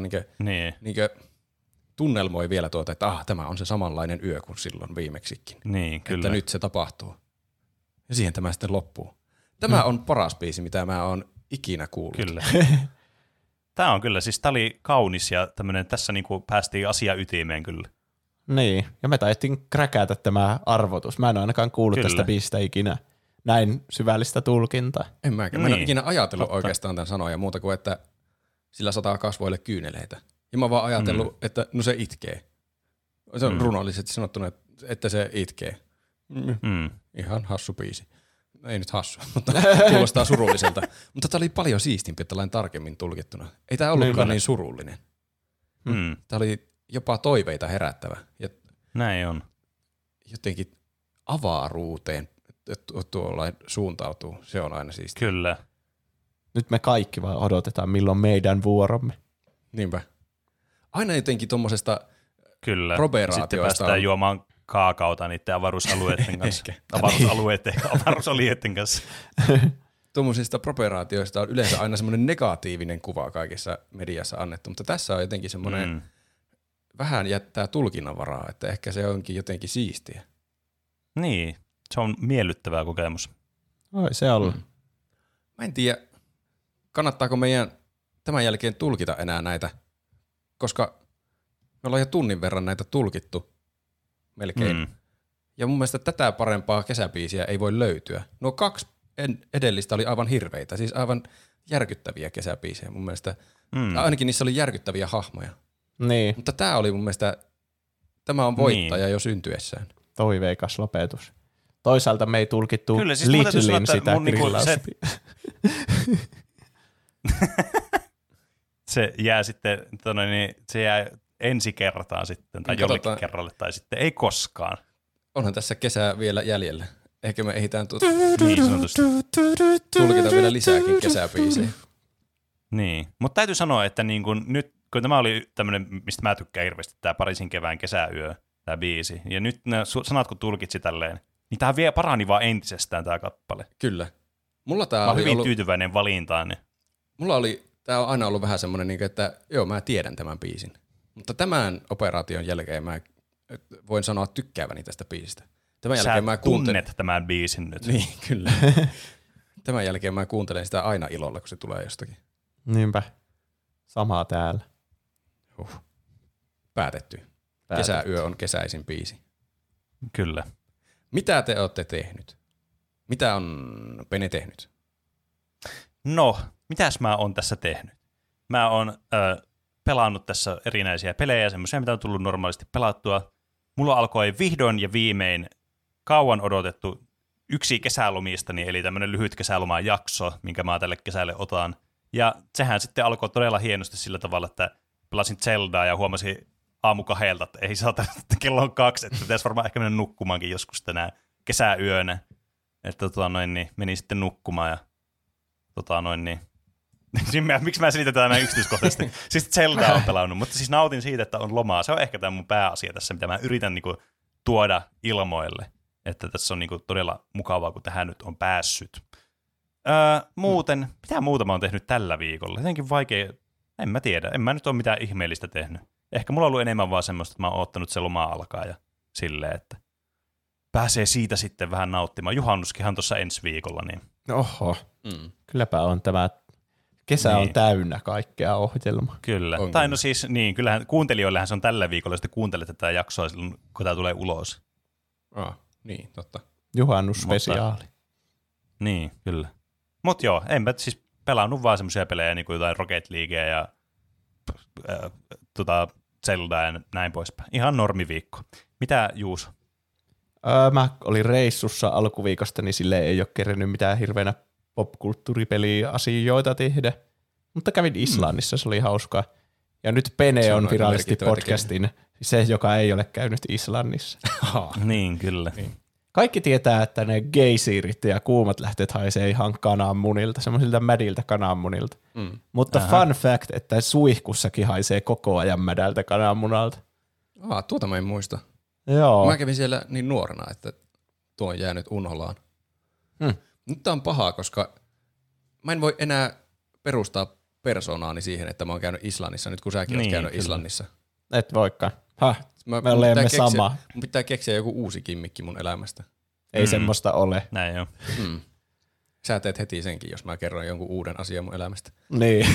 tunnelmoi vielä että tämä on se samanlainen yö kuin silloin viimeksikin. Niin, kyllä. Että nyt se tapahtuu. Ja siihen tämä sitten loppuu. Tämä on paras biisi, mitä mä oon ikinä kuullut. Kyllä. Tämä on kyllä, siis tämä oli kaunis ja tämmöinen, tässä niinku päästiin asia ytimeen kyllä. Niin, ja me taidettiin kräkätä tämä arvotus. Mä en ainakaan kuullut tästä biisistä ikinä näin syvällistä tulkintaa. En mäkään. Mä en ole ikinä ajatellut oikeastaan tämän sanoja muuta kuin, että sillä sataa kasvoille kyyneleitä. Ja mä oon vaan ajatellut, että no se itkee. Se on runollisesti sanottuna, että se itkee. Ihan hassu biisi. Ei nyt hassu, mutta kuulostaa surulliselta. Mutta tämä oli paljon siistimpi tällainen tarkemmin tulkittuna. Ei tämä ollutkaan niin surullinen. Tämä oli jopa toiveita herättävä. Ja näin on. Jotenkin avaruuteen tuolla suuntautuu. Se on aina siistiä. Kyllä. Nyt me kaikki vaan odotetaan, milloin meidän vuoromme. Niinpä. Aina jotenkin tuommoisesta proberaatioista. Sitten päästään juomaan kaakaota niiden avaruusalueiden kanssa. Avaruusolijoiden kanssa. Tuommoisista properaatioista on yleensä aina semmoinen negatiivinen kuva kaikissa mediassa annettu, mutta tässä on jotenkin semmoinen vähän jättää tulkinnanvaraa, että ehkä se onkin jotenkin siistiä. Niin, se on miellyttävä kokemus. Oi, se on. Mä en tiedä, kannattaako meidän tämän jälkeen tulkita enää näitä, koska me ollaan jo tunnin verran näitä tulkittu. Melkein. Ja mun mielestä tätä parempaa kesäbiisiä ei voi löytyä. Nuo 2 edellistä oli aivan hirveitä, siis aivan järkyttäviä kesäbiisejä mun mielestä. Ainakin niissä oli järkyttäviä hahmoja. Niin. Mutta tää oli mun mielestä, tämä on voittaja jo syntyessään. Toiveikas lopetus. Toisaalta me ei tulkittu kyllä, siis Littlin sitä se jää sitten, se jää ensi kertaan sitten, tai jollekin kerralle, tai sitten ei koskaan. Onhan tässä kesää vielä jäljellä. Ehkä me ehditään niin sanotusti tulkita vielä lisääkin kesäbiisejä. Niin, mutta täytyy sanoa, että niin kun nyt, kun tämä oli tämmöinen, mistä mä tykkään hirveästi, tämä Pariisin kevään kesäyö, tämä biisi, ja nyt ne sanat, kun tulkitsi tälleen, niin tämä vielä parani vaan entisestään tämä kappale. Kyllä. Mä oon hyvin tyytyväinen valintaan. Tämä on aina ollut vähän semmoinen, että joo, mä tiedän tämän biisin. Mutta tämän operaation jälkeen mä voin sanoa tykkääväni tästä biisistä. Tämän jälkeen mä tunnet tämän biisin nyt. Niin, kyllä. Tämän jälkeen mä kuuntelen sitä aina ilolla, kun se tulee jostakin. Niinpä. Samaa täällä. Päätetty. Kesäyö on kesäisin biisi. Kyllä. Mitä te olette tehnyt? Mitä on Pene tehnyt? No, mitäs mä oon tässä tehnyt? Mä oon pelannut tässä erinäisiä pelejä, semmoisia, mitä on tullut normaalisti pelattua. Mulla alkoi vihdoin ja viimein kauan odotettu yksi kesälomistani, eli tämmöinen lyhyt kesäloman jakso, minkä mä tälle kesälle otan. Ja sehän sitten alkoi todella hienosti sillä tavalla, että pelasin Zeldaa ja huomasin aamukahdelta, että ei saata, että kello on 2, että pitäisi varmaan ehkä mennä nukkumaankin joskus tänään kesäyönä. Että niin menin sitten nukkumaan ja miksi mä selitän näin yksityiskohtaisesti? Siis Zeldaa on pelannut, mutta siis nautin siitä, että on lomaa. Se on ehkä tämä mun pääasia tässä, mitä mä yritän niinku tuoda ilmoille. Että tässä on niinku todella mukavaa, kun tähän nyt on päässyt. Muuten, mitä muuta mä oon tehnyt tällä viikolla? Jotenkin vaikea, en mä tiedä. En mä nyt ole mitään ihmeellistä tehnyt. Ehkä mulla on ollut enemmän vaan semmoista, että mä oon ottanut se loma alkaa ja silleen, että pääsee siitä sitten vähän nauttimaan. Juhannuskinhan tuossa ensi viikolla. Niin. Oho, kylläpä on tämä kesä on täynnä kaikkea ohjelmaa. Kyllä. Tai no siis, niin, kyllähän kuuntelijoillehän se on tällä viikolla, jos te kuuntelette tätä jaksoa silloin, kun tämä tulee ulos. Niin, totta. Juhannusspesiaali. Niin, kyllä. Mutta joo, enpä siis pelannut vaan semmoisia pelejä, niin kuin jotain Rocket Leaguea ja Zeldaa ja näin poispäin. Ihan normiviikko. Mitä Juuso? Mä olin reissussa alkuviikosta, niin sille ei ole kerennyt mitään hirveänä popkulttuuripeliasioita tehdä. Mutta kävin Islannissa, se oli hauskaa. Ja nyt Pene on virallisesti podcastin se, joka ei ole käynyt Islannissa. Niin, kyllä. Niin. Kaikki tietää, että ne geisiirit ja kuumat lähteet haisee ihan kananmunilta, semmoisilta mädiltä kananmunilta. Mutta fun fact, että suihkussakin haisee koko ajan mädältä kananmunalta. Tuota mä en muista. Joo. Mä kävin siellä niin nuorena, että tuo on jäänyt unholaan. Nyt tää on pahaa, koska mä en voi enää perustaa persoonaani siihen, että mä oon käynyt Islannissa, nyt kun säkin oot käynyt Islannissa. Et voikaan. Me olemme sama. Mun pitää keksiä joku uusi kimmikki mun elämästä. Ei semmoista ole. Näin joo. Sä teet heti senkin, jos mä kerron jonkun uuden asian mun elämästä. Niin.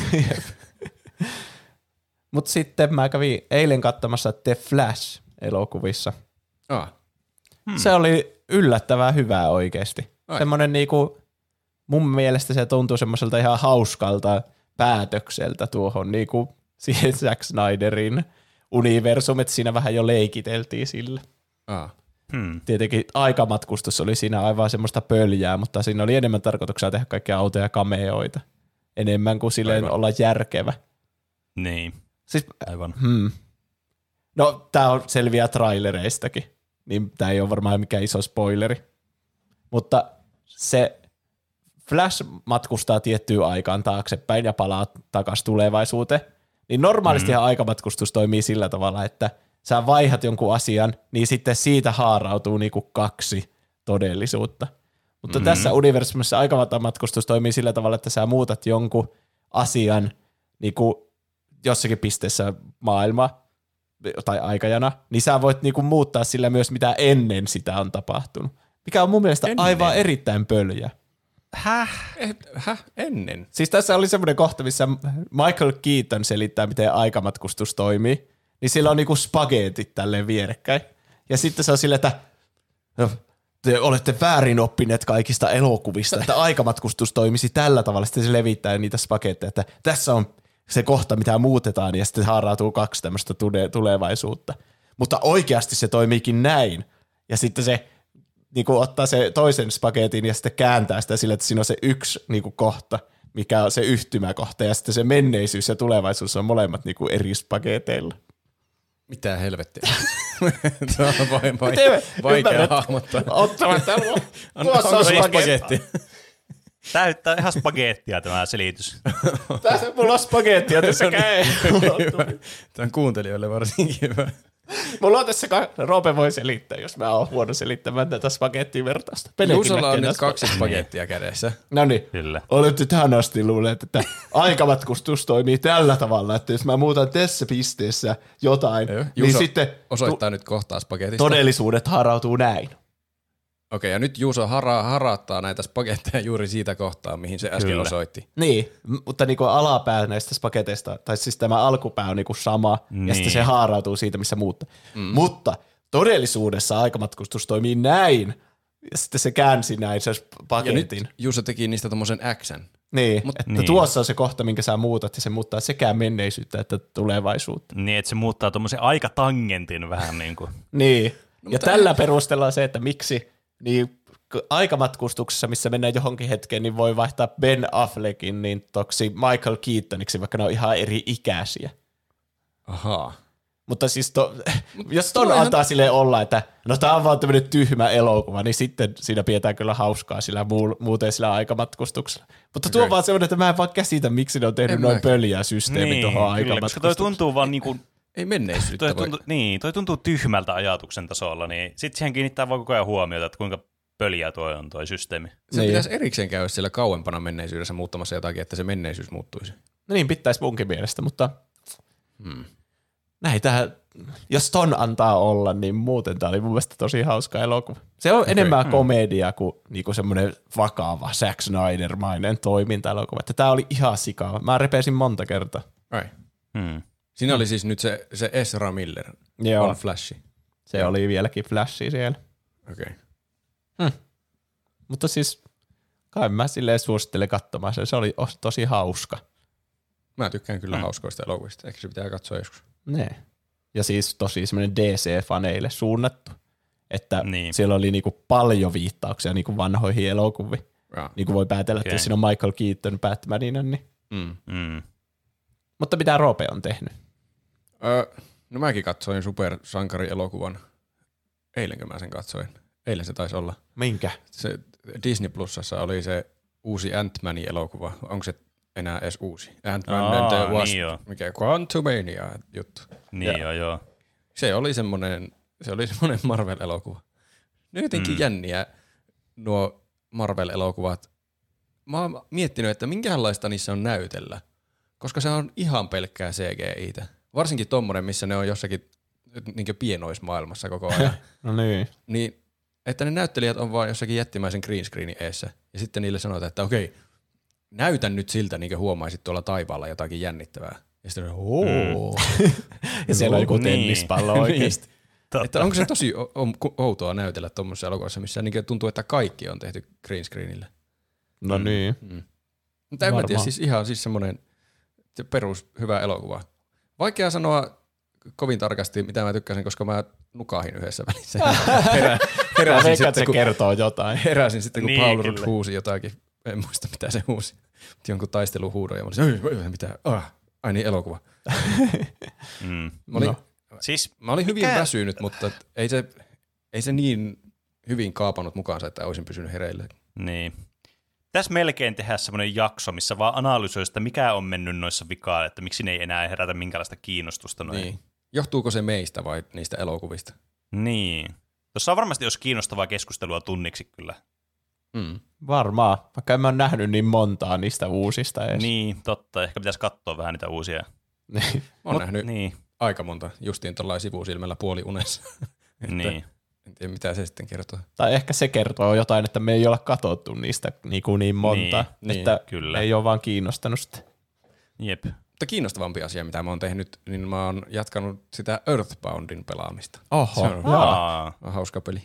Mut sitten mä kävin eilen katsomassa The Flash-elokuvissa. Se oli yllättävän hyvää oikeesti. Semmonen niinku, mun mielestä se tuntuu semmoiselta ihan hauskalta päätökseltä tuohon niinku siihen Zack Snyderin universum, että siinä vähän jo leikiteltiin sillä. Tietenkin aikamatkustus oli siinä aivan semmoista pöljää, mutta siinä oli enemmän tarkoituksena tehdä kaikkia autoja ja kameoita. Enemmän kuin silleen olla järkevä. Niin, siis, aivan. No, tää on selviä trailereistakin, niin tää ei ole varmaan mikään iso spoileri. Mutta se Flash matkustaa tiettyyn aikaan taaksepäin ja palaa takaisin tulevaisuuteen. Niin normaalistihan aikamatkustus toimii sillä tavalla, että sä vaihdat jonkun asian, niin sitten siitä haarautuu niinku 2 todellisuutta. Mutta tässä universumissa aikamatkustus toimii sillä tavalla, että sä muutat jonkun asian niinku jossakin pisteessä maailmaa tai aikajana, niin sä voit niinku muuttaa sillä myös, mitä ennen sitä on tapahtunut. Mikä on mun mielestä aivan erittäin pöljä. Ennen? Siis tässä oli semmoinen kohta, missä Michael Keaton selittää, miten aikamatkustus toimii. Niin sillä on niinku spageetit tälleen vierekkäin. Ja sitten se on silleen, että te olette väärin oppineet kaikista elokuvista, että aikamatkustus toimisi tällä tavalla. Sitten se levittää niitä spageetteja, että tässä on se kohta, mitä muutetaan, ja sitten haarautuu 2 tämmöistä tulevaisuutta. Mutta oikeasti se toimiikin näin. Ja sitten se niinku ottaa se toisen spageetin ja sitten kääntää sitä sillä, että siinä on se yksi niinku kohta, mikä on se yhtymäkohta, ja sitten se menneisyys ja tulevaisuus on molemmat niinku eri spageeteilla. Mitä helvettiä? Tämä on vaikea hahmottaa. Ottamatta tuossa on spagetti. Täyttää ihan spagettia tämä selitys. Tässä mulla on spagettia tässä käy. Tämä on kuuntelijoille varsinkin hyvä. Mulla on tässä, Roope voi selittää, jos mä oon huono selittämään tätä spagettiin vertausta. Juusolla on nyt 2 spagettia kädessä. No niin, olette tähän asti luulleet, että aikamatkustus toimii tällä tavalla, että jos mä muutan tässä pisteessä jotain, niin sitten osoittaa nyt kohtaa spagetista. Todellisuudet harautuu näin. Okei, ja nyt Juuso haraattaa näitä spagetteja juuri siitä kohtaa, mihin se äsken osoitti. Niin, mutta niinku alapää näistä spageteista, tai siis tämä alkupää on niinku sama, ja sitten se haarautuu siitä, missä muuttaa. Mutta todellisuudessa aikamatkustus toimii näin, ja sitten se käänsi näin se spagetin. Ja nyt Juuso teki niistä tommosen X:n. Niin, että tuossa on se kohta, minkä sä muutat, ja se muuttaa sekä menneisyyttä että tulevaisuutta. Niin, että se muuttaa tommosen aikatangentin vähän niin kuin. Niin, ja tällä perustellaan se, että miksi niin aikamatkustuksessa, missä mennään johonkin hetkeen, niin voi vaihtaa Ben Affleckin niin toksi Michael Keatoniksi, vaikka ne on ihan eri ikäisiä. Ahaa. Mutta siis jos ton antaa silleen olla, että no tää on vaan tämmönen tyhmä elokuva, niin sitten siinä pidetään kyllä hauskaa sillä muuten sillä aikamatkustuksella. Mutta tuo on vaan semmoinen, että mä en vaan käsitä, miksi ne on tehnyt noin pöljää systeemi tuohon aikamatkustukseen. Koska toi tuntuu vaan niinku Ei menneisyyttä voi. Toi tuntuu tyhmältä ajatuksen tasolla, niin sitten siihen kiinnittää vaan koko ajan huomiota, että kuinka pöliä on toi systeemi. Se pitäisi erikseen käydä siellä kauempana menneisyydessä muuttamassa jotakin, että se menneisyys muuttuisi. No niin, pitäisi munkin mielestä, mutta näitä, jos ton antaa olla, niin muuten tää oli mun mielestä tosi hauska elokuva. Se on enemmän komedia kuin niinku semmoinen vakava Zack Snyder-mainen toiminta-elokuva. Että tää oli ihan sikaa. Mä repesin monta kertaa. Siinä oli siis nyt se Ezra Miller on Flashi. Se oli vieläkin Flashi siellä. Okei. Mutta siis kai mä silleen suosittelen katsomaan sen. Se oli tosi hauska. Mä tykkään kyllä hauskoista elokuvista. Ehkä se pitää katsoa joskus. Ne. Ja siis tosi semmoinen DC-faneille suunnattu. Että siellä oli niinku paljon viittauksia niinku vanhoihin elokuviin. Niin kuin voi päätellä, että siinä on Michael Keaton Batmanina. Niin. Mutta mitä Roope on tehnyt? No mäkin katsoin supersankarielokuvan. Eilenkö mä sen katsoin? Eilen se taisi olla. Minkä? Se Disney Plusassa oli se uusi Ant-Manin elokuva. Onko se enää edes uusi? Ant-Man and the Wasp. Niin mikä Quantumania juttu. Niin joo. Se oli semmoinen Marvel-elokuva. Ne jotenkin jänniä nuo Marvel-elokuvat. Mä oon miettinyt, että minkälaista niissä on näytellä. Koska se on ihan pelkkää CGI-tä. Varsinkin tommonen, missä ne on jossakin niinkö pienoismaailmassa koko ajan. No niin. Niin, että ne näyttelijät on vaan jossakin jättimäisen green screenin eessä. Ja sitten niille sanotaan, että okei, näytän nyt siltä, niin kuin huomaisit tuolla taivaalla jotakin jännittävää. Ja sitten ja siellä on joku tennispallo oikeasti. Niin. Että onko se tosi outoa näytellä tuommoisessa elokuvassa, missä niin tuntuu, että kaikki on tehty green screenillä. No niin. Mutta en mä tiedä, siis ihan siis semmoinen perus hyvä elokuva. Vaikea sanoa kovin tarkasti, mitä mä tykkäsin, koska mä nukahin yhdessä välissä. Heräsin sitten, se kertoo jotain. Heräsin sitten, kun Paul Rudd huusi jotakin. En muista, mitä se huusi. Jonkun taisteluhuudon ja mä olisin, mitä? Ai niin, elokuva. Mä olin hyvin väsynyt, mutta ei se niin hyvin kaapannut mukaansa, että olisin pysynyt hereillä. Niin. Tässä melkein tehdä semmoinen jakso, missä vaan analysoi sitä, mikä on mennyt noissa vikaan, että miksi ne ei enää herätä minkälaista kiinnostusta. Niin. Johtuuko se meistä vai niistä elokuvista? Niin. Tuossa on varmasti jos kiinnostavaa keskustelua tunniksi kyllä. Varmaan, vaikka en mä ole nähnyt niin montaa niistä uusista edes. Niin, totta. Ehkä pitäisi katsoa vähän niitä uusia. Mä oon nähnyt aika monta justiin tuollain sivusilmällä puoliunessa. Niin. En tiedä, mitä se sitten kertoo. Tai ehkä se kertoo jotain, että me ei olla katsottu niistä niin monta, että kyllä. Ei ole vaan kiinnostanut sitä. Jep. Mutta kiinnostavampi asia, mitä mä oon tehnyt, niin mä oon jatkanut sitä Earthboundin pelaamista. Oho, se on hauska peli.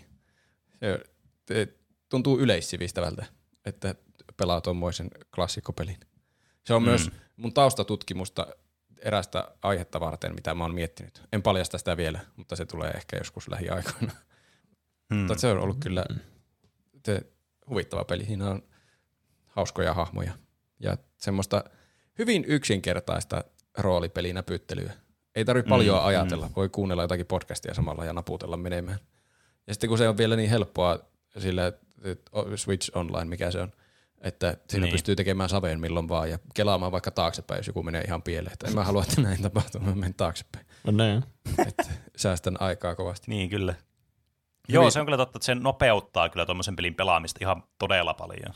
Se tuntuu yleissivistävältä, että pelaa tommoisen klassikkopelin. Se on myös mun taustatutkimusta erästä aihetta varten, mitä mä oon miettinyt. En paljasta sitä vielä, mutta se tulee ehkä joskus lähiaikoina. Mutta se on ollut kyllä huvittava peli. Siinä on hauskoja hahmoja ja semmoista hyvin yksinkertaista roolipelinäpyttelyä. Ei tarvitse paljon ajatella. Voi kuunnella jotakin podcastia samalla ja naputella menemään. Ja sitten kun se on vielä niin helppoa sillä Switch Online, mikä se on, että siinä pystyy tekemään saveen milloin vaan ja kelaamaan vaikka taaksepäin, jos joku menee ihan pieleen. Että en mä halua, että näin tapahtuu, mä menen taaksepäin. No niin. Että säästän aikaa kovasti. Niin, kyllä. Joo, se on kyllä totta, että se nopeuttaa kyllä tuommoisen pelin pelaamista ihan todella paljon.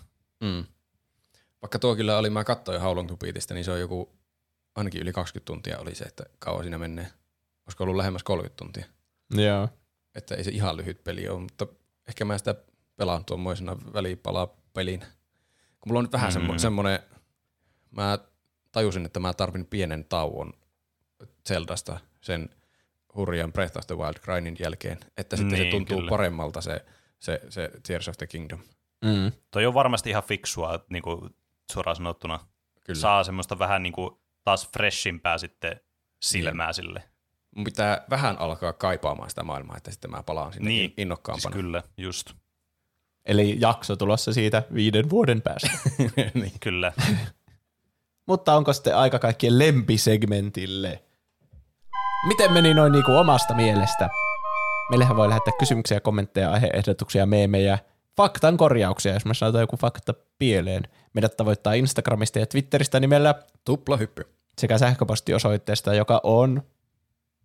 Vaikka tuo kyllä oli, mä katsoin jo How Long to Beatistä, niin se on joku, ainakin yli 20 tuntia oli se, että kauan siinä menee. Olisiko ollut lähemmäs 30 tuntia. Joo. Että ei se ihan lyhyt peli ole, mutta ehkä mä sitä pelaan tuommoisena välipalapelin. Kun mulla on nyt vähän semmoinen, mä tajusin, että mä tarvin pienen tauon Zeldasta sen hurjan Breath of the Wild grindin jälkeen, että sitten se tuntuu paremmalta se Tears of the Kingdom. Toi on varmasti ihan fiksua, niin kuin suoraan sanottuna. Kyllä. Saa semmoista vähän niin kuin taas freshimpää sitten silmää sille. Mun pitää vähän alkaa kaipaamaan sitä maailmaa, että sitten mä palaan sinne innokkaampana. Siis kyllä, just. Eli jakso tulossa siitä 5 vuoden päästä. Niin. Kyllä. Mutta onko sitten aika kaikkien lempisegmentille? Miten meni noin niinku omasta mielestä? Meillähän voi lähettää kysymyksiä, kommentteja, aihe-ehdotuksia, meemejä, faktan korjauksia, jos me sanotaan joku fakta pieleen. Meidät tavoittaa Instagramista ja Twitteristä nimellä Tuplahyppy. Sekä sähköpostiosoitteesta, joka on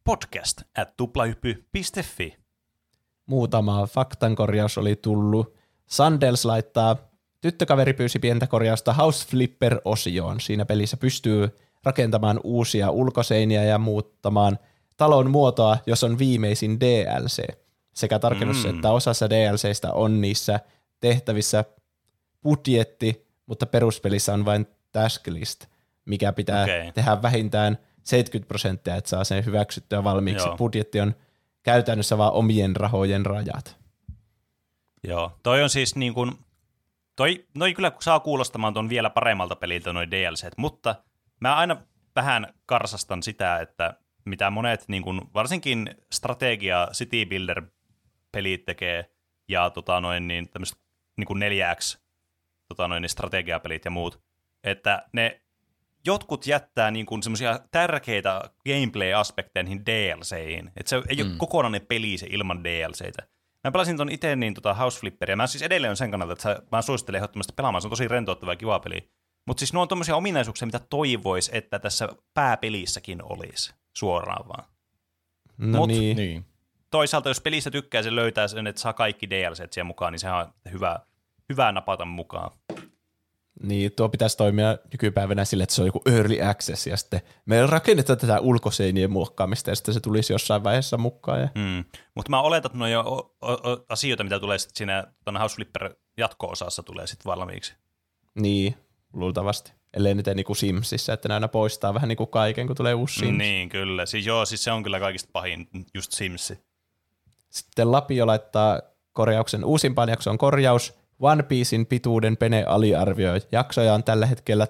podcast@tuplahyppy.fi. Muutama faktankorjaus oli tullut. Sandels laittaa, tyttökaveri pyysi pientä korjausta House Flipper-osioon. Siinä pelissä pystyy rakentamaan uusia ulkoseiniä ja muuttamaan talon muotoa, jos on viimeisin DLC. Sekä tarkennus, että osassa DLCistä on niissä tehtävissä budjetti, mutta peruspelissä on vain task list, mikä pitää tehdä vähintään 70%, että saa sen hyväksyttyä valmiiksi. Joo. Budjetti on käytännössä vaan omien rahojen rajat. Joo, toi on siis niin kuin, noi kyllä saa kuulostamaan tuon vielä paremmalta peliltä noi DLCt, mutta mä aina vähän karsastan sitä, että mitä monet niin kuin, varsinkin strategia City Builder pelit tekee ja niin tämmöiset niin kuin 4X niin strategiapelit ja muut, että ne jotkut jättää niin kuin semmoisia tärkeitä gameplay-aspekteja niihin DLCihin, että se ei ole kokonainen peli se ilman DLCitä. Mä pelasin ton itse niin House Flipperia, mä siis edelleen on sen kannalta, että mä suosittelen ehdottomasti pelaamaan, se on tosi rentouttava ja kiva peli. Mutta siis nuo on tommosia ominaisuuksia, mitä toivois, että tässä pääpelissäkin olisi suoraan vaan. No niin. Toisaalta jos pelistä tykkää, se löytää sen, että saa kaikki DLCt siihen mukaan, niin sehän on hyvä napata mukaan. Niin, tuo pitäisi toimia nykypäivänä sille, että se on joku early access, ja sitten me rakennetaan tätä ulkoseinien muokkaamista, ja sitten se tulisi jossain vaiheessa mukaan. Ja... Mutta mä oletan, että ne on asioita, mitä tulee sitten siinä House Flipper jatko-osassa tulee sitten valmiiksi. Niin, luultavasti. Ellei nyt niin kuin Simsissä, että ne aina poistaa vähän niin kuin kaiken, kun tulee uusi Sims. Niin, kyllä. Siis se on kyllä kaikista pahin, just Simsi. Sitten Lapio laittaa korjauksen uusimpaan jaksoon korjaus. One Piecein pituuden Pene aliarvioi. Jaksoja on tällä hetkellä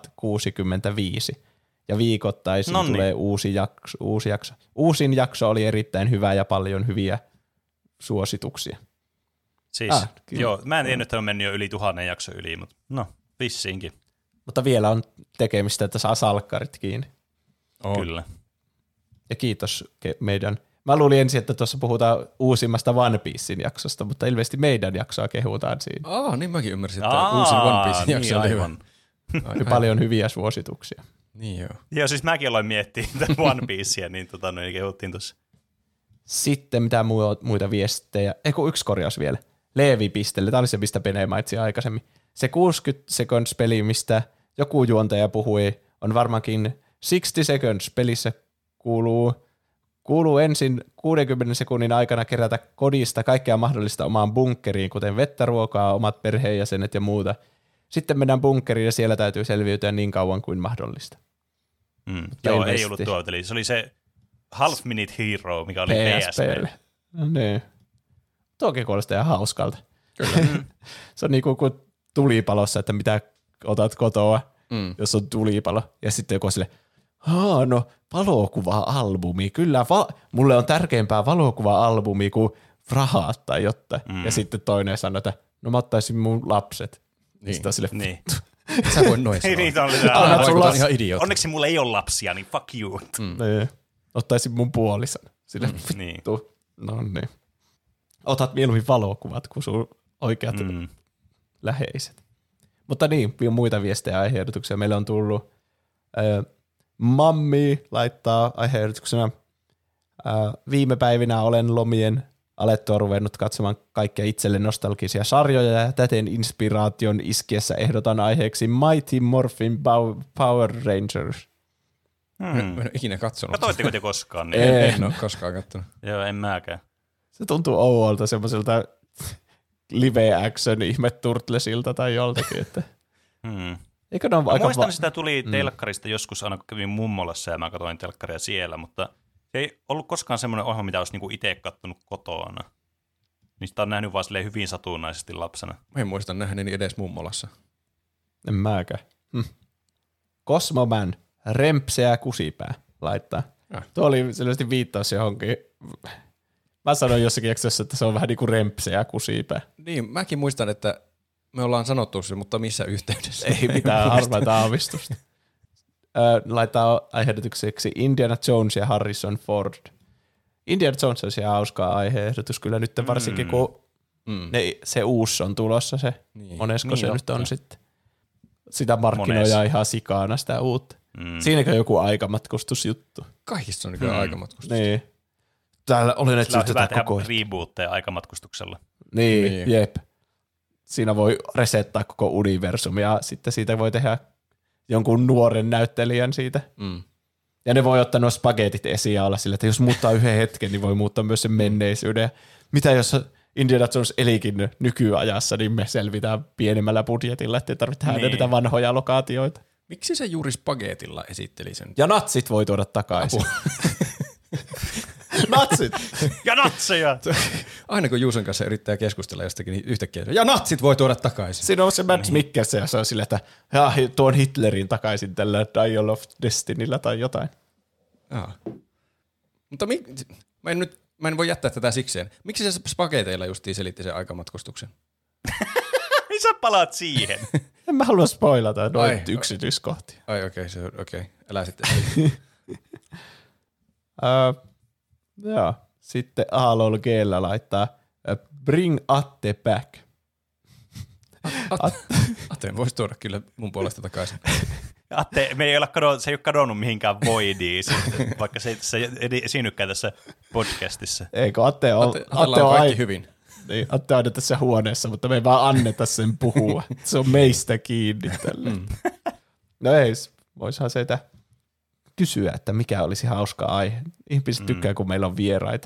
1065. Ja viikoittaisin tulee uusi jakso. Uusin jakso oli erittäin hyvä ja paljon hyviä suosituksia. Siis, joo, mä en tiennyt, että on mennyt jo yli 1000 jakso yli, mutta no, vissiinkin. Mutta vielä on tekemistä, että saa salkkarit kiinni. Kyllä. Ja kiitos meidän... Mä luulin ensin, että tuossa puhutaan uusimmasta One Piecein jaksosta, mutta ilmeisesti meidän jaksoa kehutaan siinä. Niin mäkin ymmärsin, että uusin One Piecein jakso oli hyvä. Paljon hyviä suosituksia. Niin joo. Joo, siis mäkin aloin miettiä One Piecea, niin kehuttiin tuossa. Sitten mitä muita viestejä. Yksi korjaus vielä. Leevi-pistelle. Tämä oli se, mistä Pene mainitsi aikaisemmin. Se 60 seconds peli, mistä joku juontaja puhui, on varmaankin 60 seconds pelissä kuuluu ensin 60 sekunnin aikana kerätä kodista kaikkea mahdollista omaan bunkkeriin, kuten vettä, ruokaa, omat perheenjäsenet ja muuta. Sitten mennään bunkkeriin ja siellä täytyy selviytyä niin kauan kuin mahdollista. Joo, ei ollut tuo. Eli se oli se Half Minute Hero, mikä oli PSP:lle. No niin. Tuokin kuulostaa ihan hauskalta. Kyllä. Se on niin kuin tulipalossa, että mitä otat kotoa, jos on tulipalo. Ja sitten joku sille, valokuva-albumi. Kyllä, mulle on tärkeämpää valokuva-albumi kuin rahat tai jotain. Ja sitten toinen sanoo, että no mä ottaisin mun lapset. Niin. Sitten on sille, sä voi noin sanoa. Ihan idiootti. Onneksi mulla ei ole lapsia, niin fuck you. Ottaisin mun puolison. Sille vittu. No niin. Otat mieluummin valokuvat kuin sun oikeat läheiset. Mutta niin, muita viestejä ja aiheehdotuksia. Meillä on tullut Mammi laittaa aiheehdotuksena. Viime päivinä olen lomien alettua ruvennut katsomaan kaikkia itselle nostalgisia sarjoja ja täten inspiraation iskiessä ehdotan aiheeksi Mighty Morphin Power Rangers. En ole ikinä katsonut. Katoitteko te koskaan? Niin? En ole koskaan katsonut. Joo, en mäkään. Se tuntuu ouolta semmoiselta live-action ihme-turtlesilta tai joltakin. Että. Eikö ne ole aika muistan, sitä tuli telkkarista joskus aina, kun kävin mummolassa ja mä katsoin telkkaria siellä, mutta se ei ollut koskaan semmoinen ohjelma, mitä olisi niinku itse kattonut kotona. Niistä on nähnyt vaan hyvin satunnaisesti lapsena. Mä en muista nähneeni edes mummolassa. En mäkään. Cosmoman, rempseä kusipää laittaa. Tuo oli selvästi viittaus johonkin. Mä sanoin jossakin jaksossa, että se on vähän niin kuin rempseä kusipää. Niin, mäkin muistan, että me ollaan sanottu se, mutta missä yhteydessä? Ei mitään harvaita aavistusta. Laittaa aiheehdotukseksi Indiana Jones ja Harrison Ford. Indiana Jones on ihan hauskaa aiheehdotus kyllä nyt varsinkin, kun se uusi on tulossa se. Niin. Monesko se nyt on sitten? Sitä markkinoidaan ihan sikana sitä uutta. Siinäkö joku aikamatkustusjuttu? Kaikissa on nykyään aikamatkustus. Niin. Täällä olen etsinyt tätä tätä koko rebootteja aikamatkustuksella. Niin, jep. Siinä voi resettaa koko universumi ja sitten siitä voi tehdä jonkun nuoren näyttelijän siitä. Ja ne voi ottaa nuo spagetit esiin ja olla sillä, että jos muuttaa yhden hetken, niin voi muuttaa myös sen menneisyyden. Ja mitä jos Indiana Jones elikin nykyajassa, niin me selvitään pienemmällä budjetilla, ettei tarvitse tehdä niitä vanhoja lokaatioita. Miksi se juuri spagetilla esitteli sen? Ja natsit voi tuoda takaisin. Natsit! Ja natseja! Aina kun Juuson kanssa yrittää keskustella jostakin, niin yhtäkkiä ja natsit voi tuoda takaisin. Siinä on se Mads Mikkelsen ja se on sillä, että tuon Hitlerin takaisin tällä Dial of Destinyllä tai jotain. Mutta mä en voi jättää tätä sikseen. Miksi se spageteilla justiin selitti sen aikamatkustuksen? Niin sä palaat siihen. En mä halua spoilata noita yksityiskohtia. Ai okei. Älä sitten. Joo. Sitten Aalol G:llä laittaa Bring Atte back. Atte voisi tuoda kyllä mun puolesta takaisin. Atte, se ei ole kadonnut mihinkään voidiin, vaikka se ei esiinnykään tässä podcastissa. Eikö Atte on kaikki hyvin. Niin, Atte on tässä huoneessa, mutta me ei vaan anneta sen puhua. Se on meistä kiinni tälle. No ei, voisihan se kysyä, että mikä olisi hauska aihe. Ihmiset tykkää, kun meillä on vieraita.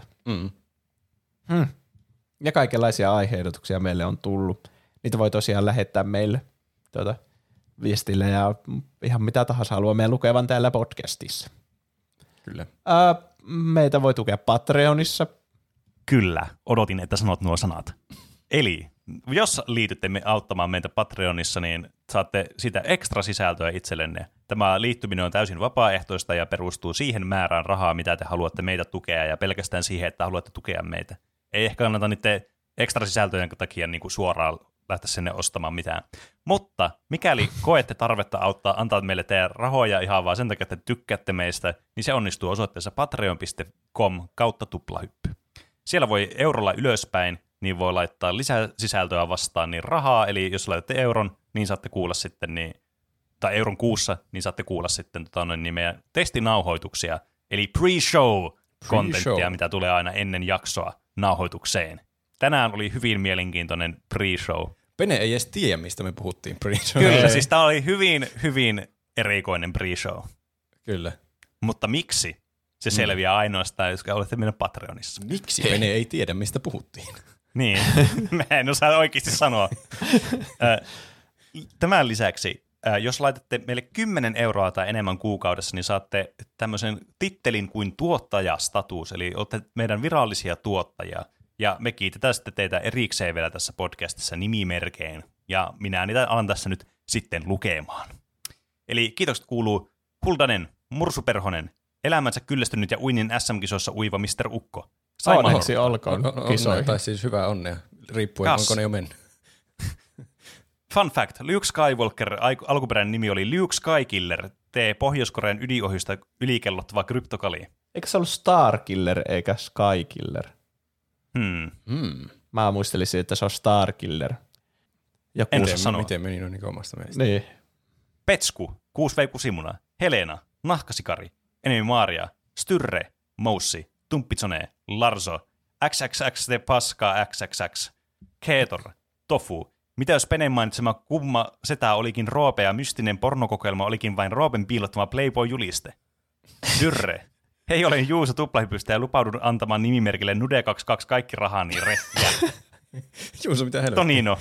Ja kaikenlaisia aiheehdotuksia meille on tullut. Niitä voi tosiaan lähettää meille viestillä ja ihan mitä tahansa haluamme lukevan täällä podcastissa. Kyllä. Meitä voi tukea Patreonissa. Kyllä, odotin, että sanot nuo sanat. Eli jos liitytte auttamaan meitä Patreonissa, niin saatte siitä ekstra sisältöä itsellenne. Tämä liittyminen on täysin vapaaehtoista ja perustuu siihen määrään rahaa, mitä te haluatte meitä tukea, ja pelkästään siihen, että haluatte tukea meitä. Ei ehkä kannata niiden ekstra sisältöjen takia niin kuin suoraan lähteä sinne ostamaan mitään. Mutta mikäli koette tarvetta antaa meille teidän rahoja ihan vaan sen takia, että tykkäätte meistä, niin se onnistuu osoitteessa patreon.com/tuplahyppy. Siellä voi eurolla ylöspäin, niin voi laittaa lisää sisältöä vastaan niin rahaa, eli jos laitatte euron, niin saatte kuulla sitten, tai euron kuussa, niin saatte kuulla sitten meidän testinauhoituksia, eli pre-show-kontenttia, mitä tulee aina ennen jaksoa nauhoitukseen. Tänään oli hyvin mielenkiintoinen pre-show. Pene ei edes tiedä, mistä me puhuttiin pre-show. Kyllä, siis tämä oli hyvin, hyvin erikoinen pre-show. Kyllä. Mutta miksi? Se selviää ainoastaan, jos olette meidän Patreonissa. Miksi Pene ei tiedä, mistä puhuttiin? Niin, mä en osaa oikeasti sanoa. Tämän lisäksi, jos laitatte meille 10 euroa tai enemmän kuukaudessa, niin saatte tämmöisen tittelin kuin tuottajastatus, eli olette meidän virallisia tuottajia. Ja me kiitetään sitten teitä erikseen vielä tässä podcastissa nimimerkein, ja minä niitä alan tässä nyt sitten lukemaan. Eli kiitokset kuuluu Huldanen, Mursuperhonen, elämänsä kyllästynyt ja uinin SM-kisoissa uiva Mr. Ukko. Onneksi olkoon kisoihin. Tai siis hyvää onnea, riippuen onko ne jo mennyt. Fun fact, Luke Skywalker, alkuperäinen nimi oli Luke Skykiller, Pohjois-Korean ydinohjusta ylikellottava kryptokali. Eikö se ollut Starkiller eikä Skykiller? Mä muistelisin, että se on Starkiller. En osaa sanoa. Miten meni noin niin omasta mielestä. Niin. Petsku, Kuusveiku Simuna, Helena, Nahkasikari, Enemy Maria, Styrre, Moussi, Tumppitsone, Larso, XXX The Paska XXX, Keetor, Tofu. Mitä jos Penen mainitsema kumma setä olikin Roope ja mystinen pornokokeilma olikin vain Roopen piilottama Playboy-juliste? Dyrre. Hei, olen Juuso Tuplahypystä ja lupaudun antamaan nimimerkille Nude22 kaikki rahani rehtiä. Juuso, mitä helvettiä? Tonino,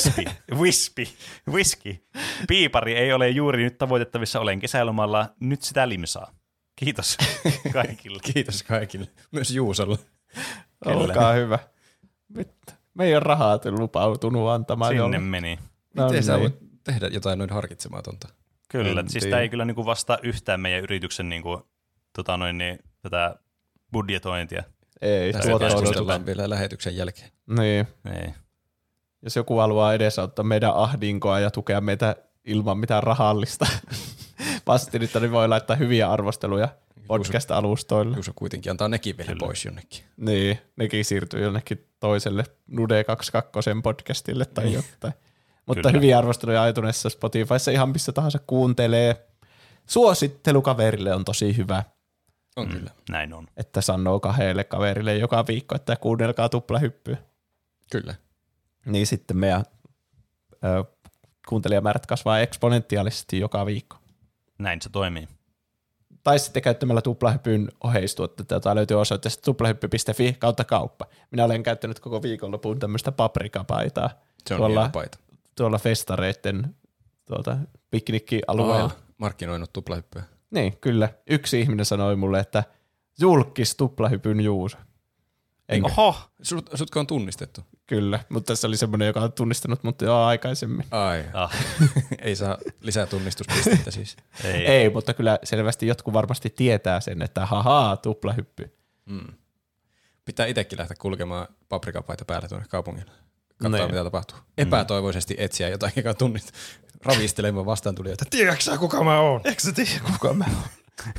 Whisky. Piipari ei ole juuri nyt tavoitettavissa, olen kesälomalla, nyt sitä limsaa. Kiitos kaikille. Kiitos kaikille, myös Juusolle. Olkaa hyvä. Me ei ole rahaa lupautunut antamaan. Sinne meni. Miten sä voit tehdä jotain noin harkitsematonta? Kyllä, siis tämä ei kyllä niinku vastaa yhtään meidän yrityksen niinku, tätä budjetointia. Ei, keskustellaan vielä lähetyksen jälkeen. Niin. Ei. Jos joku haluaa edesauttaa meidän ahdinkoa ja tukea meitä ilman mitään rahallista vastinetta, niin voi laittaa hyviä arvosteluja podcast-alustoille. Juuso kuitenkin antaa nekin vielä pois jonnekin. Niin, nekin siirtyy jonnekin toiselle Nude22 podcastille tai jotain. Mutta hyviä arvosteluja iTunesissa, Spotifyssa, ihan missä tahansa kuuntelee. suosittelukaverille on tosi hyvä. On kyllä. Näin on. Että sanoo 2 kaverille joka viikko, että kuunnelkaa tuplahyppyä. Kyllä. Niin sitten meidän kuuntelijamäärät kasvaa eksponentiaalisesti joka viikko. Näin se toimii. Tai sitten käyttämällä tuplahypyn oheistuotteita, jota löytyy osoitteesta tuplahyppy.fi/kauppa. Minä olen käyttänyt koko viikonlopun tämmöistä paprikapaitaa. Se on hieno paita. Tuolla festareitten piknikkialueella. Markkinoinut tuplahyppyä. Niin, kyllä. Yksi ihminen sanoi mulle, että julkis tuplahypyn Juuso. Oho! Sutko on tunnistettu? Kyllä, mutta tässä oli semmoinen, joka on tunnistanut mut jo aikaisemmin. Ai. Ei saa lisää tunnistuspistettä siis. Ei, mutta kyllä selvästi jotkut varmasti tietää sen, että hahaa, tuplahyppy. Pitää itsekin lähteä kulkemaan paprikapaita päällä tuonne kaupungille. Katsotaan, mitä tapahtuu. Epätoivoisesti etsiä jotain, joka tunnistaa. Ravistelemaan vastaan tuli, että tiedätkö sä, kuka mä oon? Eikö sä tiedä, kuka mä oon?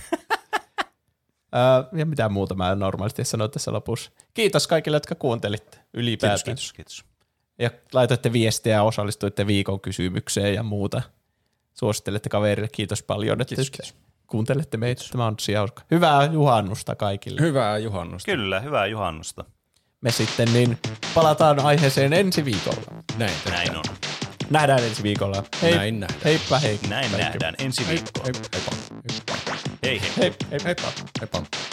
Ja mitä muuta mä normaalisti sanon tässä lopussa. Kiitos kaikille, jotka kuuntelitte ylipäätään. Kiitos. Ja laitoitte viestiä ja osallistuitte viikon kysymykseen ja muuta. Suosittelette kaverille. Kiitos paljon, että kuuntelette meitä. Tämä on tosi hauska. Hyvää juhannusta kaikille. Hyvää juhannusta. Kyllä, hyvää juhannusta. Me sitten niin palataan aiheeseen ensi viikolla. Näin on. Nähdään ensi viikolla. Hei. Näin nähdään. Heippa hei. Näin nähdään ensi viikolla. Heippa. Hei hei. Hei. Heippa. Heippa.